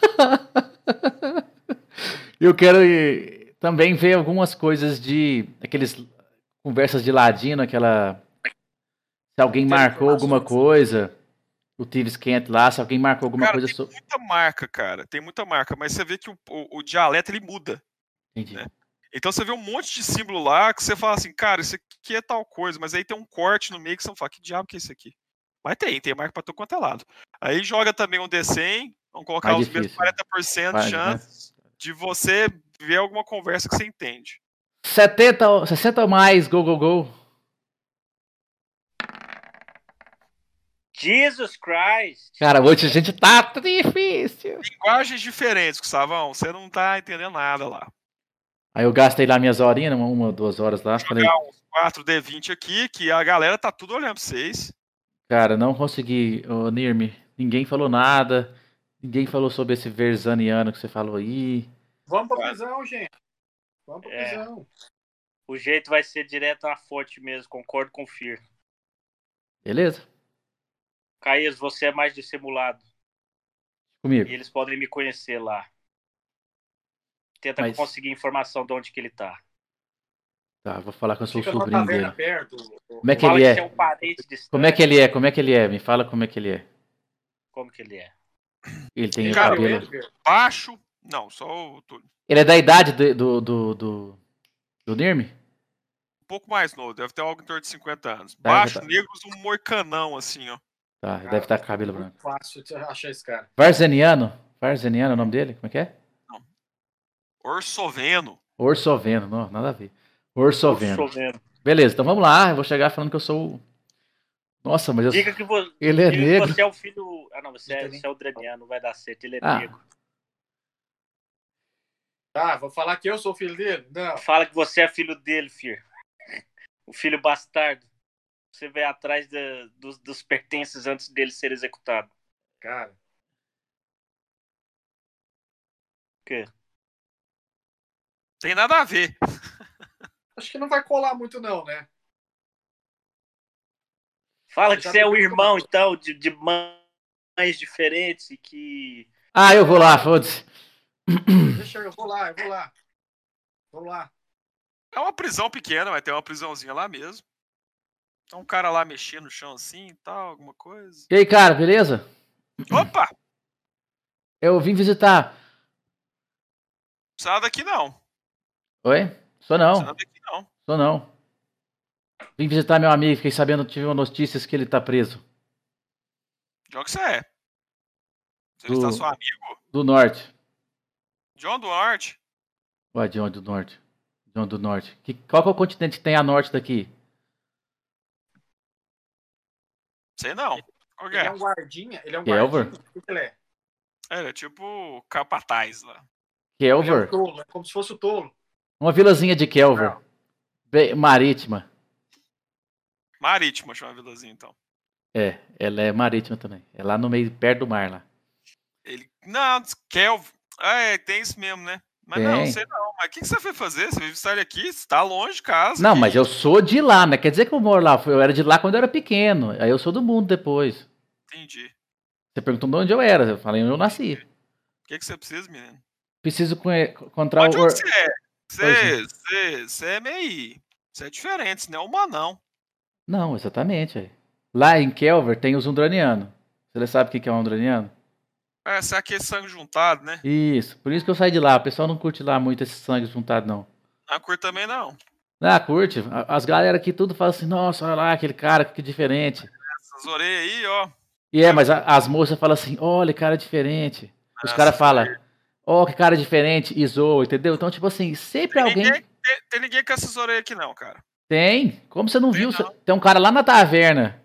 Eu quero também ver algumas coisas aqueles conversas de ladino, se alguém marcou alguma coisa, o Thieves Kent lá, se alguém marcou alguma coisa sobre... Tem muita marca, cara, tem muita marca, mas você vê que o dialeto ele muda. Entendi. Né? Então você vê um monte de símbolo lá que você fala assim, cara, isso aqui é tal coisa, mas aí tem um corte no meio que você não fala, que diabo que é isso aqui? Mas tem marca pra todo quanto é lado. Aí joga também um D100, vamos colocar os mesmos 40% de chance de você ver alguma conversa que você entende. 60 ou mais, go. Jesus Christ! Cara, hoje a gente tá difícil. Linguagens diferentes, Gustavão. Você não tá entendendo nada lá. Aí eu gastei lá minhas horinhas, 1 ou 2 horas lá. Vou jogar uns 4 D20 aqui, que a galera tá tudo olhando pra vocês. Cara, não consegui, Nirmi. Ninguém falou nada. Ninguém falou sobre esse versaniano que você falou aí. Vamos pra prisão, gente. Vamos pra prisão. O jeito vai ser direto na fonte mesmo, concordo com o Fir. Beleza. Caís, você é mais dissimulado. Comigo. E eles podem me conhecer lá. Tenta conseguir informação de onde que ele tá. Tá, vou falar que eu sou o sobrinho dele. Como é que ele é? É um parente distante. Como é que ele é? Como é que ele é? Me fala como é que ele é. Como que ele é? Ele tem cabelo... Baixo. Não, só o Túlio. Ele é da idade do Nirmi? Um pouco mais novo, deve ter algo em torno de 50 anos. Baixo, negro, um moicanão, assim, ó. Tá, deve estar com cabelo branco. Fácil de achar esse cara. Varzeniano é o nome dele? Como é que é? Não. Orsoveno. Não, nada a ver. Orsoveno. Beleza, então vamos lá. Eu vou chegar falando que eu sou o... Nossa, mas Diga que ele é negro. Você é o filho... Ah, não, você é o Draniano, não vai dar certo. Ele é negro. Tá, vou falar que eu sou filho dele? Não. Fala que você é filho dele, Fir. O filho bastardo. Você vai atrás dos pertences antes dele ser executado. Cara. O quê? Tem nada a ver. Acho que não vai colar muito não, né? Fala que você é o irmão, então, de mães diferentes e que... Ah, eu vou lá, foda-se. Deixa eu vou lá. Vamos lá. É uma prisão pequena, vai ter uma prisãozinha lá mesmo. Então um cara lá mexendo no chão assim e tal, alguma coisa. E aí, cara, beleza? Opa! Eu vim visitar. Precisa daqui não. Oi? Sou não. Precisa daqui não. Sou não. Vim visitar meu amigo, fiquei sabendo, tive uma notícia que ele tá preso. De onde você é? Você está seu amigo? Do norte. De onde do norte? Ué, de onde do norte? De onde do norte? Qual que é o continente que tem a norte daqui? Sei não. Qual que é? Ele é um guardinha? Kelver? O que ele é? Ele é tipo capataz lá. Kelver? Ele é um tolo, é como se fosse o tolo. Uma vilazinha de Kelver. Marítima. Marítima chama a vilazinha, então. É, ela é marítima também. É lá no meio, perto do mar lá. Não, Kelvin. Tem isso mesmo, né? Mas tem. Não, sei não. Mas o que você foi fazer? Você veio visitar aqui? Você tá longe de casa. Não, mas eu sou de lá, né? Quer dizer que eu moro lá. Eu era de lá quando eu era pequeno. Aí eu sou do mundo depois. Entendi. Você perguntou de onde eu era. Eu falei onde eu nasci. O que você precisa, menino? Preciso encontrar onde você é? Você é meio... Você é diferente, você não é humanão. Não, exatamente. Lá em Kelver tem os Undranianos. Você sabe o que é um Undraniano? Você é aquele sangue juntado, né? Isso, por isso que eu saí de lá. O pessoal não curte lá muito esse sangue juntado, não. Não curte também, não. Ah, curte. As galera aqui tudo fala assim, nossa, olha lá, aquele cara, que diferente. Essas orelhas aí, ó. Mas as moças falam assim, olha, cara diferente. Os caras falam, que cara diferente, e zoa, entendeu? Então, tipo assim, sempre alguém... Tem ninguém com essas orelhas aqui, não, cara. Tem. Como você não viu? Não. Tem um cara lá na taverna.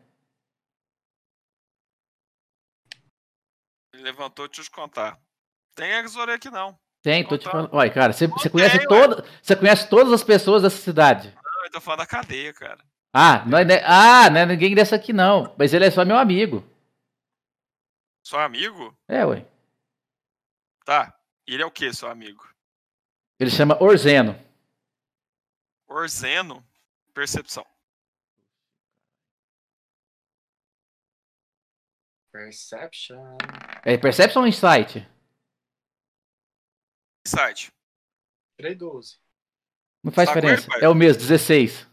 Ele levantou, deixa eu te contar. Tem as orelhas aqui, não. Tem, tô te falando. Olha, cara, você conhece todas as pessoas dessa cidade. Não, eu tô falando da cadeia, cara. Não é ninguém dessa aqui, não. Mas ele é só meu amigo. Seu amigo? É, ué. Tá. Ele é o que, seu amigo? Ele chama Orzeno. Orzeno? Percepção. Perception. É Perception ou Insight? Insight. Tirei 12. Não faz Tá com diferença. ele, pai? É o mesmo, 16.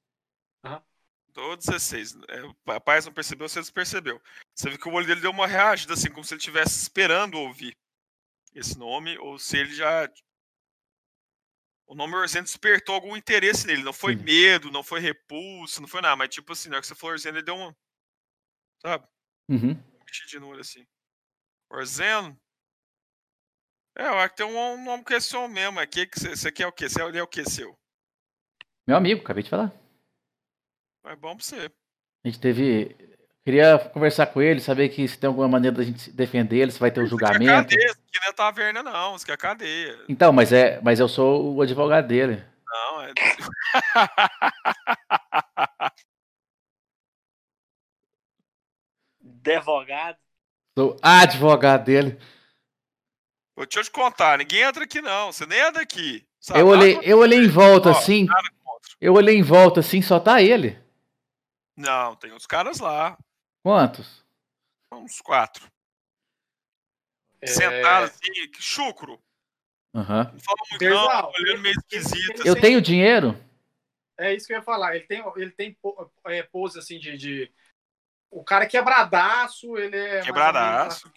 Tô 16. O rapaz não percebeu, você percebeu. Você viu que o olho dele deu uma reagida, assim, como se ele estivesse esperando ouvir esse nome, ou se ele já... O nome Orzheno despertou algum interesse nele. Não foi Sim. medo, não foi repulso, não foi nada. Mas tipo assim, na hora que você falou Orzheno, ele deu uma... Sabe? Uhum. Mexidinha no olho, assim. Orzheno? Eu acho que tem um nome que é seu mesmo. Aqui que você quer o quê? Você é o quê, seu? Meu amigo, acabei de falar. É bom pra você. A gente teve... Queria conversar com ele, saber que se tem alguma maneira da gente defender ele, se vai ter um julgamento. Cadeia, isso aqui não é taverna, não. Isso aqui é cadeia. Então, mas eu sou o advogado dele. Não, é... Advogado. Sou advogado dele. Deixa eu te contar, ninguém entra aqui, não. Você nem é daqui. Sabe? Eu olhei em volta Ó, assim. nada contra. Eu olhei em volta assim, só tá ele. Não, tem uns caras lá. Quantos? Uns 4. Sentado assim, chucro. Aham. Não fala muito, Derzal, não. Olhando meio esquisito. Eu tenho dinheiro? É isso que eu ia falar. Ele tem pose assim de... O cara é quebradaço, ele é... Quebradaço.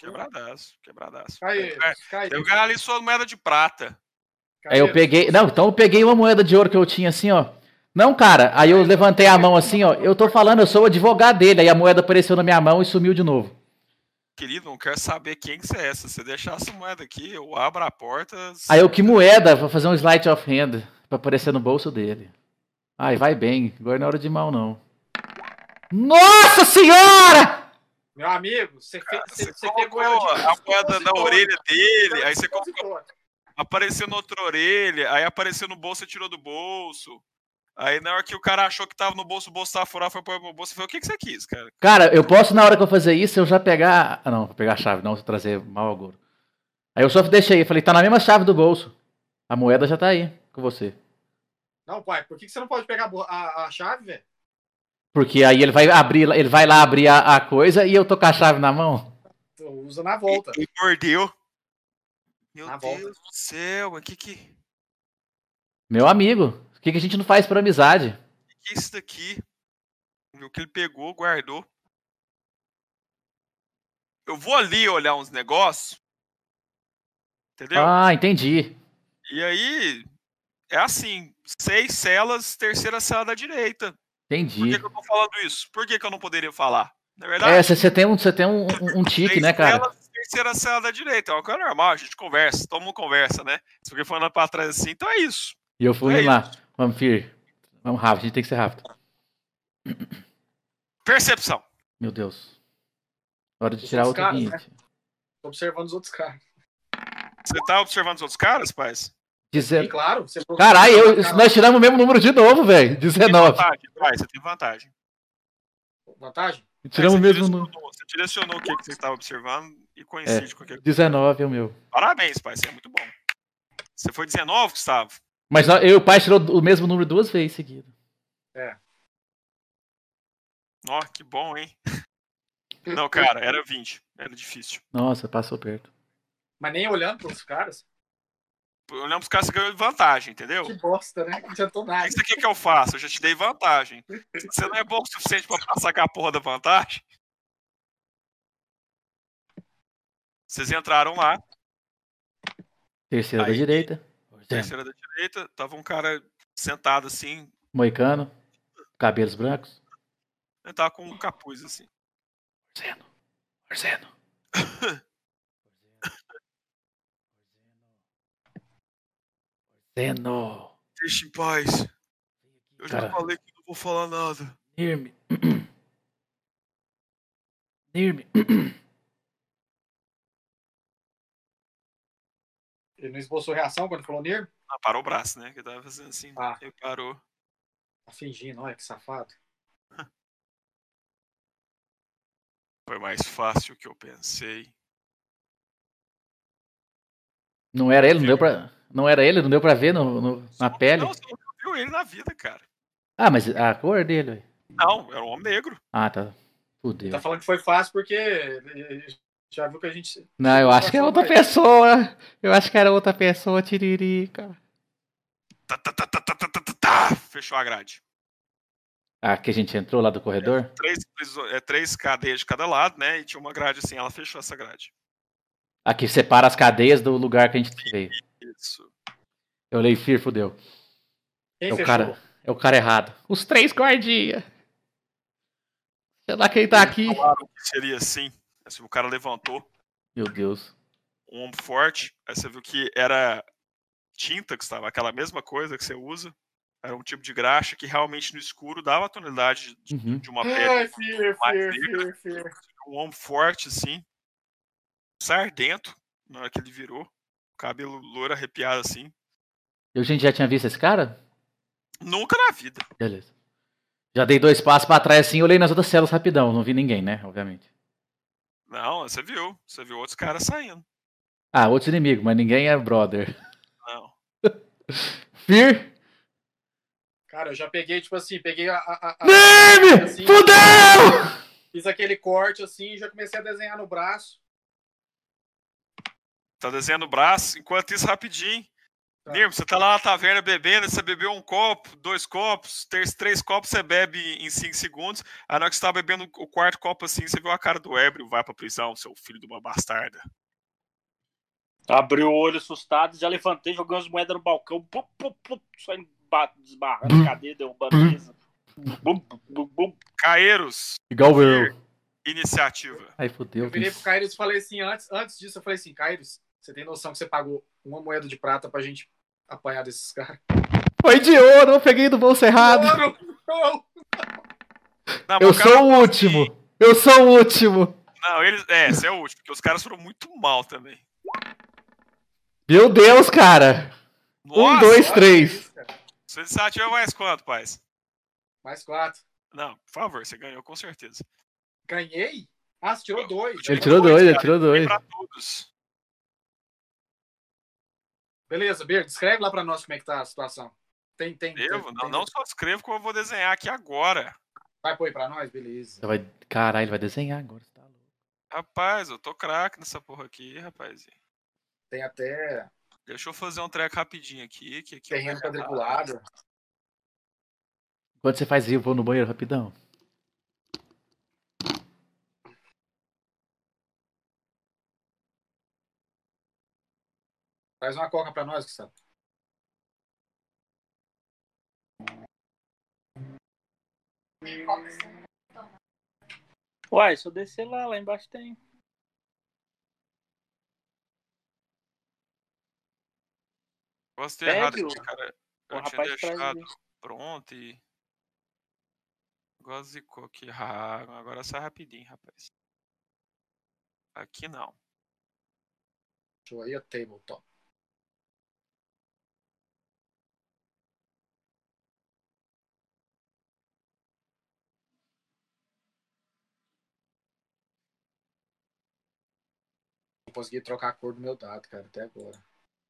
Eu ganhei ali sua moeda de prata. Aí eu peguei. Não, então eu peguei uma moeda de ouro que eu tinha assim, ó. Não, cara. Aí eu levantei a mão assim, ó. Eu tô falando, eu sou o advogado dele. Aí a moeda apareceu na minha mão e sumiu de novo. Querido, não quero saber quem que você é. Se você deixar essa moeda aqui, eu abro a porta. Aí eu, que moeda? Vou fazer um slide of hand pra aparecer no bolso dele. Ai, vai bem. Agora não é hora de mal, não. Nossa senhora! Meu amigo, você pegou a moeda na orelha dele, aí você colocou, apareceu na outra orelha, aí apareceu no bolso, você tirou do bolso. Aí na hora que o cara achou que tava no bolso, o bolso tava furado, foi pôr no bolso e falou, o que você quis, cara? Cara, eu posso, na hora que eu fazer isso, eu já pegar... Ah, não, vou pegar a chave, não, vou trazer mal agora. Aí eu só deixei, falei, tá na mesma chave do bolso. A moeda já tá aí, com você. Não, pai, por que você não pode pegar a chave, velho? Porque aí ele vai lá abrir a coisa e eu tô com a chave na mão. Usa na volta. Ele mordeu. Meu Na Deus volta. do céu, mas que... Meu amigo, o que a gente não faz por amizade? O que é isso daqui? O que ele pegou, guardou. Eu vou ali olhar uns negócios. Entendeu? Ah, entendi. E aí, é assim, 6 celas, terceira cela da direita. Entendi. Por que eu tô falando isso? Por que eu não poderia falar? Na verdade, você tem um tique, né, cara? Celas, terceira cela da direita. É uma coisa normal, a gente conversa, todo mundo conversa, né? Se alguém for andando pra trás assim, então é isso. E eu fui lá. Vamos, Fir. Vamos rápido, a gente tem que ser rápido. Percepção. Meu Deus. Hora de tirar outro 20. Né? Tô observando os outros caras. Você tá observando os outros caras, pais? Sim, claro. Caralho, nós tiramos o mesmo número de novo, velho. 19. Você tem vantagem. Vantagem? Tiramos o mesmo número. Você direcionou o que você estava observando e coincide com o que... 19 é o meu. Parabéns, pai. Você é muito bom. Você foi 19, Gustavo? Mas eu e o pai tirou o mesmo número 2 vezes seguido. Ó, que bom, hein? Não, cara, era 20. Era difícil. Nossa, passou perto. Mas nem olhando pros caras? Olhando pros caras, você ganhou vantagem, entendeu? Que bosta, né? Não adiantou nada. O que você quer que eu faça? Eu já te dei vantagem. Se você não é bom o suficiente pra passar com a porra da vantagem... Vocês entraram lá. Terceira da direita. Terceira da direita. Tava um cara sentado assim. Moicano. Cabelos brancos. Ele tava com um capuz assim. Orzheno. Orzheno. Deixa em paz. Eu já falei que não vou falar nada. Nirme. Ele não esboçou reação quando falou Nir? Ah, parou o braço, né? Que tava fazendo assim. Ele parou. Tá fingindo, olha que safado. Foi mais fácil que eu pensei. Não era ele, não deu pra ver na pele? Não, você não viu ele na vida, cara. Ah, mas a cor dele. Não, era um homem negro. Ah, tá. Fudeu. Tá falando que foi fácil porque já viu que a gente... Não, eu acho que é outra pessoa. Eu acho que era outra pessoa, tiririca. Fechou a grade. Ah, que a gente entrou lá do corredor? Três cadeias de cada lado, né? E tinha uma grade assim, ela fechou essa grade. Aqui separa as cadeias do lugar que a gente veio. Isso. Eu olhei, Fir, fudeu. Quem É fechou? o cara errado. Os 3 guardias. Sei lá quem tá aqui. Falaram que seria assim. Assim, o cara levantou Meu Deus. um ombro forte. Aí você viu que era tinta que estava, aquela mesma coisa que você usa. Era um tipo de graxa que realmente no escuro dava a tonalidade de uma pele. Ai, Fir. Um ombro forte, assim. Sardento, na hora que ele virou. Cabelo loiro arrepiado, assim. A gente já tinha visto esse cara? Nunca na vida. Beleza. Já dei 2 passos pra trás assim, olhei nas outras celas rapidão. Não vi ninguém, né? Obviamente. Não, você viu. Você viu outros caras saindo. Ah, outros inimigos, mas ninguém é brother. Não. Fir? Cara, eu já peguei, tipo assim, peguei Meme! assim, Fudeu! fiz aquele corte assim e já comecei a desenhar no braço. Tá desenhando o braço. Enquanto isso, rapidinho. Tá. Nirmo, você tá lá na taverna bebendo, você bebeu 1 copo, 2 copos, 3 copos você bebe em 5 segundos. Aí na hora que você tá bebendo o 4º copo assim, você viu a cara do ébrio, vai pra prisão, seu filho de uma bastarda. Abriu o olho assustado, já levantei, joguei umas moedas no balcão, só desbarrando a cadeira, derrubando a mesa. Caeiros. Igual eu. Iniciativa. Aí fudeu. Eu virei pro Kairos e falei assim, antes disso, eu falei assim, Kairos, você tem noção que você pagou 1 moeda de prata pra gente apanhar desses caras? Foi de ouro, eu peguei do bolso errado. Não. Não, Eu sou o último. Eu sou o último. Não, você é o último, porque os caras foram muito mal também. Meu Deus, cara. Nossa, 1, 2, 3. Sua iniciativa é mais quanto, paz? Mais 4. Não, por favor, você ganhou com certeza. Ganhei? Ah, você tirou 2. Ele tirou 2, ele tirou 2. Pra todos. Beleza, Ber, descreve lá pra nós como é que tá a situação. Não só escrevo como eu vou desenhar aqui agora. Vai pôr aí pra nós? Beleza. Caralho, ele vai desenhar agora. Tá louco. Rapaz, eu tô craque nessa porra aqui, rapaz. Tem até... Deixa eu fazer um treco rapidinho aqui. Que aqui terreno quadriculado. Enquanto você faz isso, eu vou no banheiro rapidão. Faz uma coca pra nós, Gustavo. Uai, se eu descer lá embaixo tem. Gosto de errado aqui, cara. Eu tinha deixado pronto e... Gosto de coque. Agora sai rapidinho, rapaz. Aqui não. Show aí a tabletop. Não consegui trocar a cor do meu dado, cara, até agora.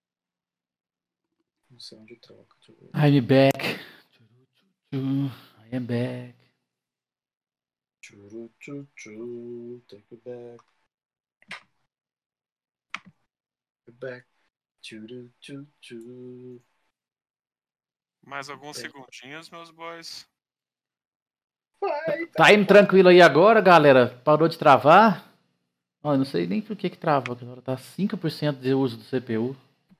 Não sei onde troca. I'm back. I am back. Take it back. Back. Mais alguns segundinhos, meus boys. Tá indo tranquilo aí agora, galera? Parou de travar? Ó, eu não sei nem por que travou. Agora tá 5% de uso do CPU.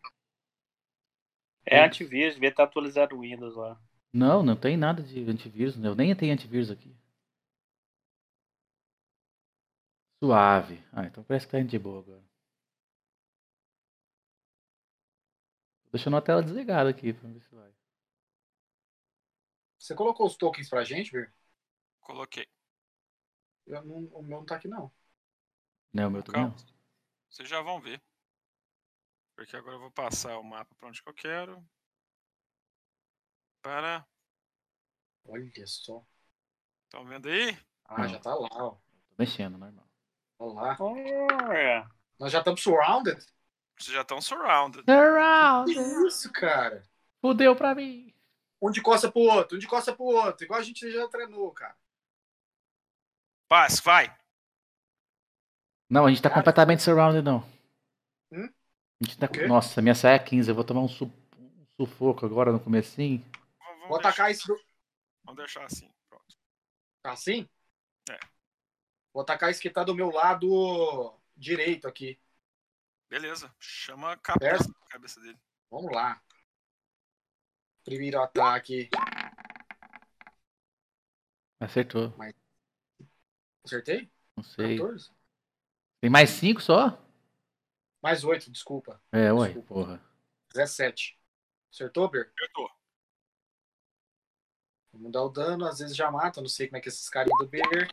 É antivírus, devia estar atualizado o Windows lá. Não tem nada de antivírus. Eu nem tenho antivírus aqui. Suave. Ah, então parece que tá indo de boa agora. Tô deixando a tela desligada aqui pra ver se vai. Você colocou os tokens pra gente, Vir? Coloquei. O meu não tá aqui, não. Não, o meu também não. Vocês já vão ver. Porque agora eu vou passar o mapa pra onde que eu quero. Para. Olha só. Estão vendo aí? Ah, já tá lá, ó. Tô mexendo, normal. Olha lá. Oh, Nós já estamos surrounded? Vocês já estão surrounded. Surround! Que isso, cara? Fudeu pra mim. Um de costa pro outro, igual a gente já treinou, cara. Paz, vai. Não, a gente tá completamente surrounded, não. A gente tá... Nossa, minha saia é 15. Eu vou tomar um sufoco agora no comecinho. Vou atacar esse... Vamos deixar assim. Pronto. Assim? É. Vou atacar esse que tá do meu lado direito aqui. Beleza. Chama a cabeça dele. Vamos lá. Primeiro ataque. Acertou. Acertei? Não sei. 14? Tem mais 5 só? Mais 8, desculpa. É, ué, Desculpa. porra. 17. Acertou, Ber? Acertou. Vamos dar o dano, às vezes já mata. Não sei como é que esses carinhos do Ber.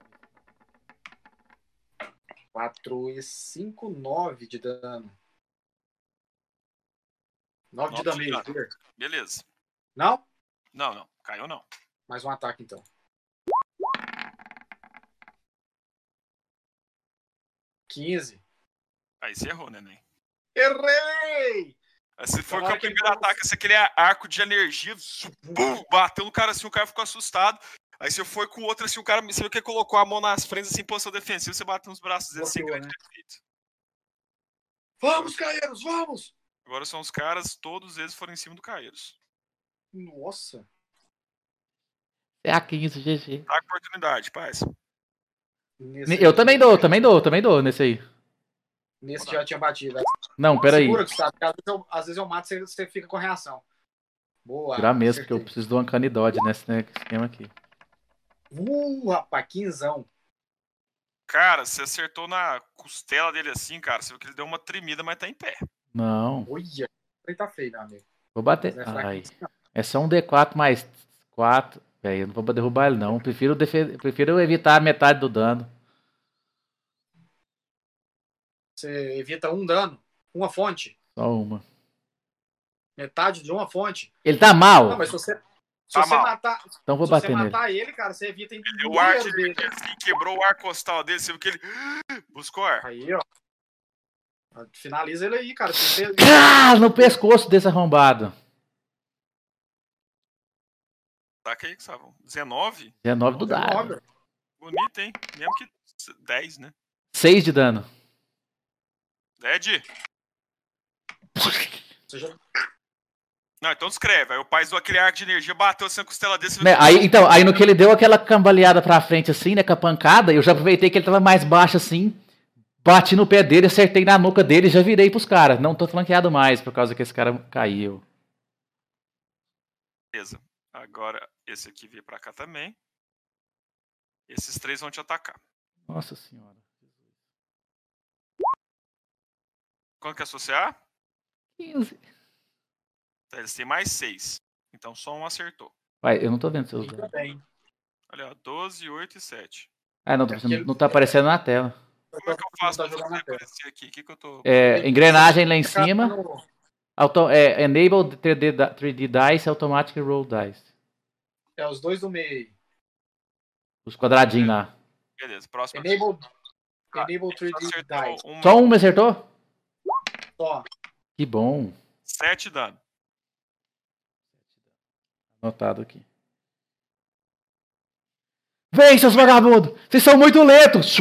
4 e 5, 9 de dano. 9 de damage, Ber. Beleza. Não? Não. Caiu não. Mais um ataque, então. 15. Aí você errou, neném. Errei! Aí se for com o primeiro ataque, esse aquele arco de energia, bateu no cara assim, o cara ficou assustado. Aí você foi com o outro assim, o cara, você viu que ele colocou a mão nas frentes assim, em posição defensiva, você bateu nos braços dele sem ganhar efeito. Vamos, Caeiros, vamos! Agora são os caras, todos eles foram em cima do Caeiros. Nossa. É a 15, GG. Dá oportunidade, paz. Eu também dou nesse aí. Nesse já tinha batido. Não, peraí. Segura, Gustavo, às vezes eu mato e você fica com reação. Boa. Tirar mesmo, porque eu preciso de uma canidode nesse esquema aqui. Rapaz, 15. Cara, você acertou na costela dele assim, cara. Você viu que ele deu uma tremida, mas tá em pé. Não. Olha, ele tá feio, meu amigo. Vou bater. Ai. É só um D4 mais 4. Véi, eu não vou derrubar ele, não. Prefiro evitar metade do dano. Você evita um dano. Uma fonte. Só uma. Metade de uma fonte. Ele tá mal. Não, mas se você matar. Então vou bater nele. Se você matar ele, cara, você evita o ar dele. Assim, quebrou o ar costal dele. Você viu que ele buscou ar. Aí, ó. Finaliza ele aí, cara. No pescoço desse arrombado. Taca aí, Gustavo. 19? 19 do dado. Bonito, hein? Mesmo que 10, né? 6 de dano. Dead? Não, então descreve. Aí o pai usou aquele arco de energia, bateu assim na costela desse. Né, aí no que ele deu aquela cambaleada pra frente assim, né, com a pancada, eu já aproveitei que ele tava mais baixo assim, bati no pé dele, acertei na nuca dele e já virei pros caras. Não tô flanqueado mais por causa que esse cara caiu. Beleza. Agora esse aqui veio pra cá também. Esses 3 vão te atacar. Nossa senhora. Quanto que é associar? 15. Eles têm mais 6. Então só um acertou. Vai, eu não tô vendo seus dados. Olha, ó, 12, 8 e 7. Ah, não, não tá aparecendo na tela. Como é que eu faço pra fazer aparecer aqui? O que eu tô... engrenagem lá em cima. Enable 3D Dice, Automatic Roll Dice. É os dois do meio. Os quadradinhos lá. Beleza, próximo. Enable 3D Dice. Só um me acertou? Só. Que bom. 7 dano. Anotado aqui. Vem, seus vagabundos! Vocês são muito lentos!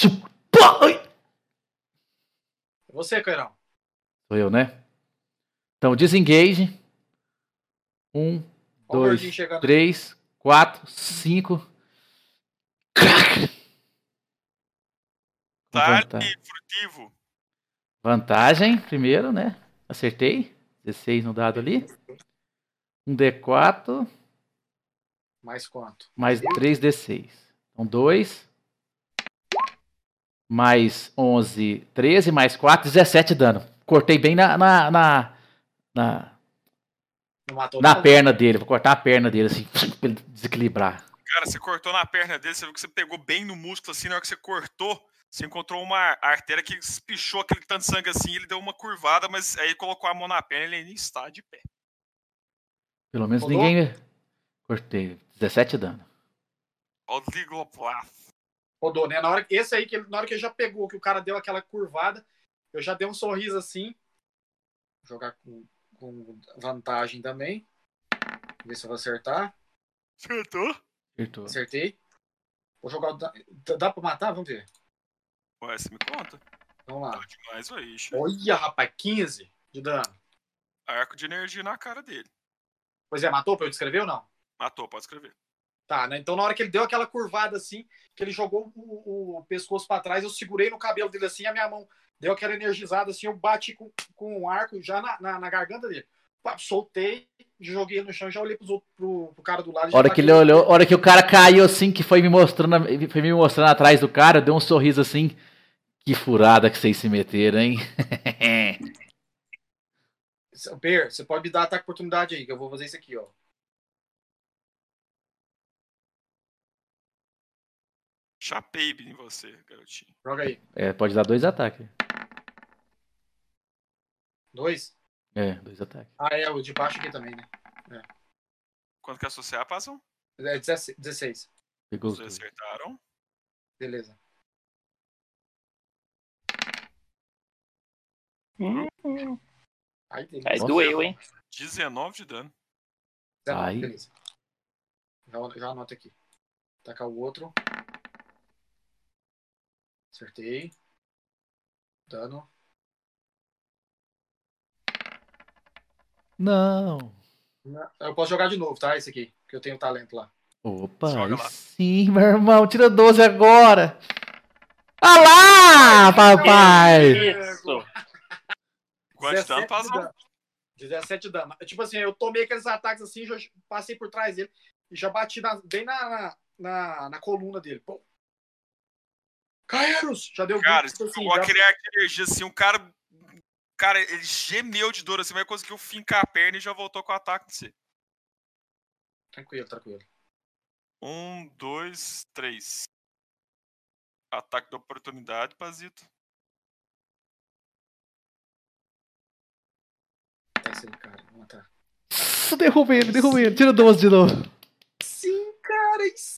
Você, Cairão. Sou eu, né? Então, desengage. 1, 2, 3, 4, 5. Vantagem furtivo. Vantagem, primeiro, né? Acertei. 16 no dado ali. Um D4. Mais quanto? Mais 3D6. Então, 2. Mais 11, 13. Mais 4, 17 dano. Cortei bem na perna dele. Vou cortar a perna dele, assim, pra ele desequilibrar. Cara, você cortou na perna dele, você viu que você pegou bem no músculo, assim, na hora que você cortou, você encontrou uma artéria que espichou aquele tanto de sangue assim, ele deu uma curvada, mas aí colocou a mão na perna e ele nem está de pé. Pelo menos ninguém... Cortei. 17 dano. Rodou, né? Esse aí, na hora que ele já pegou, que o cara deu aquela curvada, eu já dei um sorriso assim. Vou jogar com vantagem também. Ver se eu vou acertar. Acertou? Acertou. Acertei. Vou jogar o dano. Dá pra matar? Vamos ver. Ué, você me conta. Vamos lá. Tá demais, ué, ixi. Olha, rapaz, 15 de dano. Arco de energia na cara dele. Pois é, matou pra eu descrever ou não? Matou, pode escrever. Tá, né? Então na hora que ele deu aquela curvada assim, que ele jogou o pescoço pra trás, eu segurei no cabelo dele assim, a minha mão deu aquela energizada assim, eu bati com um arco já na garganta dele. Pá, soltei, joguei ele no chão e já olhei pro cara do lado. A hora que ele olhou, a hora que o cara caiu assim, que foi me mostrando atrás do cara, deu um sorriso assim. Que furada que vocês se meteram, hein? Per, você pode me dar ataque oportunidade aí, que eu vou fazer isso aqui, ó. Chapei em você, garotinho. Joga aí. Pode dar 2 ataques. 2? 2 ataques. Ah, o de baixo aqui também, né? Quanto que associar, passam? 16. Pegou os dois. Acertaram. Beleza. Aí doeu, hein? 19 de dano. 19, beleza. Já anota aqui. Tacar o outro. Acertei. Dano. Não. Eu posso jogar de novo, tá? Esse aqui, que eu tenho talento lá. Opa, aí sim, meu irmão. Tira 12 agora. Ah lá, papai. Isso. Quanto de dano passou? 17 de dano. Tipo assim, eu tomei aqueles ataques assim, já passei por trás dele e já bati bem na coluna dele. Pô. Caeros! Já deu cara, tipo assim, jogou aquele arco de energia assim, um cara... Cara, ele gemeu de dor assim, mas conseguiu fincar a perna e já voltou com o ataque de si. Tranquilo. 1, 2, 3. Ataque da oportunidade, Pazito. Tá isso aí, cara. Vamos matar. Derrubei ele. Tira 12 de novo. Sim, cara. Isso,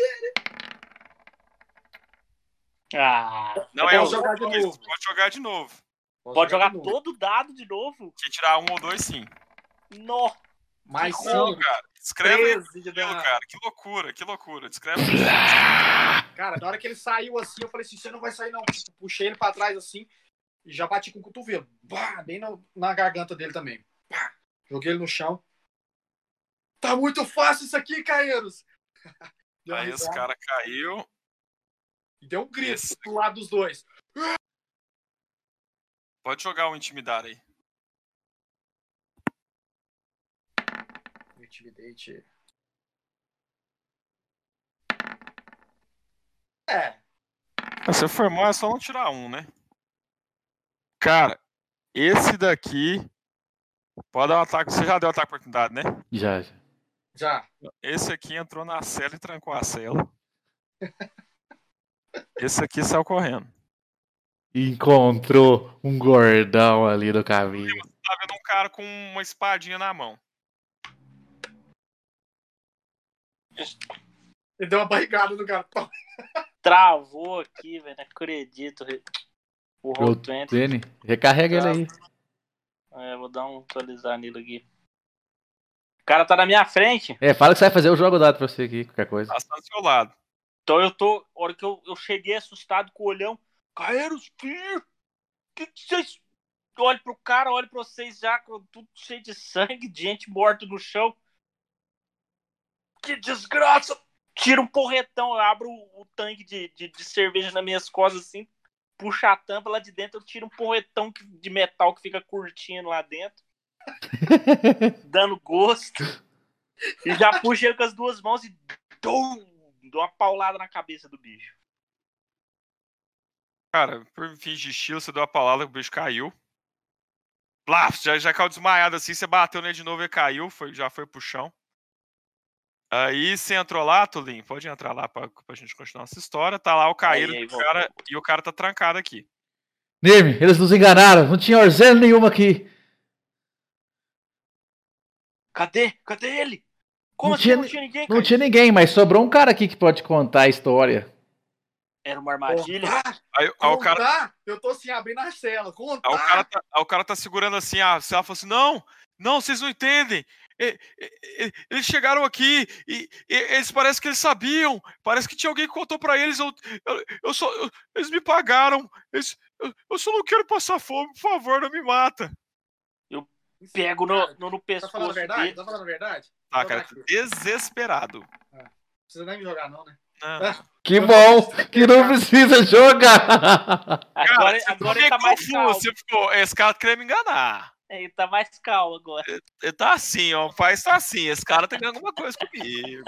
cara. Não, pode jogar de novo. Pode jogar de novo. Pode jogar todo o dado de novo? Se tirar 1 ou 2, sim. Nó. Mais 5, cara. Escreve aí, cara. Que loucura. Descreve. Cara, na hora que ele saiu assim, eu falei assim, você não vai sair não. Puxei ele pra trás assim e já bati com o cotovelo. Bah, bem na garganta dele também. Bah, joguei ele no chão. Tá muito fácil isso aqui, Caeiros. Aí esse cara caiu. E deu um grito pro lado dos dois. Pode jogar o intimidar aí. Intimidate. Se for mal, é só não tirar 1, né? Cara, esse daqui... Pode dar um ataque. Você já deu ataque oportunidade, né? Já. Esse aqui entrou na cela e trancou a cela. Esse aqui saiu correndo. Encontrou um gordão ali no caminho. Você tá vendo um cara com uma espadinha na mão. Ele deu uma barrigada no cara. Travou aqui, velho. Não acredito. O Roll20. Recarrega ele aí. Vou dar um atualizar nele aqui. O cara tá na minha frente. Fala que você vai fazer o jogo dado pra você aqui, qualquer coisa. Tá do seu lado. Então eu tô... A hora que eu cheguei assustado com o olhão. Caeiros, que vocês... Olho pro cara, olho pra vocês já, tudo cheio de sangue, de gente morta no chão. Que desgraça! Tira um porretão, eu abro o tanque de cerveja nas minhas costas assim, puxa a tampa lá de dentro, eu tiro um porretão de metal que fica curtindo lá dentro, dando gosto, e já puxo ele com as duas mãos e dou uma paulada na cabeça do bicho. Cara, por fim de estilo, você deu uma paulada, o bicho caiu. Blaf, já caiu desmaiado assim, você bateu nele de novo e caiu, já foi pro chão. Aí você entrou lá, Tulinho, pode entrar lá pra gente continuar essa história. Tá lá o Caíro e o cara tá trancado aqui. Neme, eles nos enganaram, não tinha Orzeno nenhuma aqui. Cadê ele? Como assim não tinha ninguém, cara? Não tinha ninguém, mas sobrou um cara aqui que pode contar a história. Era uma armadilha? Aí o cara... Eu tô assim, abrindo a cela. Aí o cara tá segurando assim, a cela falou assim, não, vocês não entendem. Eles chegaram aqui e eles parece que eles sabiam. Parece que tinha alguém que contou pra eles. Eles me pagaram. Eu só não quero passar fome. Por favor, não me mata. Eu pego no pescoço. Tá falando a verdade? dele. Tá falando a verdade? Ah, cara, desesperado. Não precisa nem me jogar, não, né? Que bom que não precisa jogar. Agora ele tá mais calmo. Você ficou, esse cara queria me enganar. Ele tá mais calmo agora. Ele tá assim, ó. O pai tá assim. Esse cara tá ganhando alguma coisa comigo.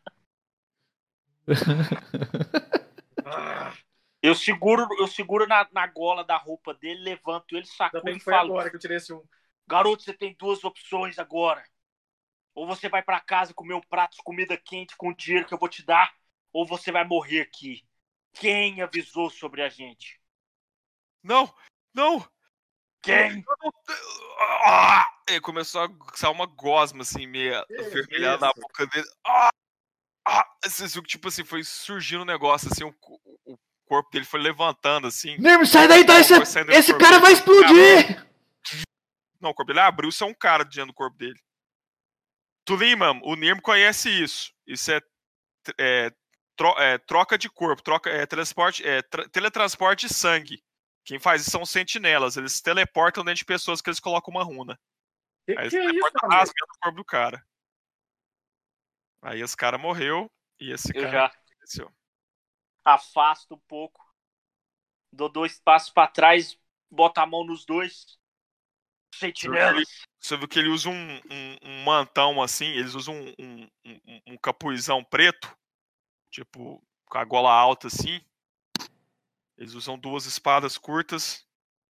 Eu seguro na gola da roupa dele, levanto ele, sacudo e foi falo. Agora que eu tirei esse um. Garoto, você tem 2 opções agora. Ou você vai pra casa comer um prato de comida quente com o dinheiro que eu vou te dar, ou você vai morrer aqui. Quem avisou sobre a gente? Não! Quem? Ele começou a sair uma gosma, assim, meio avermelhada na boca dele. Você viu que, tipo assim, foi surgindo um negócio, assim, o corpo dele foi levantando, assim. Nirmo, sai daí, então esse cara vai explodir! Não, o corpo dele abriu, isso é um cara dentro do corpo dele. Tulimam, o Nirmo conhece isso. Isso é troca de corpo, teletransporte de sangue. Quem faz isso são os sentinelas. Eles se teleportam dentro de pessoas que eles colocam uma runa. Aí eles teleportam rasgando o corpo do cara. Aí esse cara morreu e esse cara já aconteceu. Afasto um pouco. Dou 2 passos pra trás, boto a mão nos 2. Sentinelas. Você viu que ele usa um mantão assim, eles usam um capuzão preto, tipo, com a gola alta assim. Eles usam 2 espadas curtas.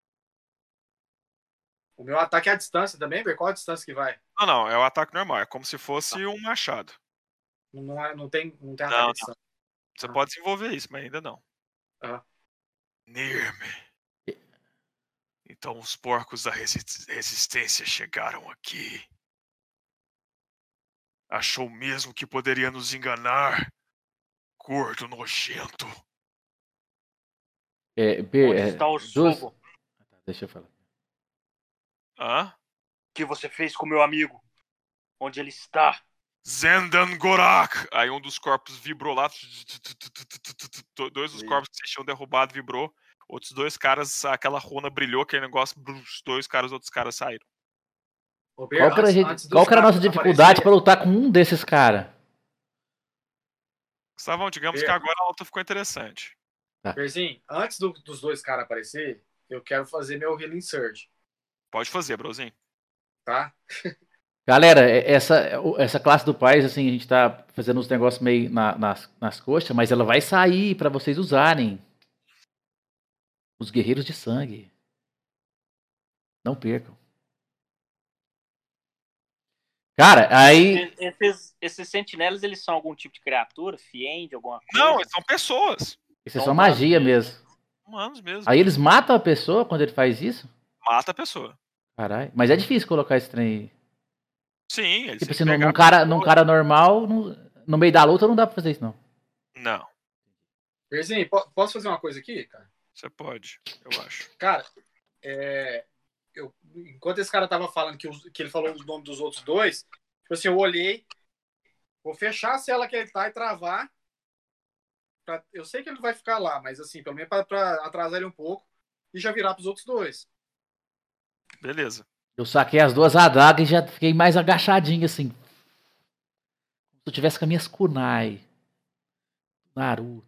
O meu ataque é à distância também, Ber? Qual a distância que vai? Não, é o ataque normal, é como se fosse um machado. Não tem ataque à distância. Você pode desenvolver isso, mas ainda não. Nirme. Então os porcos da resistência chegaram aqui. Achou mesmo que poderia nos enganar? Gordo nojento. Onde está o sumo? Deixa eu falar. O que você fez com meu amigo? Onde ele está? Zendan Gorak! Aí um dos corpos vibrou lá. 2 dos corpos que vocês tinham derrubado vibrou. Outros 2 caras, aquela runa brilhou, aquele negócio, os 2 caras, outros caras saíram. Qual que era a nossa dificuldade para lutar com um desses caras? Gustavão, digamos que agora a luta ficou interessante. Berzinho, antes dos 2 caras aparecer, eu quero fazer meu Healing Surge. Pode fazer, brozinho. Tá? Galera, essa classe do Paz, assim, a gente tá fazendo uns negócios meio nas coxas, mas ela vai sair para vocês usarem. Os guerreiros de sangue. Não percam. Cara, aí... Esses sentinelas, eles são algum tipo de criatura? Fiend, alguma coisa? Não, eles são pessoas. Isso é só magia mesmo. Humanos mesmo. Aí eles matam a pessoa quando ele faz isso? Mata a pessoa. Caralho. Mas é difícil colocar esse trem aí. Sim, eles tipo assim, num cara normal, no meio da luta não dá pra fazer isso, não. Não. Berzinho, posso fazer uma coisa aqui, cara? Você pode, eu acho. Cara, enquanto esse cara tava falando que ele falou o nome dos outros 2, tipo assim, eu olhei, vou fechar a cela que ele tá e travar. Eu sei que ele vai ficar lá, mas assim, pelo menos pra atrasar ele um pouco e já virar pros outros 2. Beleza. Eu saquei as 2 adagas e já fiquei mais agachadinho, assim. Se eu tivesse com as minhas kunai. Naruto.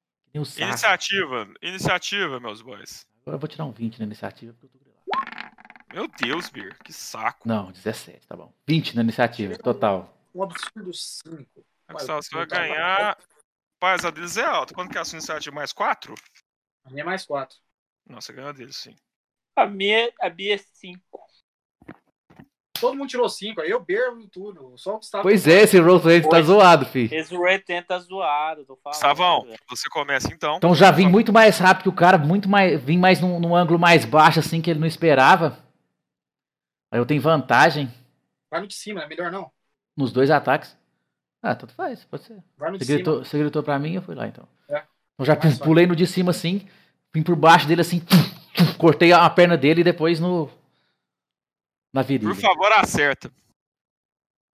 Iniciativa, meus boys. Agora eu vou tirar um 20 na iniciativa. Porque eu tô grilado. Meu Deus, Bir, que saco. Não, 17, tá bom. 20 na iniciativa, total. Um absurdo 5. Você vai ganhar... Paz, a deles é alta. Quanto que é a sua iniciativa? Mais 4? A minha é mais 4. Não, você ganhou a deles, sim. A minha é 5. Todo mundo tirou 5, aí eu berro tudo. Só o Gustavo. Pois é, esse roll rate tá zoado, filho. Esse roll rate tá zoado, tô falando. Gustavão, você começa então. Então já vim muito mais rápido que o cara, vim mais num ângulo mais baixo, assim, que ele não esperava. Aí eu tenho vantagem. Vai no de cima, é melhor não. Nos 2 ataques. Ah, tanto faz, pode ser. Vai no de cima. Você gritou pra mim, eu fui lá, então. Eu já pulei no de cima, assim, vim por baixo dele, assim, cortei a perna dele e depois na virilha. Por favor, acerta.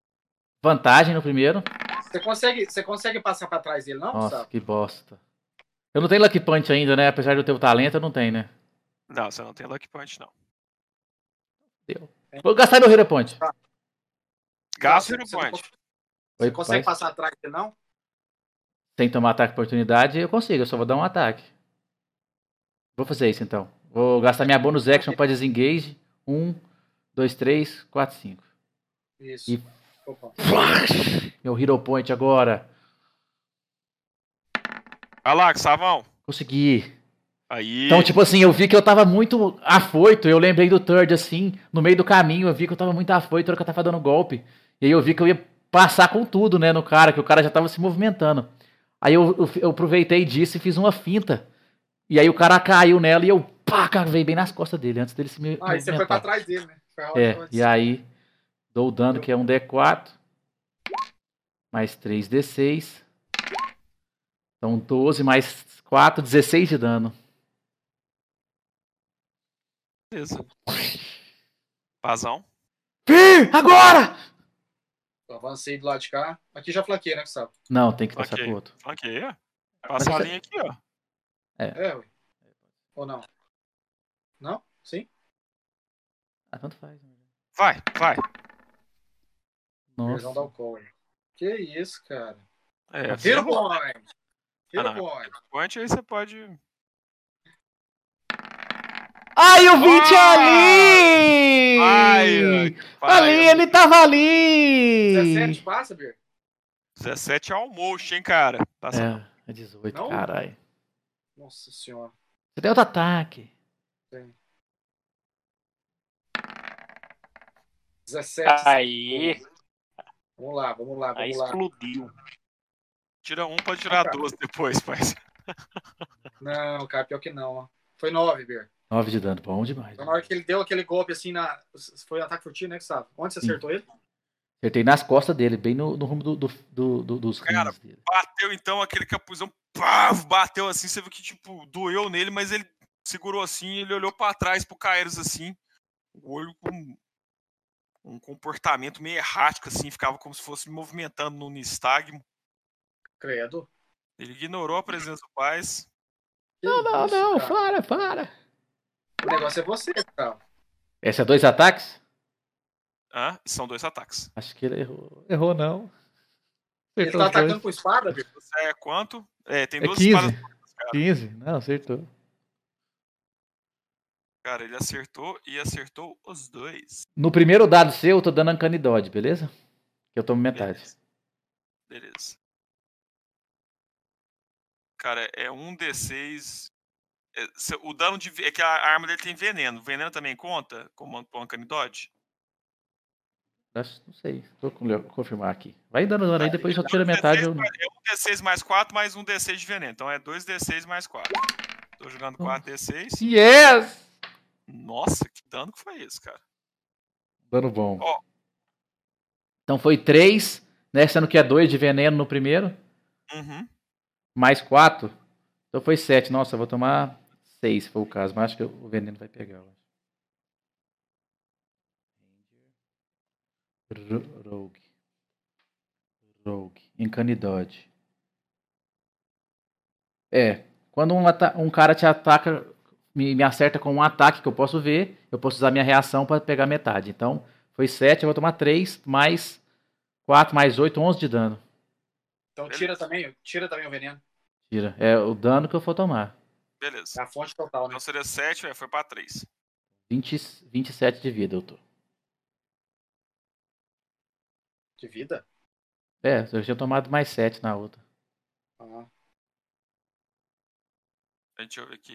Vantagem no primeiro. Você consegue passar pra trás dele, não, Nossa, Gustavo? que bosta. Eu não tenho Lucky Punch ainda, né? Apesar de eu ter o talento, eu não tenho, né? Não, você não tem Lucky Punch, não. Deu. Vou gastar meu Hero Point. Gasta o Hero Point. Você consegue passar atrás dele, não? Sem tomar ataque de oportunidade, eu consigo. Eu só vou dar um ataque. Vou fazer isso, então. Vou gastar minha bonus action para desengage. 1, 2, 3, 4, 5. Isso. E... Meu Hero Point agora. Vai lá, Gustavão. Consegui. Aí. Então, tipo assim, eu vi que eu tava muito afoito. Eu lembrei do third, assim, no meio do caminho. Eu vi que eu tava muito afoito, na hora que eu tava dando golpe. E aí eu vi que eu ia passar com tudo, né, no cara, que o cara já tava se movimentando. Aí eu aproveitei disso e fiz uma finta. E aí o cara caiu nela e eu, pá, cavei bem nas costas dele, antes dele se movimentar. Aí você foi pra trás dele, né? E aí dou o dano, que é um D4. Mais 3D6. Então 12 mais 4, 16 de dano. Beleza. Pazão. Agora! Eu avancei do lado de cá. Aqui já flanqueei, né, Gustavo? Não, tem que passar pro outro. Flanqueia. Passa a linha aqui, ó. Ué. Ou não? Não? Sim? Ah, tanto faz. Vai. Versão da Alcohol. Que isso, cara. Hero Point! Hero Point! Point aí você pode... Ai, o 20 ali! Ali, ele tava ali! 17 passa, Bir? 17 é almoço, hein, cara? Passa é 18, não? Caralho. Nossa senhora. Você tem outro ataque. Tem. 17. Aí. Vamos lá. Aí explodiu. Tira um, pode tirar 12 depois, pai. Não, cara, pior que não. Ó. Foi 9, Bir. 9 de dano, bom demais. Então, na hora que ele deu aquele golpe assim na. Foi um ataque furtivo, né, Gustavo? Onde você acertou ele? Acertei nas costas dele, bem no rumo dos rins dele. Bateu então aquele capuzão, pá, bateu assim, você viu que tipo, doeu nele, mas ele segurou assim, ele olhou pra trás pro Caeros assim, o olho com um comportamento meio errático assim, ficava como se fosse movimentando no nistagmo. Credo. Ele ignorou a presença do Paz. Não, para. O negócio é você, cara. Esse é 2 ataques? São 2 ataques. Acho que ele errou. Errou, não. Ele tá atacando com espada, viu? É quanto? Tem 2 espadas. 15? Não, acertou. Cara, ele acertou e acertou os 2. No primeiro dado seu, eu tô dando Uncanny Dodge, beleza? Que eu tomo metade. Beleza. Cara, é 1d6. O dano de... É que a arma dele tem veneno. Veneno também conta como Uncanny Dodge? Não sei. Vou confirmar aqui. Vai dando dano aí, depois eu tiro a metade. É 1d6 mais 4 mais 1d6 de veneno. Então é 2d6 mais 4. Tô jogando 4d6. Yes! Nossa, que dano que foi esse, cara? Dano bom. Então foi 3, né? Sendo que é 2 de veneno no primeiro. Uhum. Mais 4. Então foi 7. Nossa, eu vou tomar 6, se for o caso. Mas acho que o veneno vai pegar. Rogue. Uncanny Dodge. Quando um cara te ataca, me acerta com um ataque que eu posso ver, eu posso usar minha reação para pegar metade. Então, foi 7, eu vou tomar 3, mais 4, mais 8, 11 de dano. Então tira também o veneno. Tira. É o dano que eu for tomar. Beleza. É a fonte total, né? Então seria 7, foi pra 3. 27 de vida eu tô. De vida? Eu tinha tomado mais 7 na outra. Deixa eu ver aqui.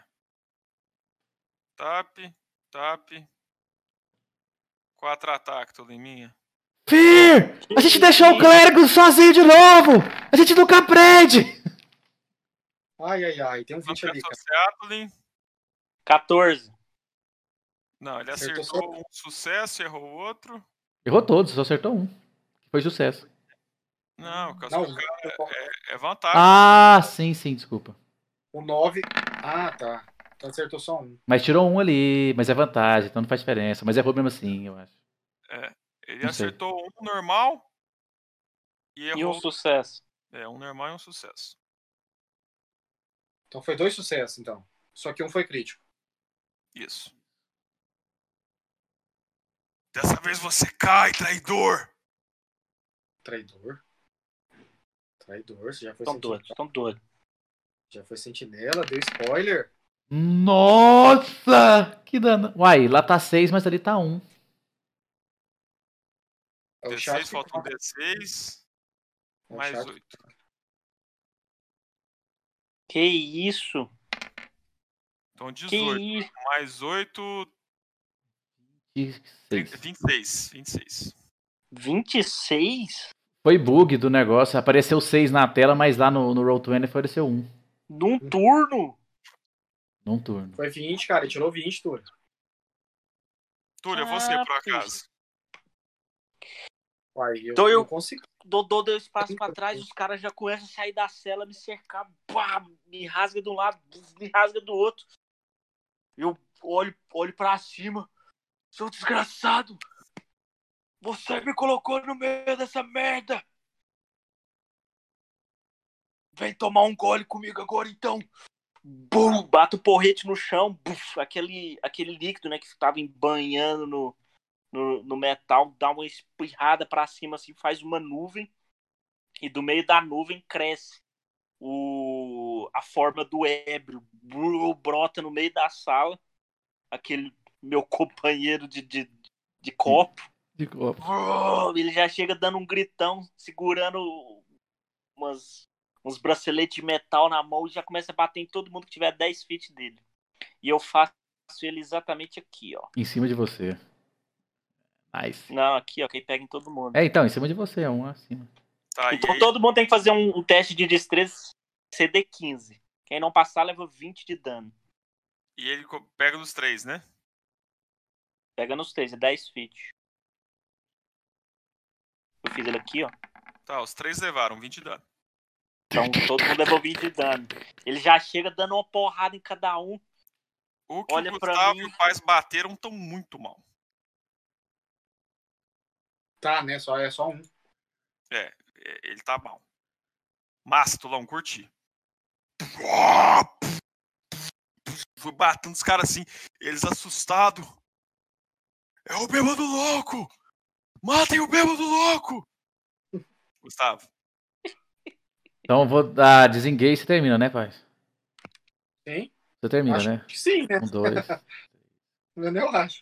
Tap. 4 ataques, tudo em minha. Fear! A gente deixou o clérigo sozinho de novo! A gente nunca aprende! Ai. Tem um 20 ali, cara. 14. Não, ele acertou um sucesso, errou o outro. Errou todos, só acertou um. Foi sucesso. Não, o cara é vantagem. Ah, sim, desculpa. O 9. Ah, tá. Então acertou só um. Mas tirou um ali, mas é vantagem, então não faz diferença. Mas errou mesmo assim, eu acho. Ele acertou um normal E E um errou. sucesso. Um normal e um sucesso. Então foi 2 sucessos, então. Só que um foi crítico. Isso. Dessa vez você cai, traidor! Traidor? Traidor, você já foi Estão doidos. Já foi sentinela, deu spoiler. Nossa! Que dano. Uai, lá tá 6, mas ali tá 1. É o D6, chato falta um D6. Mais 8. Que isso? Então Que 18. isso? Mais 8. 26. 26? Foi bug do negócio. Apareceu 6 na tela, mas lá no Roll20 apareceu 1. Num turno? Num turno. Foi 20, cara. Ele tirou 20, Túlio. Túlio, é você, por acaso. Uai, Então eu consegui. Dodô deu espaço pra trás, os caras já começam a sair da cela, me cercar, pá, me rasga de um lado, me rasga do outro. Eu olho pra cima. Seu desgraçado! Você me colocou no meio dessa merda! Vem tomar um gole comigo agora, então! Bum! Bato o porrete no chão, buf, aquele líquido, né, que estava embanhando no metal, dá uma espirrada pra cima, assim, faz uma nuvem, e do meio da nuvem cresce a forma do ébrio, brota no meio da sala, aquele meu companheiro de copo. De copo. Ele já chega dando um gritão, segurando uns braceletes de metal na mão e já começa a bater em todo mundo que tiver 10 feet dele. E eu faço ele exatamente aqui, ó. Em cima de você. Nice. Não, aqui, ó, que pega em todo mundo. Então, em cima de você, é um acima. Tá, então todo mundo tem que fazer um teste de destreza CD15. Quem não passar leva 20 de dano. E ele pega nos 3, né? Pega nos 3, é 10 feet. Eu fiz ele aqui, ó. Tá, os 3 levaram 20 de dano. Então todo mundo levou 20 de dano. Ele já chega dando uma porrada em cada um. O que olha o Gustavo mim. e o Paz bateram tão muito mal. Tá, né? É só um. Ele tá mal. Massa, Tulão, curti. Fui batendo os caras assim, eles assustados. É o bêbado louco! Matem o bêbado louco! Gustavo. Então eu vou dar desengage e você termina, né, pai? Sim. Você termina, acho né? Que sim, né? 1, 2. Eu acho.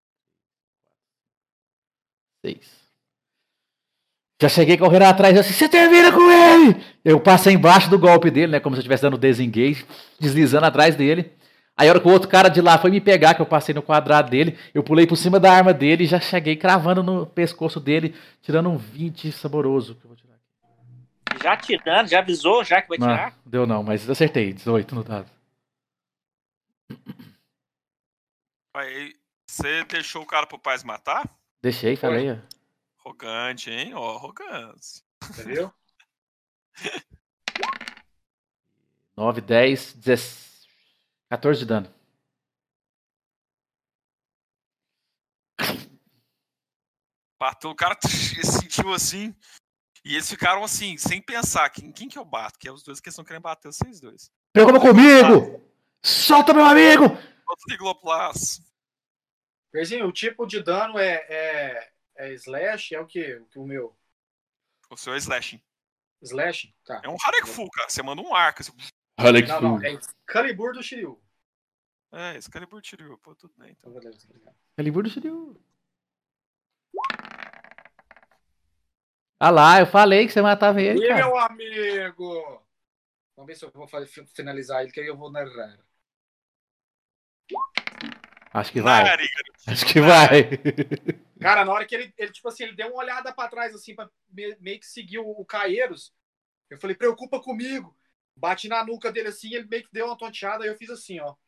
6. Já cheguei correndo atrás assim, você termina com ele! Eu passei embaixo do golpe dele, né? Como se eu estivesse dando desengage, deslizando atrás dele. Aí a hora que o outro cara de lá foi me pegar, que eu passei no quadrado dele, eu pulei por cima da arma dele e já cheguei cravando no pescoço dele, tirando um 20 saboroso. Que eu vou tirar aqui. Já tirando, já avisou, já que vai tirar? Não, deu não, mas acertei, 18 no dado. Aí, você deixou o cara pro Paz matar? Deixei, falei. Arrogante, hein? Ó, arrogância. Entendeu? 9, 10, 14 de dano. Bateu o cara, sentiu assim. E eles ficaram assim, sem pensar. Quem que eu bato? Que é os dois que estão querendo bater, vocês dois. Preocupa comigo! Solta, meu amigo! Outro Ligloplast. Perzinho, o tipo de dano é slash? É o quê? O meu? O seu é slashing. Slashing? Tá. É um Harekfu, cara. Você manda um arco. Assim. Não. É Excalibur do Shiryu. Excalibur Shiryu. Pô, tudo bem. Então. Excalibur do Shiryu. Ah lá, eu falei que você matava ele, cara. Meu amigo! Vamos ver se eu vou finalizar ele, que aí eu vou narrar. Acho que vai. Acho que vai. Cara, na hora que ele tipo assim, ele deu uma olhada pra trás, assim, pra meio que seguir o Caeiros, eu falei, preocupa comigo. Bati na nuca dele assim, ele meio que deu uma tonteada, aí eu fiz assim, ó.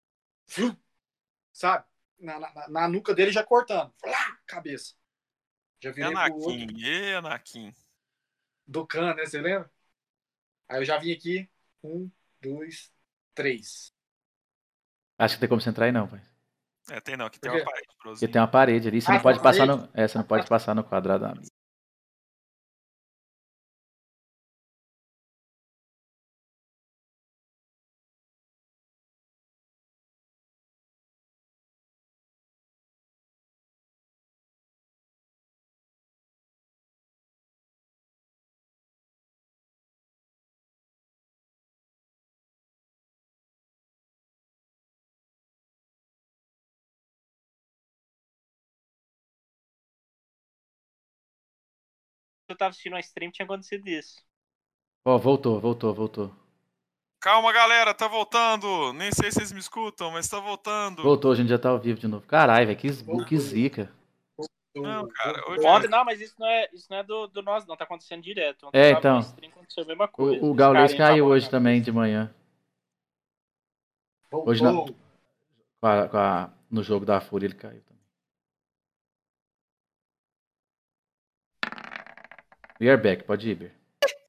Sabe? Na nuca dele já cortando. Cabeça. Já virei pro outro. Anakin. Do Khan, né? Você lembra? Aí eu já vim aqui. 1, 2, 3. Acho que tem como você entrar aí, não, pai. Tem não, aqui tem uma parede. Porque tem uma parede ali, você não pode passar no. Você não pode passar no quadrado. eu tava assistindo uma stream, tinha acontecido isso. Ó, voltou. Calma, galera, tá voltando. Nem sei se vocês me escutam, mas tá voltando. Voltou, a gente já tá ao vivo de novo. Caralho, velho, que zica. Não, cara, hoje... Ontem, não, mas isso não é do nosso, não. Tá acontecendo direto. Ontem É, eu tava então. na stream, aconteceu a mesma coisa. O Esse Gaules carinha caiu tava hoje na também cabeça. de manhã. Voltou. Hoje não. No jogo da Fúria ele caiu também. We are back, pode ir, Ber.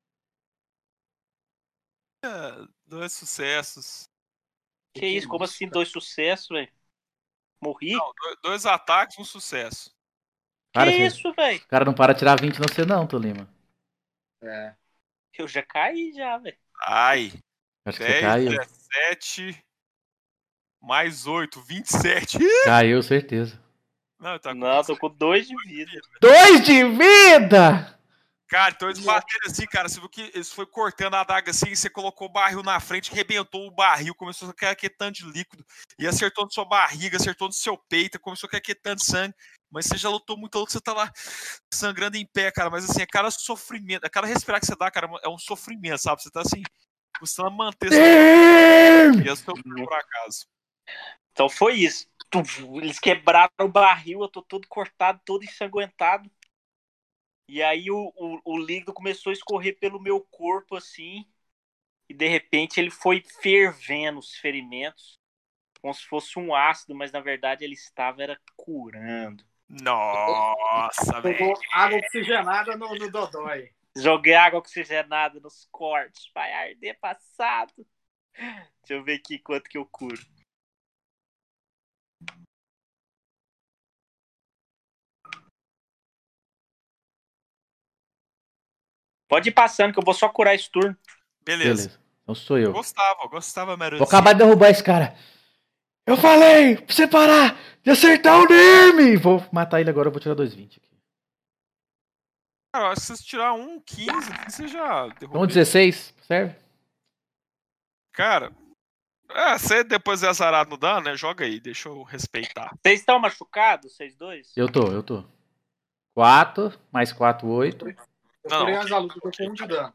Dois sucessos. Que isso? Como assim, 2 sucessos, velho? Morri? Não, dois ataques, um sucesso. Cara, Que isso, velho? O cara não para de tirar 20 no você não, Tolima. É. Eu já caí, já, velho. Ai. Acho que você 10, caiu. 17, mais 8, 27. Caiu, certeza. Não, tá com Não, tô com 2 de vida. 2 de vida! Cara, então eles bateram assim, cara. Você viu que eles foi cortando a adaga assim, você colocou o barril na frente, arrebentou o barril, começou a cair aquele tanto de líquido, e acertou na sua barriga, acertou no seu peito, começou a cair aquele tanto de sangue. Mas você já lutou muito luta, você tá lá sangrando em pé, cara. Mas assim, é cada sofrimento, é cada respirar que você dá, cara, é um sofrimento, sabe? Você tá assim, custando manter essa. E esse foi por acaso. Então foi isso. Eles quebraram o barril, eu tô todo cortado, todo ensanguentado. E aí o líquido começou a escorrer pelo meu corpo, assim. E de repente ele foi fervendo os ferimentos. Como se fosse um ácido, mas na verdade ele estava curando. Nossa, velho. Jogou água oxigenada no Dodói. Joguei água oxigenada nos cortes. Vai arder passado. Deixa eu ver aqui quanto que eu curo. Pode ir passando que eu vou só curar esse turno. Beleza. Então sou eu. Gostava, Meruzinho. Vou acabar de derrubar esse cara. Eu falei pra você parar de acertar o Neme! Vou matar ele agora, eu vou tirar 2,20 aqui. Cara, eu acho que se você tirar 1,15, você já derrubou. Então 16, serve? Cara, você depois é azarado no dano, né? Joga aí, deixa eu respeitar. Vocês estão machucados, vocês dois? Eu tô. 4, mais 4, 8. Eu Não, curei as lutas, eu tô com 1 de dano.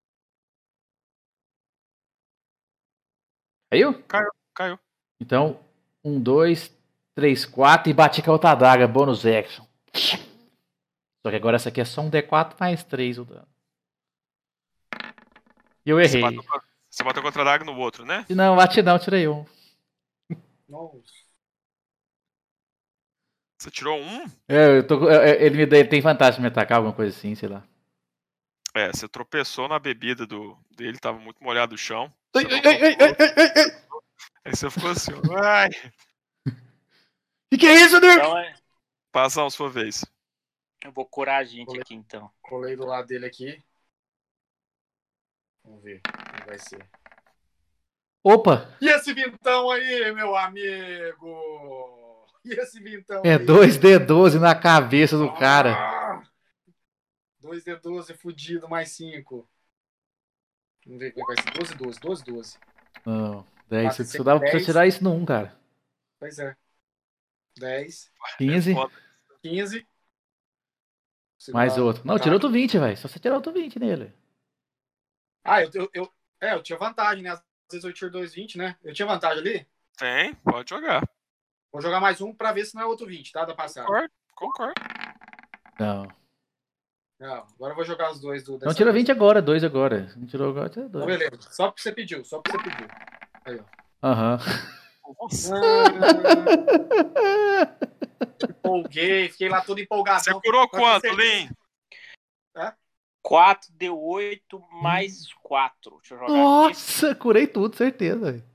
Caiu? Caiu. Então, 1, 2, 3, 4 e bati com a outra adaga, bônus action. Só que agora essa aqui é só um D4 mais 3 o dano. E eu errei. Você bateu contra a daga no outro, né? Não, bati não, tirei 1. Nossa. Você tirou 1? Ele tem vantagem de me atacar, alguma coisa assim, sei lá. Você tropeçou na bebida dele, tava muito molhado o chão. Ai. Aí você ficou assim, ai. Que é isso, Nerd? Então Passa a sua vez. eu vou curar a gente aqui, então. Colei do lado dele aqui. Vamos ver como vai ser. Opa! E esse vintão aí, meu amigo? E esse vintão É aí? 2D12 na cabeça do cara. 2D12 fudido, mais 5. Vamos ver como é que vai ser. 12. Não, 10. Passa Você dava pra 10. tirar isso no 1, cara. Pois é. 10. 15. 15. Mais outro. Não, tirou outro 20, velho. Só você tirar outro 20 nele. Eu tinha vantagem, né? Às vezes eu tiro 2,20, né? Eu tinha vantagem ali? Tem, pode jogar. Vou jogar mais um pra ver se não é outro 20, tá? Da passada. Concordo. Não. Não, agora eu vou jogar os dois do. Não, tira 20 agora, 2 agora. Não tirou agora, tira 2. Então, beleza. Só porque você pediu. Aí, ó. Aham. Nossa. Empolguei, fiquei lá todo empolgadão. Você curou quanto, Lin? 4d8 mais 4. Deixa eu jogar Nossa, aqui. Curei tudo, certeza. Véio.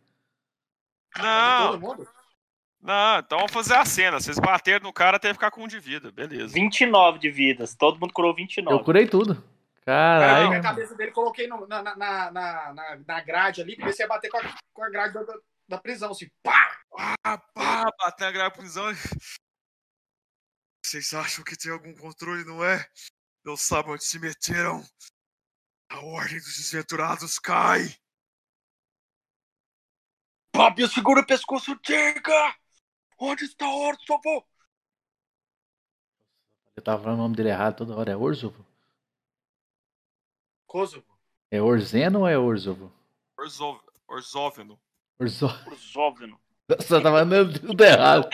Não, então vamos fazer a cena. Vocês bateram no cara até ficar com 1 de vida. Beleza. 29 de vidas. Todo mundo curou 29. Eu curei tudo. Caralho. A cabeça dele coloquei na grade ali, comecei a bater com a grade da prisão, assim. Pá! Bater na grade da prisão. Vocês acham que tem algum controle, não é? Não sabem onde se meteram. A ordem dos desventurados cai. Fábio, segura o pescoço, diga! Onde está o Orsovo? Eu tava falando o nome dele errado toda hora. É Orsovo? Kosovo. É Orzeno ou é Orzovo? Orzóveno. Orzóveno. Nossa, tá mandando tudo errado.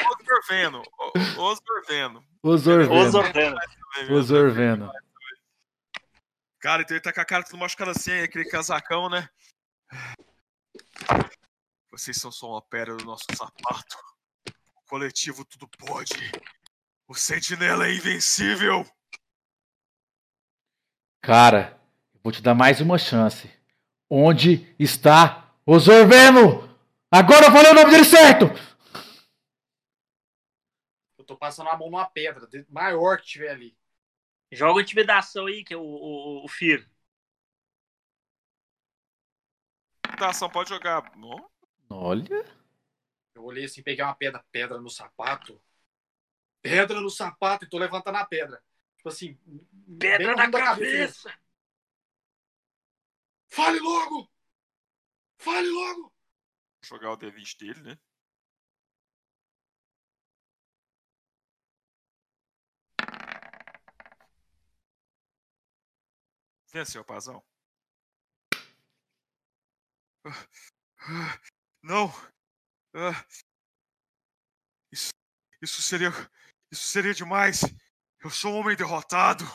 Orzorveno. Cara, então ele tá com a cara tudo machucada assim, aquele casacão, né? Vocês são só uma pedra do nosso sapato. O coletivo tudo pode. O sentinela é invencível. Cara, eu vou te dar mais uma chance. Onde está o Zorveno? Agora eu falei o nome dele certo! Eu tô passando a mão numa pedra, maior que tiver ali. Joga intimidação aí, que é o Fir. Intimidação, pode jogar. Não? Olha. Eu olhei assim, peguei uma pedra no sapato. Pedra no sapato e tô levantando a pedra. Tipo assim, pedra na cabeça. Fale logo! Fale logo! Vou jogar o D20 dele, né? Venceu, Pazão. Não! Isso seria demais! Eu sou um homem derrotado!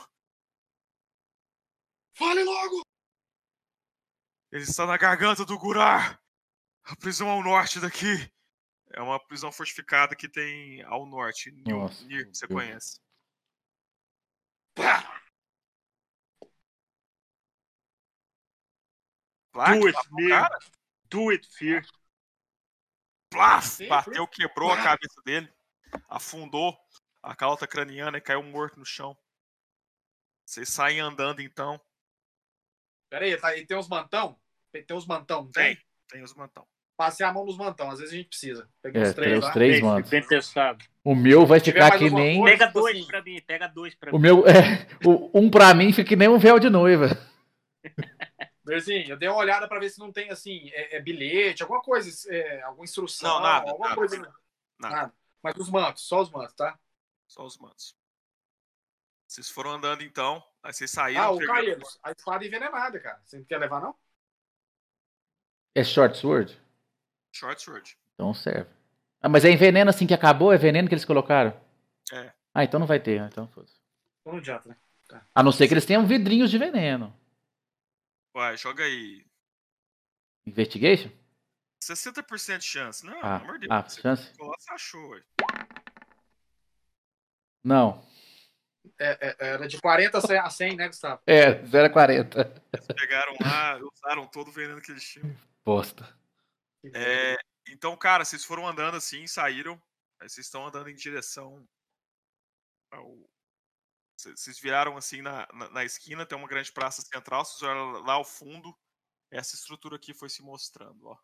Fale logo! Ele está na garganta do Gurar! A prisão ao norte daqui! É uma prisão fortificada que tem ao norte. Nir, que você conhece. Do it, Nir. Do it, Fear. Plaf! Bateu, quebrou a cabeça dele. Afundou a calota craniana e caiu morto no chão. Vocês saem andando, então. Pera aí, tá aí, tem uns mantão? Tem uns mantão, não tem? Tem os mantão. Passei a mão nos mantão, às vezes a gente precisa. Peguei os três mantos. Bem testado. O meu vai ficar que nem... Pega dois pra mim, pega dois pra mim. O meu, um pra mim fica que nem um véu de noiva. Berzinho, eu dei uma olhada pra ver se não tem, assim, bilhete, alguma coisa, alguma instrução. Não, nada. Alguma coisa. Nada. Mas os mantos, só os mantos, tá? Só os mantos. Vocês foram andando, então. Aí vocês saíram. O Caíros, a espada envenenada, cara. Você não quer levar, não? É short sword? Short sword. Então serve. Ah, mas é veneno assim que acabou? É veneno que eles colocaram? É. Ah, então não vai ter. Então foda-se. Não adianta, né? Tá. A não ser que eles tenham vidrinhos de veneno. Vai, joga aí. Investigation? 60% de chance. Não, pelo amor de Deus. Chance? Você achou, ué. Não. Era de 40 a 100, né, Gustavo? 0 a 40. Eles pegaram lá, usaram todo o veneno que eles tinham. Bosta. Então, cara, vocês foram andando assim, saíram. Aí vocês estão andando em direção ao... Vocês viraram assim na esquina, tem uma grande praça central. Vocês olham lá ao fundo, essa estrutura aqui foi se mostrando, ó.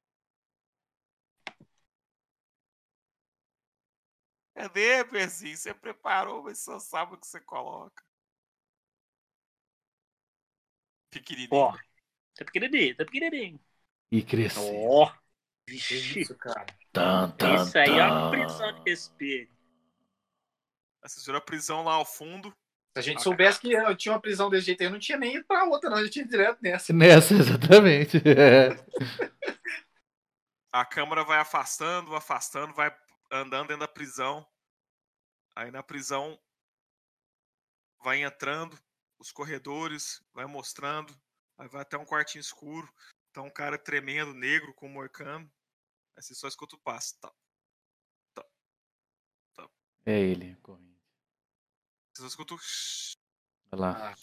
Cadê, Percy? Você preparou, mas só sabe o que você coloca. Pequenininho. Ó, tá pequenininho. E cresceu. Ó, isso, cara. Isso aí é uma prisão de respeito. Vocês viram a prisão lá ao fundo. Se a gente soubesse que eu tinha uma prisão desse jeito aí, eu não tinha nem ido pra outra, não. A gente ia direto nessa. Nessa, exatamente. A câmera vai afastando, vai andando dentro da prisão. Aí na prisão vai entrando os corredores, vai mostrando. Aí vai até um quartinho escuro. Tá um cara tremendo, negro, com um moicano. Aí você só escuta o passo. Tá. É ele, correndo. Você só escuta o... Olha lá.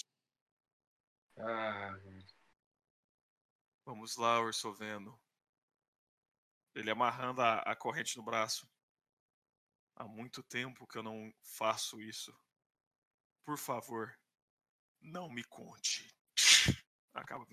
Vamos lá, Orzóveno. Ele amarrando a corrente no braço. Há muito tempo que eu não faço isso. Por favor, não me conte. Acaba.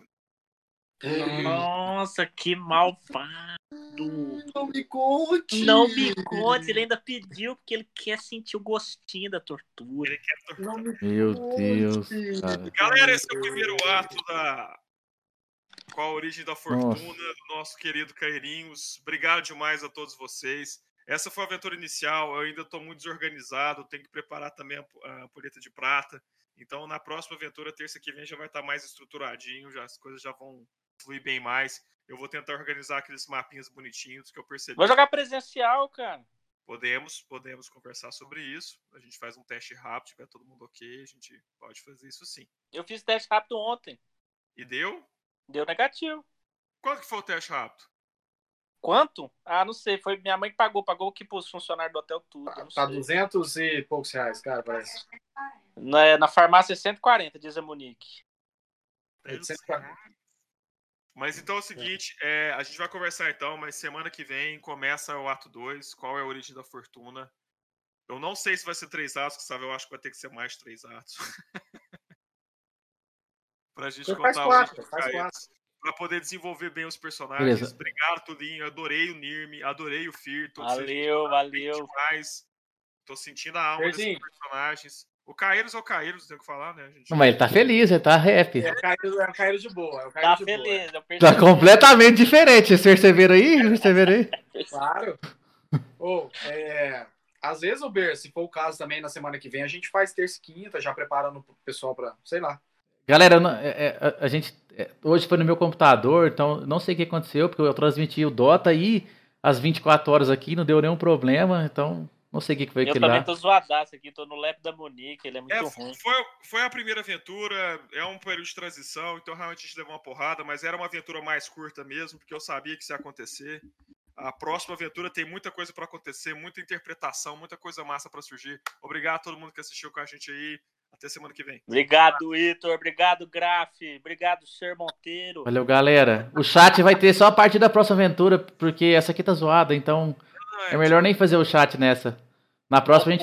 Nossa, que malvado. Não me conte. Não me conte. Ele ainda pediu porque ele quer sentir o gostinho da tortura. Ele quer torturar. Meu Deus, cara. Galera, esse é o primeiro ato com a origem da fortuna do nosso querido Cairinhos. Obrigado demais a todos vocês. Essa foi a aventura inicial. Eu ainda estou muito desorganizado. Tenho que preparar também a ampulheta de prata. Então, na próxima aventura, terça que vem, já vai estar mais estruturadinho, já, as coisas já vão fluir bem mais. Eu vou tentar organizar aqueles mapinhas bonitinhos que eu percebi. Vou jogar presencial, cara. Podemos conversar sobre isso. A gente faz um teste rápido, tiver todo mundo ok, a gente pode fazer isso sim. Eu fiz teste rápido ontem. E deu? Deu negativo. Quanto que foi o teste rápido? Quanto? Ah, não sei. Foi minha mãe que pagou aqui pros funcionários do hotel tudo. Tá 200 e poucos reais, cara, parece. Na farmácia 140, diz a Monique. É de 140. Mas então é o seguinte, a gente vai conversar então, mas semana que vem começa o ato 2, qual é a origem da fortuna. Eu não sei se vai ser 3 atos, sabe? Eu acho que vai ter que ser mais de 3 atos. Pra gente contar a origem dos Caeiros. Pra poder desenvolver bem os personagens. Beleza. Obrigado, Tulinho. Adorei o Nirmi, adorei o Fir. Valeu. Demais. Tô sentindo a alma desses personagens. O Caeiros é o Caeiros, tem que falar, né, gente? Mas ele tá feliz, ele tá happy. É o Caeiros de boa. Tá feliz. Tá completamente diferente. Vocês perceberam aí? Claro. Às vezes, se for o caso também, na semana que vem, a gente faz terça e quinta, já preparando o pessoal pra, sei lá. Galera, a gente hoje foi no meu computador, então não sei o que aconteceu, porque eu transmiti o Dota e às 24 horas aqui, não deu nenhum problema, então não sei o que foi aquilo lá. Eu também tô zoadaço aqui, tô no lap da Monique, ele é muito ruim. Foi a primeira aventura, é um período de transição, então realmente a gente levou uma porrada, mas era uma aventura mais curta mesmo, porque eu sabia que isso ia acontecer. A próxima aventura tem muita coisa pra acontecer, muita interpretação, muita coisa massa pra surgir. Obrigado a todo mundo que assistiu com a gente aí. Até semana que vem. Obrigado, Itor. Obrigado, Graf. Obrigado, Sr. Monteiro. Valeu, galera. O chat vai ter só a partir da próxima aventura, porque essa aqui tá zoada, então é melhor nem fazer o chat nessa. Na próxima a gente